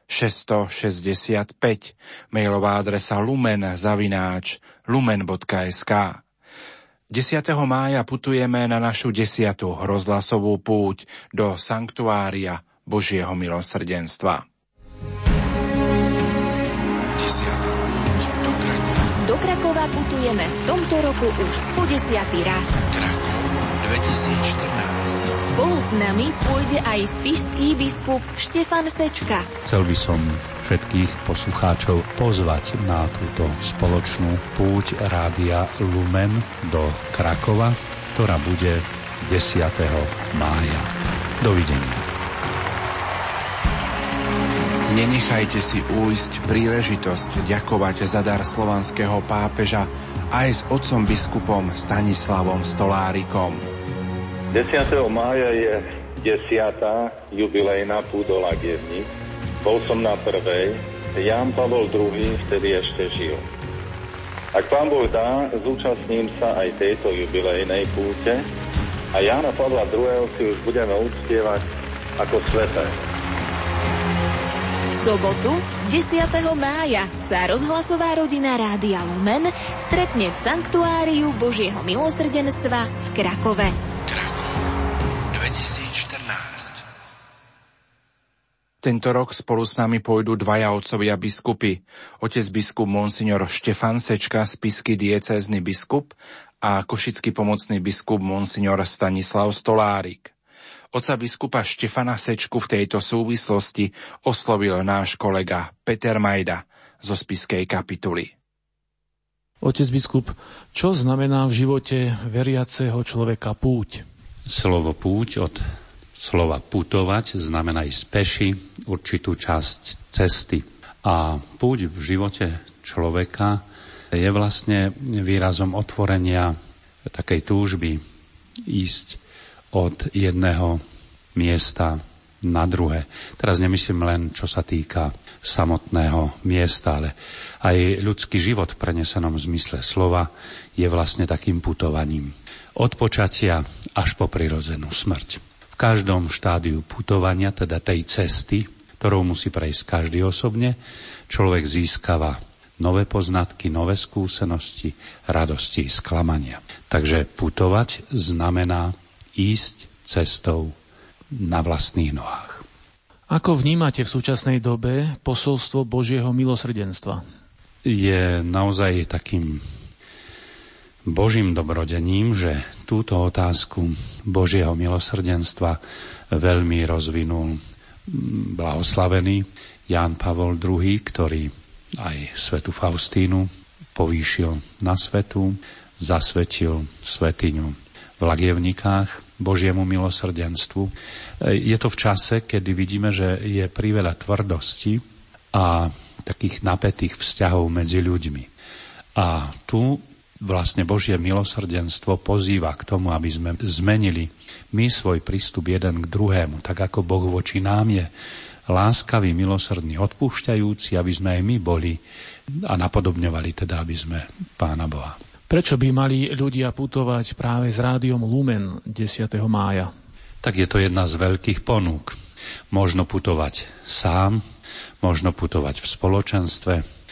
šesť šesť päť. Mailová adresa lumen zavináč lumen bodka es ká. desiateho mája putujeme na našu desiatu rozhlasovú púť do Sanktuária Božieho milosrdenstva. Desiatá púť do Krakova. Do Krakova putujeme v tomto roku už po desiatý raz. Krakov dvetisícštrnásť. Spolu s nami pôjde aj spišský biskup Štefan Sečka. Chcel by som všetkých poslucháčov pozvať na túto spoločnú púť Rádia Lumen do Krakova, ktorá bude desiateho mája. Dovidenia. Nenechajte si újsť príležitosť ďakovať za dar slovanského pápeža aj s otcom biskupom Stanislavom Stolárikom. desiateho mája je desiatá jubilejná púť do Lagievníc. Bol som na prvej, Ján Pavol druhý vtedy ešte žil. Ak Pán Boh dá, zúčastním sa aj tejto jubilejnej púte a Jána Pavla druhého si už budeme uctievať ako svätého. V sobotu, desiateho mája, sa rozhlasová rodina Rádia Lumen stretne v Sanktuáriu Božieho milosrdenstva v Krakove. Krakov dvetisícštrnásť. Tento rok spolu s nami pôjdu dvaja otcovia biskupy. Otec biskup monsignor Štefan Sečka, spišský diecézny biskup, a košický pomocný biskup monsignor Stanislav Stolárik. Otca biskupa Štefana Sečku v tejto súvislosti oslovil náš kolega Peter Majda zo spišskej kapituly. Otec biskup, čo znamená v živote veriaceho človeka púť? Slovo púť od slova putovať znamená ísť peši určitú časť cesty. A púť v živote človeka je vlastne výrazom otvorenia takej túžby ísť od jedného miesta na druhé. Teraz nemyslím len, čo sa týka samotného miesta, ale aj ľudský život v prenesenom zmysle slova je vlastne takým putovaním. Od počatia až po prirodzenú smrť. V každom štádiu putovania, teda tej cesty, ktorou musí prejsť každý osobne, človek získava nové poznatky, nové skúsenosti, radosti, sklamania. Takže putovať znamená ísť cestou na vlastných nohách. Ako vnímate v súčasnej dobe posolstvo Božieho milosrdenstva? Je naozaj takým Božím dobrodením, že túto otázku Božieho milosrdenstva veľmi rozvinul blahoslavený Ján Pavol druhý, ktorý aj svetu Faustínu povýšil na svetu, zasvetil svätyňu v Lagievnikách Božiemu milosrdenstvu. Je to v čase, kedy vidíme, že je priveľa tvrdosti a takých napätých vzťahov medzi ľuďmi. A tu vlastne Božie milosrdenstvo pozýva k tomu, aby sme zmenili my svoj prístup jeden k druhému, tak ako Boh voči nám je láskavý, milosrdný, odpúšťajúci, aby sme aj my boli a napodobňovali teda, aby sme Pána Boha. Prečo by mali ľudia putovať práve s rádiom Lumen desiateho mája? Tak je to jedna z veľkých ponúk. Možno putovať sám, možno putovať v spoločenstve.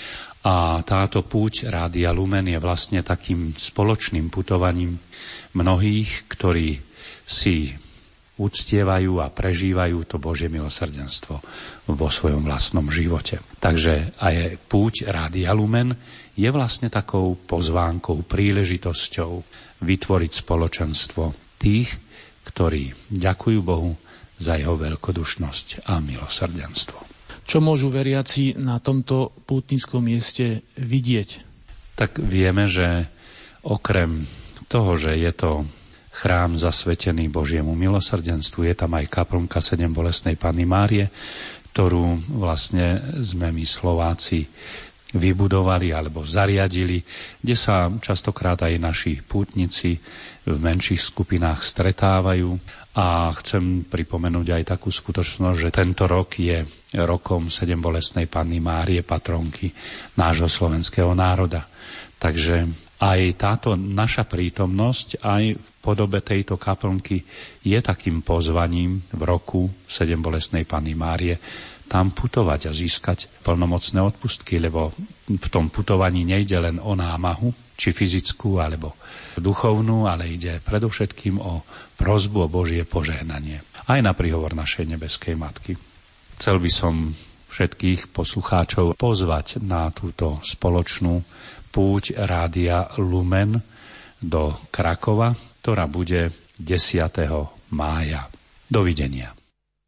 A táto púť Rádia Lumen je vlastne takým spoločným putovaním mnohých, ktorí si uctievajú a prežívajú to Božie milosrdenstvo vo svojom vlastnom živote. Takže aj púť Rádia Lumen je vlastne takou pozvánkou, príležitosťou vytvoriť spoločenstvo tých, ktorí ďakujú Bohu za jeho veľkodušnosť a milosrdenstvo. Čo môžu veriaci na tomto pútnickom mieste vidieť? Tak vieme, že okrem toho, že je to chrám zasvetený Božiemu milosrdenstvu, je tam aj kaplnka Sedem bolestnej Panny Márie, ktorú vlastne sme my Slováci vybudovali alebo zariadili, kde sa častokrát aj naši pútnici v menších skupinách stretávajú. A chcem pripomenúť aj takú skutočnosť, že tento rok je rokom Sedem bolestnej Panny Márie, patronky nášho slovenského národa. Takže aj táto naša prítomnosť aj v podobe tejto kaplnky je takým pozvaním v roku Sedem bolestnej Panny Márie tam putovať a získať plnomocné odpustky, lebo v tom putovaní nejde len o námahu, či fyzickú, alebo duchovnú, ale ide predovšetkým o prosbu o Božie požehnanie. Aj na príhovor našej nebeskej Matky. Chcel by som všetkých poslucháčov pozvať na túto spoločnú púť Rádia Lumen do Krakova, ktorá bude desiateho mája. Dovidenia.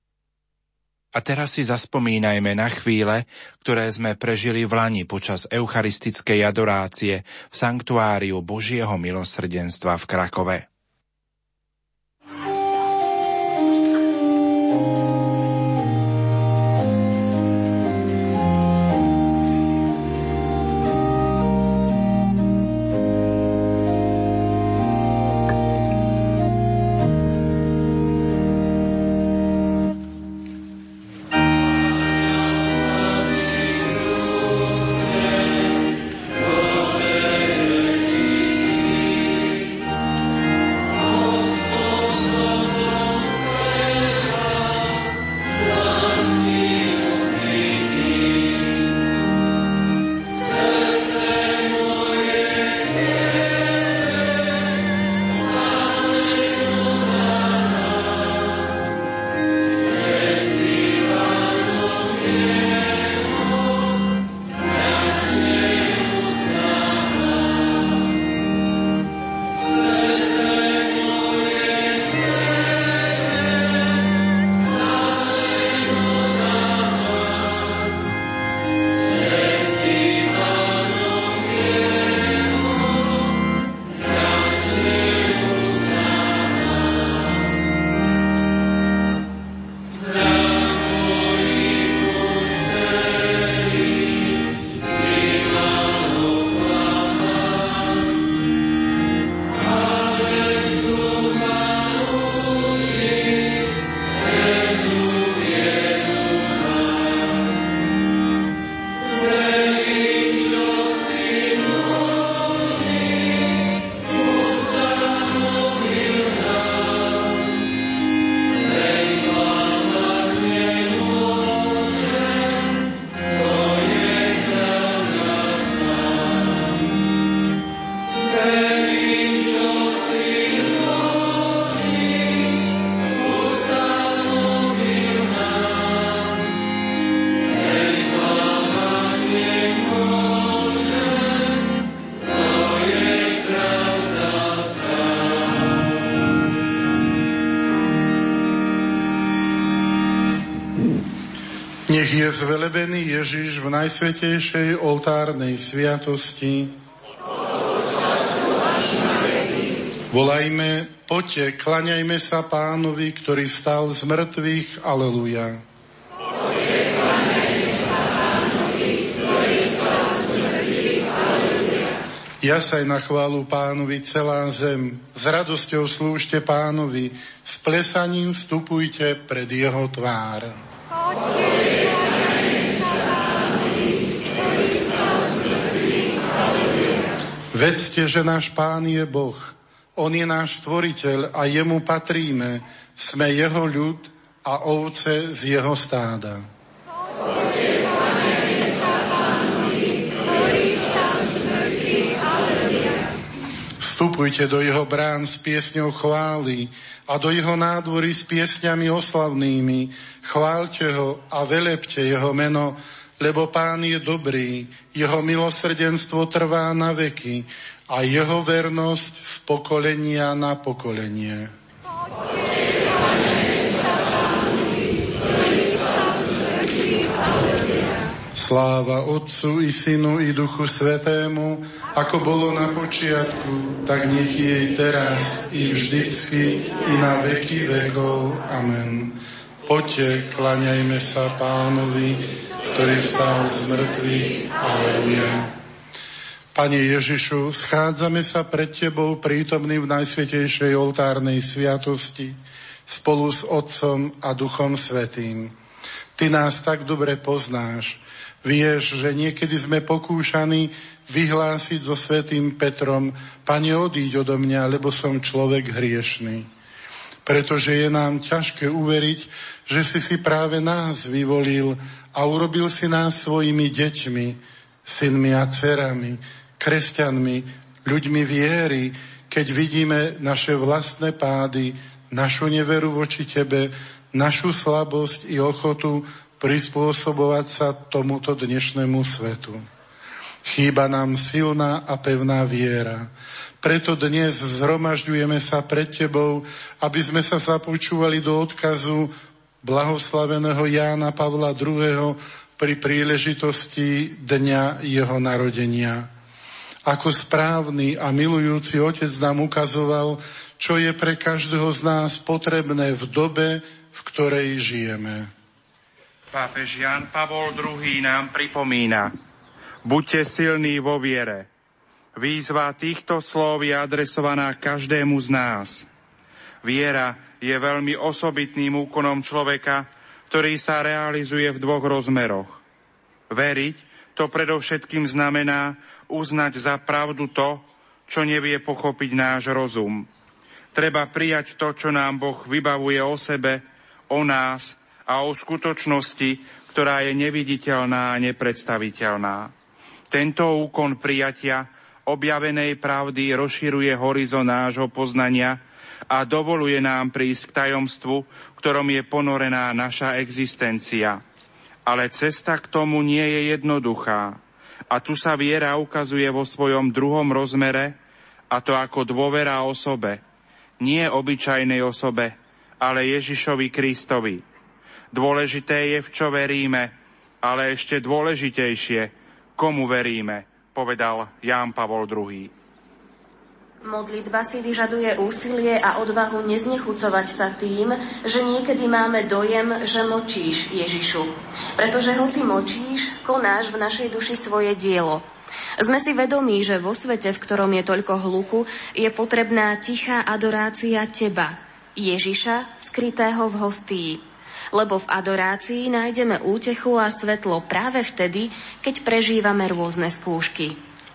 A teraz si zaspomínajme na chvíle, ktoré sme prežili v lani počas eucharistickej adorácie v sanktuáriu Božieho milosrdenstva v Krakove. Buďte zvelebený Ježiš v najsvätejšej oltárnej sviatosti. Volajme, poďte, klaňajme sa Pánovi, ktorý vstal z mŕtvych. Aleluja. Jasaj na chválu Pánovi celá zem, s radosťou slúžte Pánovi, s plesaním vstupujte pred jeho tvár. Vedzte, že náš Pán je Boh, on je náš stvoriteľ a jemu patríme, sme jeho ľud a ovce z jeho stáda. Vstupujte do jeho brán s piesňou chvály a do jeho nádvory s piesňami oslavnými. Chváľte ho a velepte jeho meno, lebo Pán je dobrý, jeho milosrdenstvo trvá na veky a jeho vernosť z pokolenia na pokolenie. Sláva Otcu i Synu i Duchu Svätému, ako bolo na počiatku, tak nech je teraz i vždycky i na veky vekov. Amen. Poďte, klaňajme sa Pánovi, ktorý vstal z mŕtvych. Aleluja. Pane Ježišu, schádzame sa pred Tebou prítomný v najsvätejšej oltárnej sviatosti spolu s Otcom a Duchom Svätým. Ty nás tak dobre poznáš. Vieš, že niekedy sme pokúšaní vyhlásiť so svätým Petrom: Pane, odíď odo mňa, lebo som človek hriešný. Pretože je nám ťažké uveriť, že si si práve nás vyvolil a urobil si nás svojimi deťmi, synmi a dcerami, kresťanmi, ľuďmi viery, keď vidíme naše vlastné pády, našu neveru voči Tebe, našu slabosť i ochotu prispôsobovať sa tomuto dnešnému svetu. Chýba nám silná a pevná viera. Preto dnes zhromažďujeme sa pred Tebou, aby sme sa započúvali do odkazu blahoslaveného Jána Pavla druhého. pri príležitosti dňa jeho narodenia. Ako správny a milujúci otec nám ukazoval, čo je pre každého z nás potrebné v dobe, v ktorej žijeme. Pápež Ján Pavol druhý. nám pripomína: buďte silní vo viere. Výzva týchto slov je adresovaná každému z nás. Viera je veľmi osobitným úkonom človeka, ktorý sa realizuje v dvoch rozmeroch. Veriť to predovšetkým znamená uznať za pravdu to, čo nevie pochopiť náš rozum. Treba prijať to, čo nám Boh vybavuje o sebe, o nás a o skutočnosti, ktorá je neviditeľná a nepredstaviteľná. Tento úkon prijatia objavenej pravdy rozširuje horizont nášho poznania a dovoluje nám prísť k tajomstvu, v ktorom je ponorená naša existencia. Ale cesta k tomu nie je jednoduchá. A tu sa viera ukazuje vo svojom druhom rozmere, a to ako dôvera osobe. Nie obyčajnej osobe, ale Ježišovi Kristovi. Dôležité je, v čo veríme, ale ešte dôležitejšie, komu veríme, povedal Ján Pavol druhý. Modlitba si vyžaduje úsilie a odvahu neznechucovať sa tým, že niekedy máme dojem, že mlčíš, Ježišu. Pretože hoci mlčíš, konáš v našej duši svoje dielo. Sme si vedomí, že vo svete, v ktorom je toľko hluku, je potrebná tichá adorácia Teba, Ježiša, skrytého v hostii. Lebo v adorácii nájdeme útechu a svetlo práve vtedy, keď prežívame rôzne skúšky.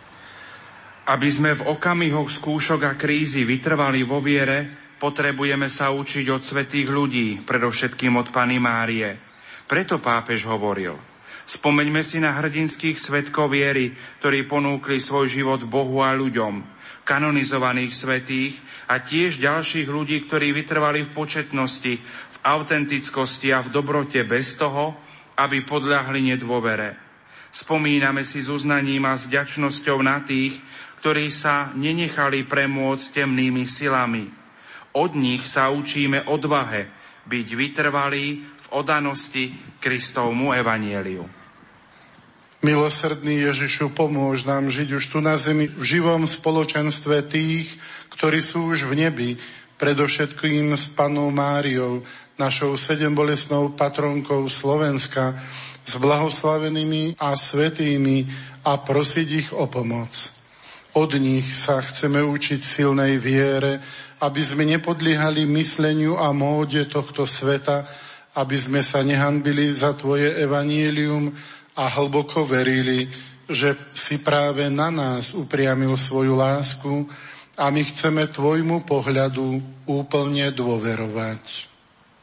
Aby sme v okamihoch skúšok a krízy vytrvali vo viere, potrebujeme sa učiť od svätých ľudí, predovšetkým od Panny Márie. Preto pápež hovoril: spomeňme si na hrdinských svedkov viery, ktorí ponúkli svoj život Bohu a ľuďom, kanonizovaných svätých a tiež ďalších ľudí, ktorí vytrvali v početnosti, v autentickosti a v dobrote bez toho, aby podľahli nedôvere. Spomíname si s uznaním a s vďačnosťou na tých, ktorí sa nenechali premôcť temnými silami. Od nich sa učíme odvahe byť vytrvalí v oddanosti Kristovmu evanjeliu. Milosrdný Ježišu, pomôž nám žiť už tu na zemi v živom spoločenstve tých, ktorí sú už v nebi, predovšetkým s Pannou Máriou, našou sedembolestnou patronkou Slovenska, s blahoslavenými a svätými a prosiť ich o pomoc. Od nich sa chceme učiť silnej viere, aby sme nepodliehali mysleniu a móde tohto sveta, aby sme sa nehanbili za Tvoje evanjelium a hlboko verili, že si práve na nás upriamil svoju lásku a my chceme Tvojmu pohľadu úplne dôverovať.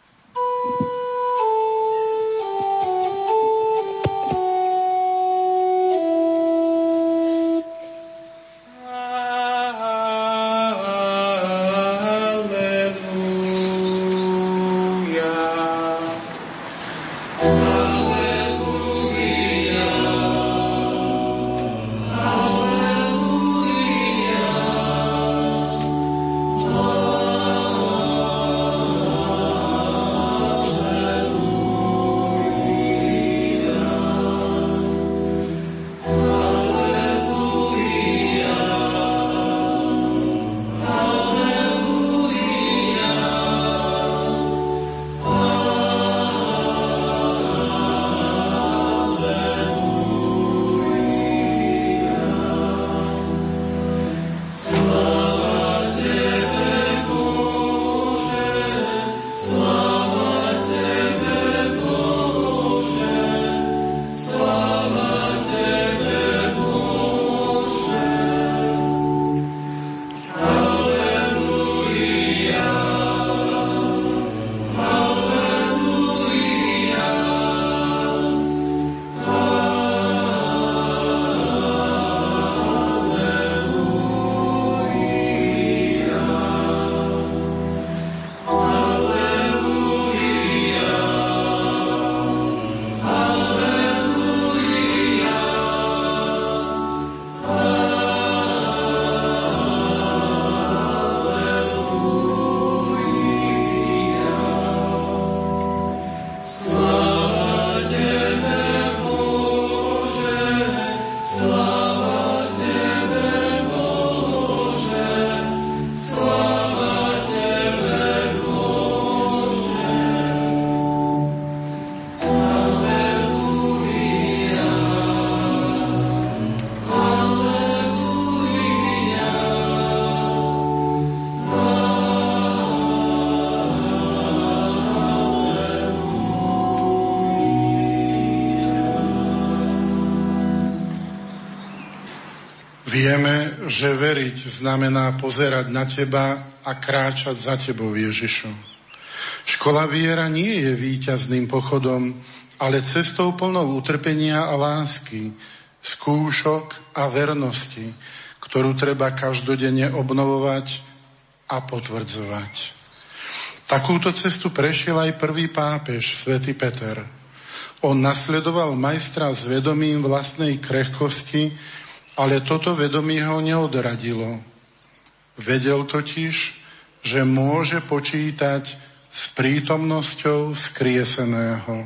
Vieme, že veriť znamená pozerať na Teba a kráčať za Tebou, Ježišu. Škola viera nie je víťazným pochodom, ale cestou plnou utrpenia a lásky, skúšok a vernosti, ktorú treba každodenne obnovovať a potvrdzovať. Takúto cestu prešiel aj prvý pápež, svätý Peter. On nasledoval majstra s vedomím vlastnej krehkosti, ale toto vedomie ho neodradilo. Vedel totiž, že môže počítať s prítomnosťou vzkrieseného.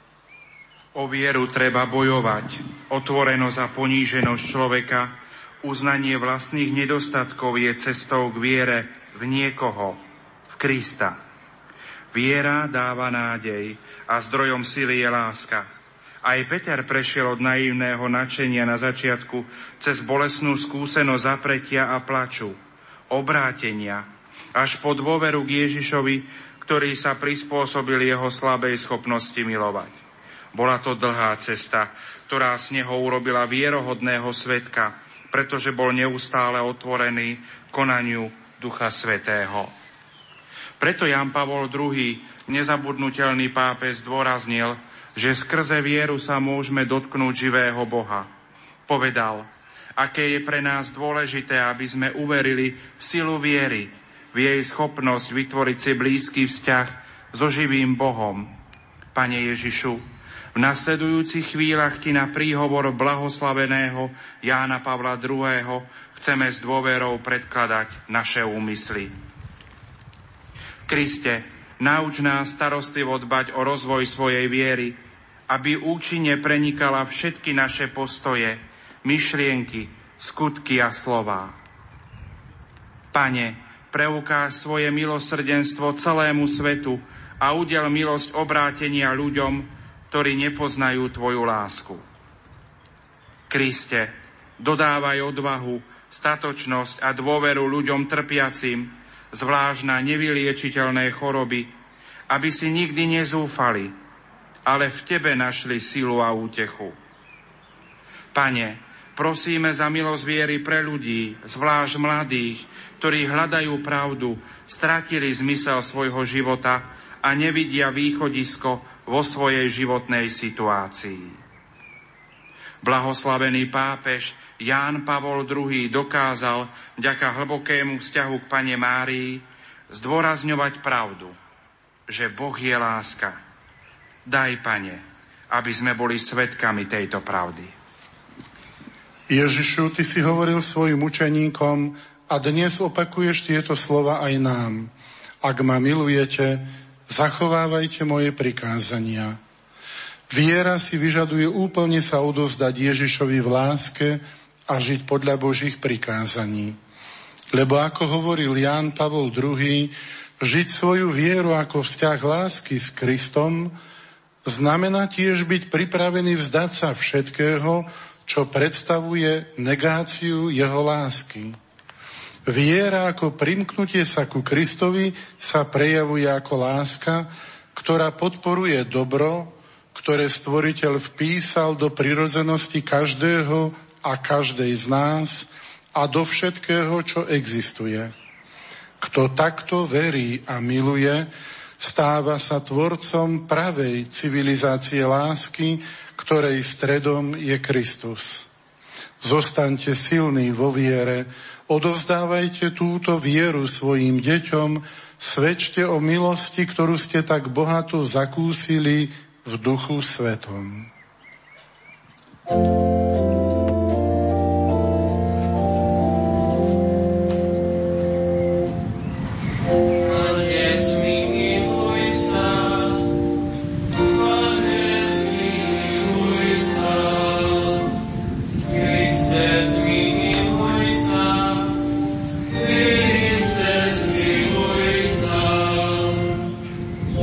O vieru treba bojovať, otvorenosť a poníženosť človeka, uznanie vlastných nedostatkov je cestou k viere v niekoho, v Krista. Viera dáva nádej a zdrojom sily je láska. Aj Peter prešiel od naivného nadšenia na začiatku cez bolestnú skúsenosť zapretia a plaču, obrátenia, až po dôveru k Ježišovi, ktorý sa prispôsobil jeho slabej schopnosti milovať. Bola to dlhá cesta, ktorá z neho urobila vierohodného svedka, pretože bol neustále otvorený konaniu Ducha Svätého. Preto Ján Pavol druhý, nezabudnutelný pápež, zdôraznil, že skrze vieru sa môžeme dotknúť živého Boha. Povedal, aké je pre nás dôležité, aby sme uverili v silu viery, v jej schopnosť vytvoriť si blízky vzťah so živým Bohom. Pane Ježišu, v nasledujúcich chvíľach Ti na príhovor blahoslaveného Jána Pavla druhého. chceme s dôverou predkladať naše úmysly. Kriste, Nauč nás starostlivo dbať o rozvoj svojej viery, aby účinne prenikala všetky naše postoje, myšlienky, skutky a slová. Pane, preukáž svoje milosrdenstvo celému svetu a udel milosť obrátenia ľuďom, ktorí nepoznajú Tvoju lásku. Kriste, dodávaj odvahu, statočnosť a dôveru ľuďom trpiacim, zvlášť na nevyliečiteľné choroby, aby si nikdy nezúfali, ale v Tebe našli silu a útechu. Pane, prosíme za milosť viery pre ľudí, zvlášť mladých, ktorí hľadajú pravdu, stratili zmysel svojho života a nevidia východisko vo svojej životnej situácii. Blahoslavený pápež Ján Pavol druhý. dokázal vďaka hlbokému vzťahu k Panne Márii zdôrazňovať pravdu, že Boh je láska. Daj, Pane, aby sme boli svedkami tejto pravdy. Ježišu, Ty si hovoril svojim učeníkom a dnes opakuješ tieto slova aj nám. Ak ma milujete, zachovávajte moje prikázania. Viera si vyžaduje úplne sa odovzdať Ježišovi v láske a žiť podľa Božích prikázaní. Lebo ako hovoril Ján Pavol druhý, žiť svoju vieru ako vzťah lásky s Kristom znamená tiež byť pripravený vzdať sa všetkého, čo predstavuje negáciu jeho lásky. Viera ako primknutie sa ku Kristovi sa prejavuje ako láska, ktorá podporuje dobro, ktoré Stvoriteľ vpísal do prirodzenosti každého a každej z nás a do všetkého, čo existuje. Kto takto verí a miluje, stáva sa tvorcom pravej civilizácie lásky, ktorej stredom je Kristus. Zostaňte silní vo viere, odovzdávajte túto vieru svojim deťom, svedčte o milosti, ktorú ste tak bohato zakúsili v Duchu Svetom.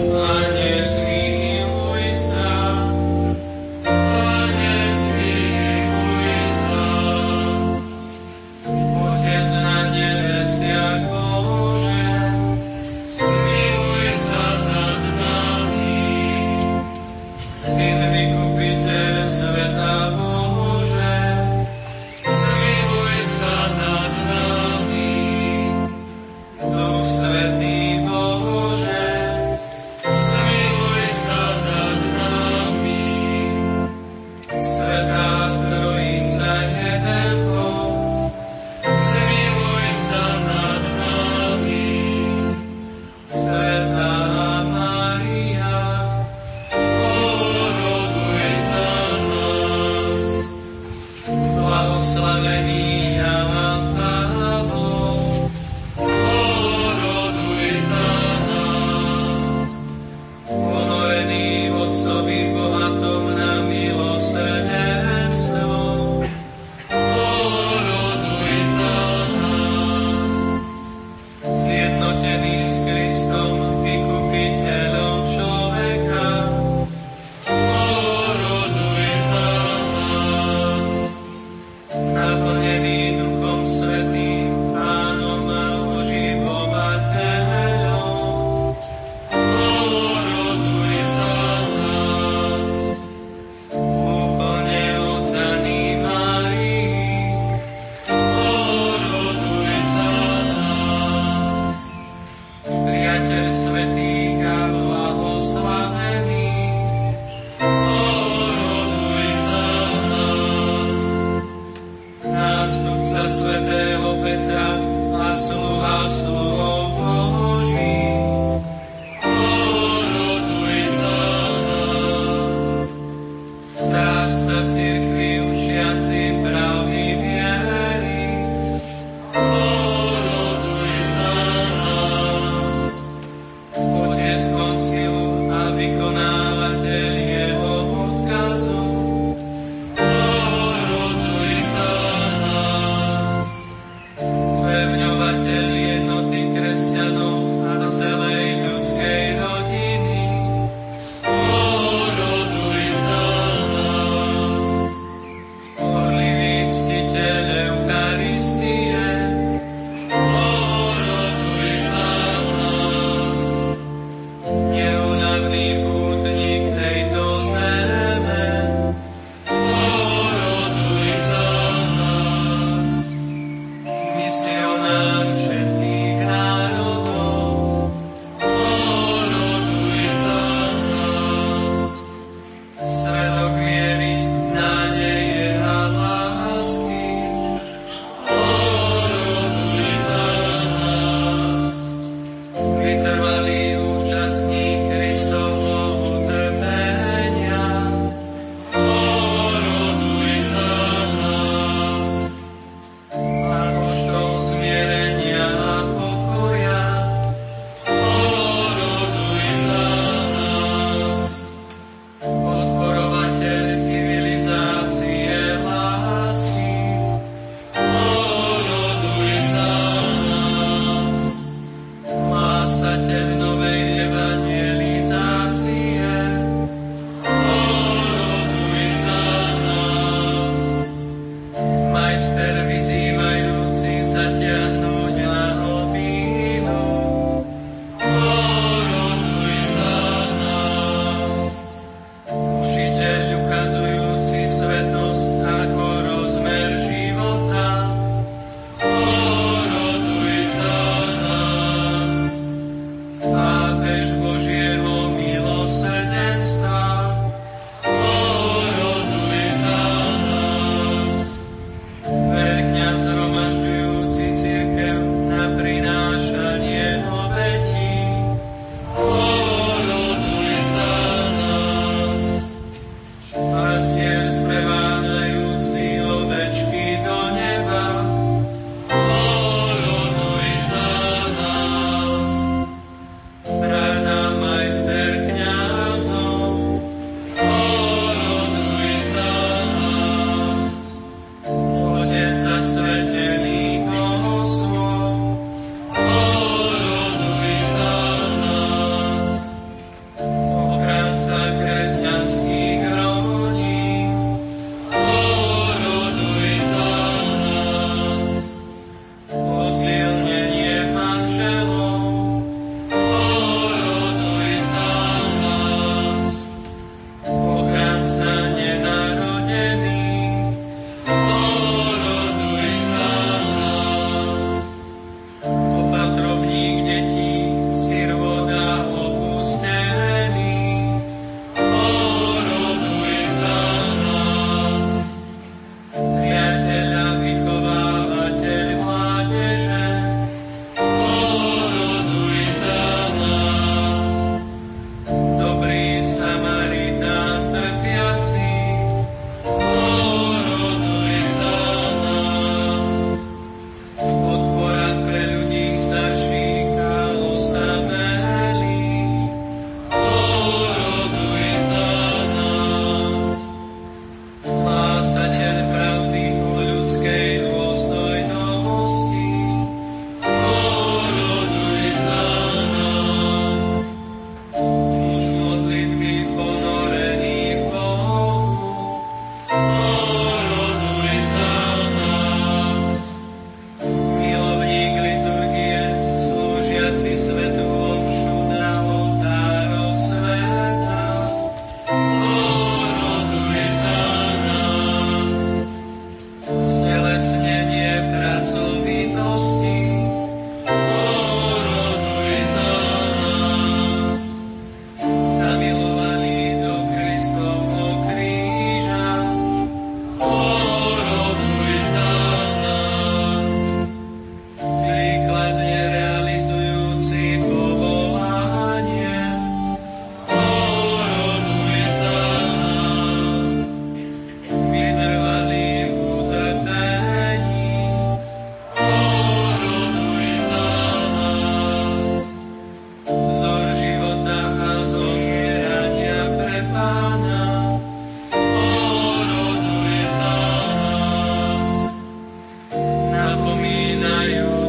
Pane, zmiluj sa.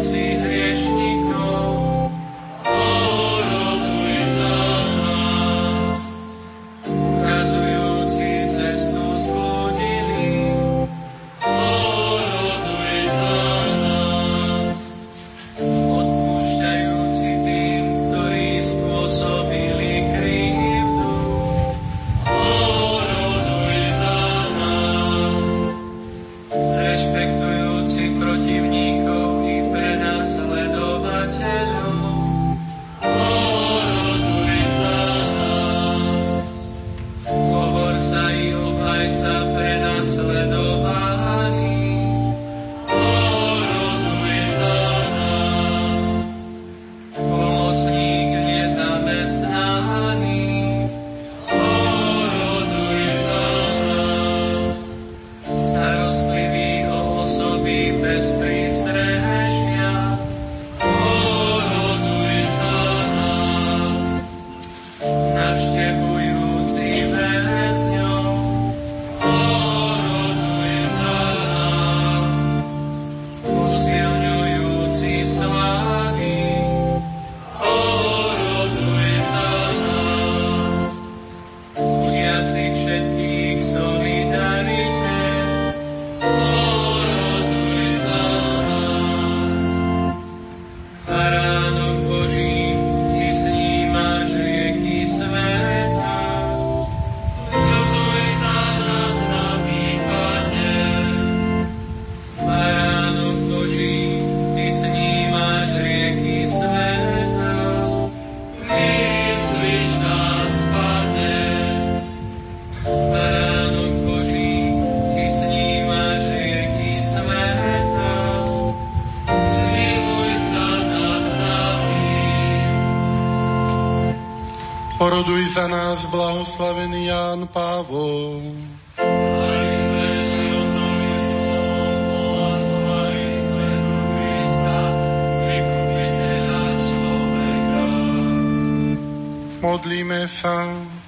Oroduj za nás, blahoslavený Ján Pavol. Modlíme sa.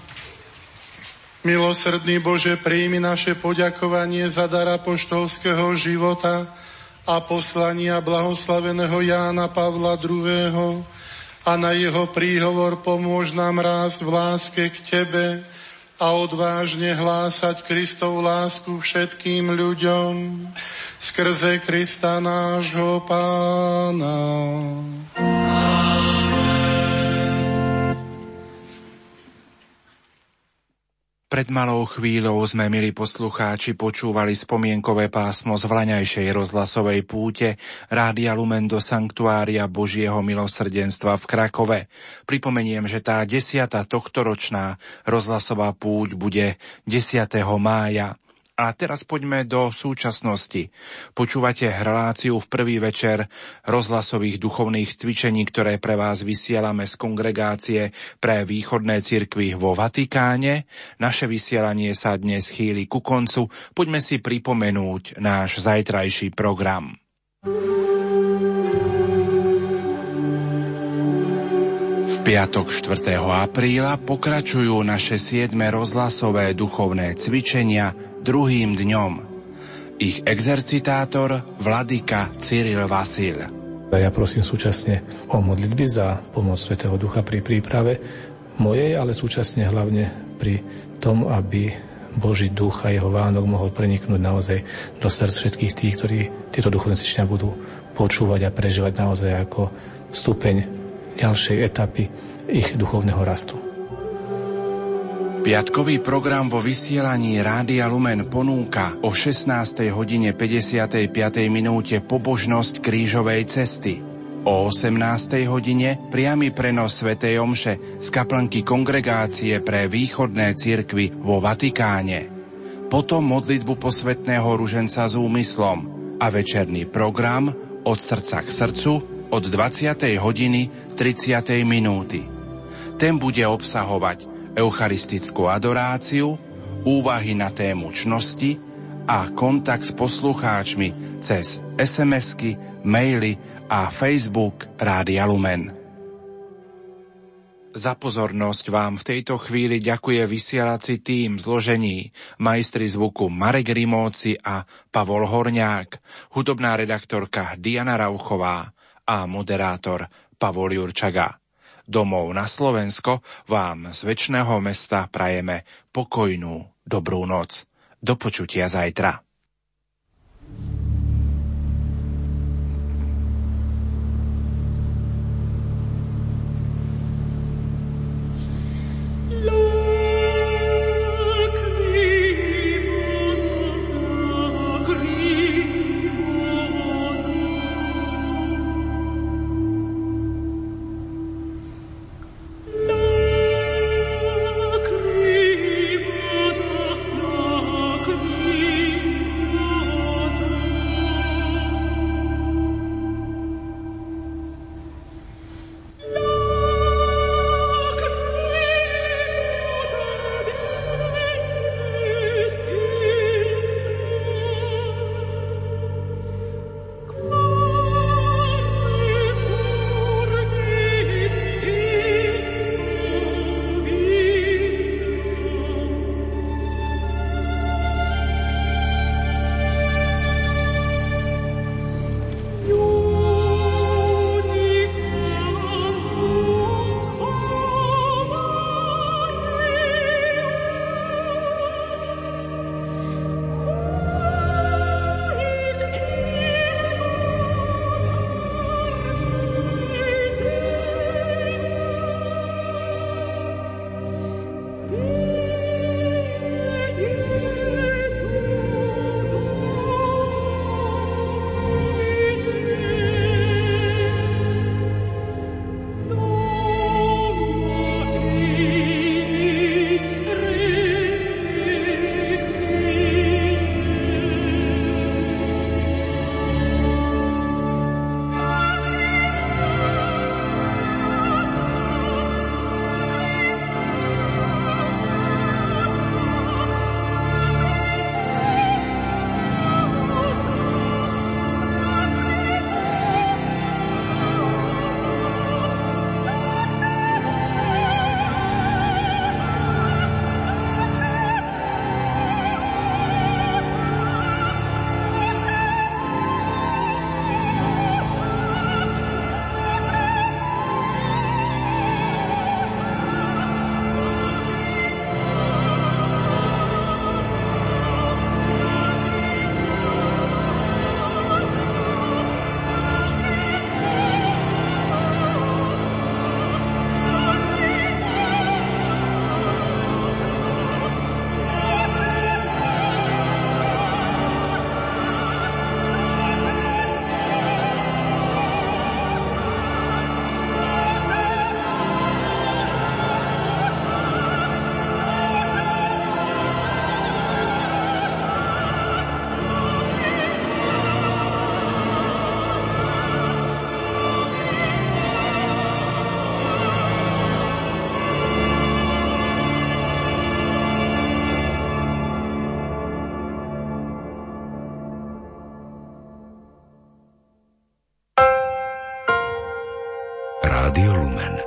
Milosrdný Bože, príjmi naše poďakovanie za dar apoštolského života a poslania blahoslaveného Jána Pavla druhého. A na jeho príhovor pomôž nám rásť v láske k Tebe a odvážne hlásať Kristovu lásku všetkým ľuďom skrze Krista nášho Pána. Pred malou chvíľou sme, milí poslucháči, počúvali spomienkové pásmo z vlaňajšej rozhlasovej púte Rádia Lumen do Sanktuária Božieho milosrdenstva v Krakove. Pripomeniem, že tá desiata tohtoročná rozhlasová púť bude desiateho mája. A teraz poďme do súčasnosti. Počúvate reláciu v prvý večer rozhlasových duchovných cvičení, ktoré pre vás vysielame z kongregácie pre východné cirkvi vo Vatikáne. Naše vysielanie sa dnes chýli ku koncu. Poďme si pripomenúť náš zajtrajší program. V piatok štvrtého apríla pokračujú naše siedme rozhlasové duchovné cvičenia druhým dňom. Ich exercitátor vladyka Cyril Vasil. Ja prosím súčasne o modlitby za pomoc Svätého Ducha pri príprave mojej, ale súčasne hlavne pri tom, aby Boží duch a jeho vánok mohol preniknúť naozaj do srdc všetkých tých, ktorí tieto duchovné cvičenia budú počúvať a prežívať naozaj ako stupeň ďalšej etapy ich duchovného rastu. Piatkový program vo vysielaní Rádia Lumen ponúka o šestnástej hodine päťdesiatej piatej minúte pobožnosť krížovej cesty. O osemnástej hodine priamy prenos svätej omše z kaplnky Kongregácie pre východné cirkvi vo Vatikáne. Potom modlitbu posvätného ruženca s úmyslom a večerný program Od srdca k srdcu od dvadsiatej hodiny tridsiatej minúty. Ten bude obsahovať eucharistickú adoráciu, úvahy na tému čnosti a kontakt s poslucháčmi cez es em esky, maily a Facebook Rádia Lumen. Za pozornosť vám v tejto chvíli ďakuje vysielací tím zložení majstri zvuku Marek Rimóci a Pavol Horňák, hudobná redaktorka Diana Rauchová a moderátor Pavol Jurčaga. Domov na Slovensko vám z večného mesta prajeme pokojnú dobrú noc. Do počutia zajtra. Rádio Lumen.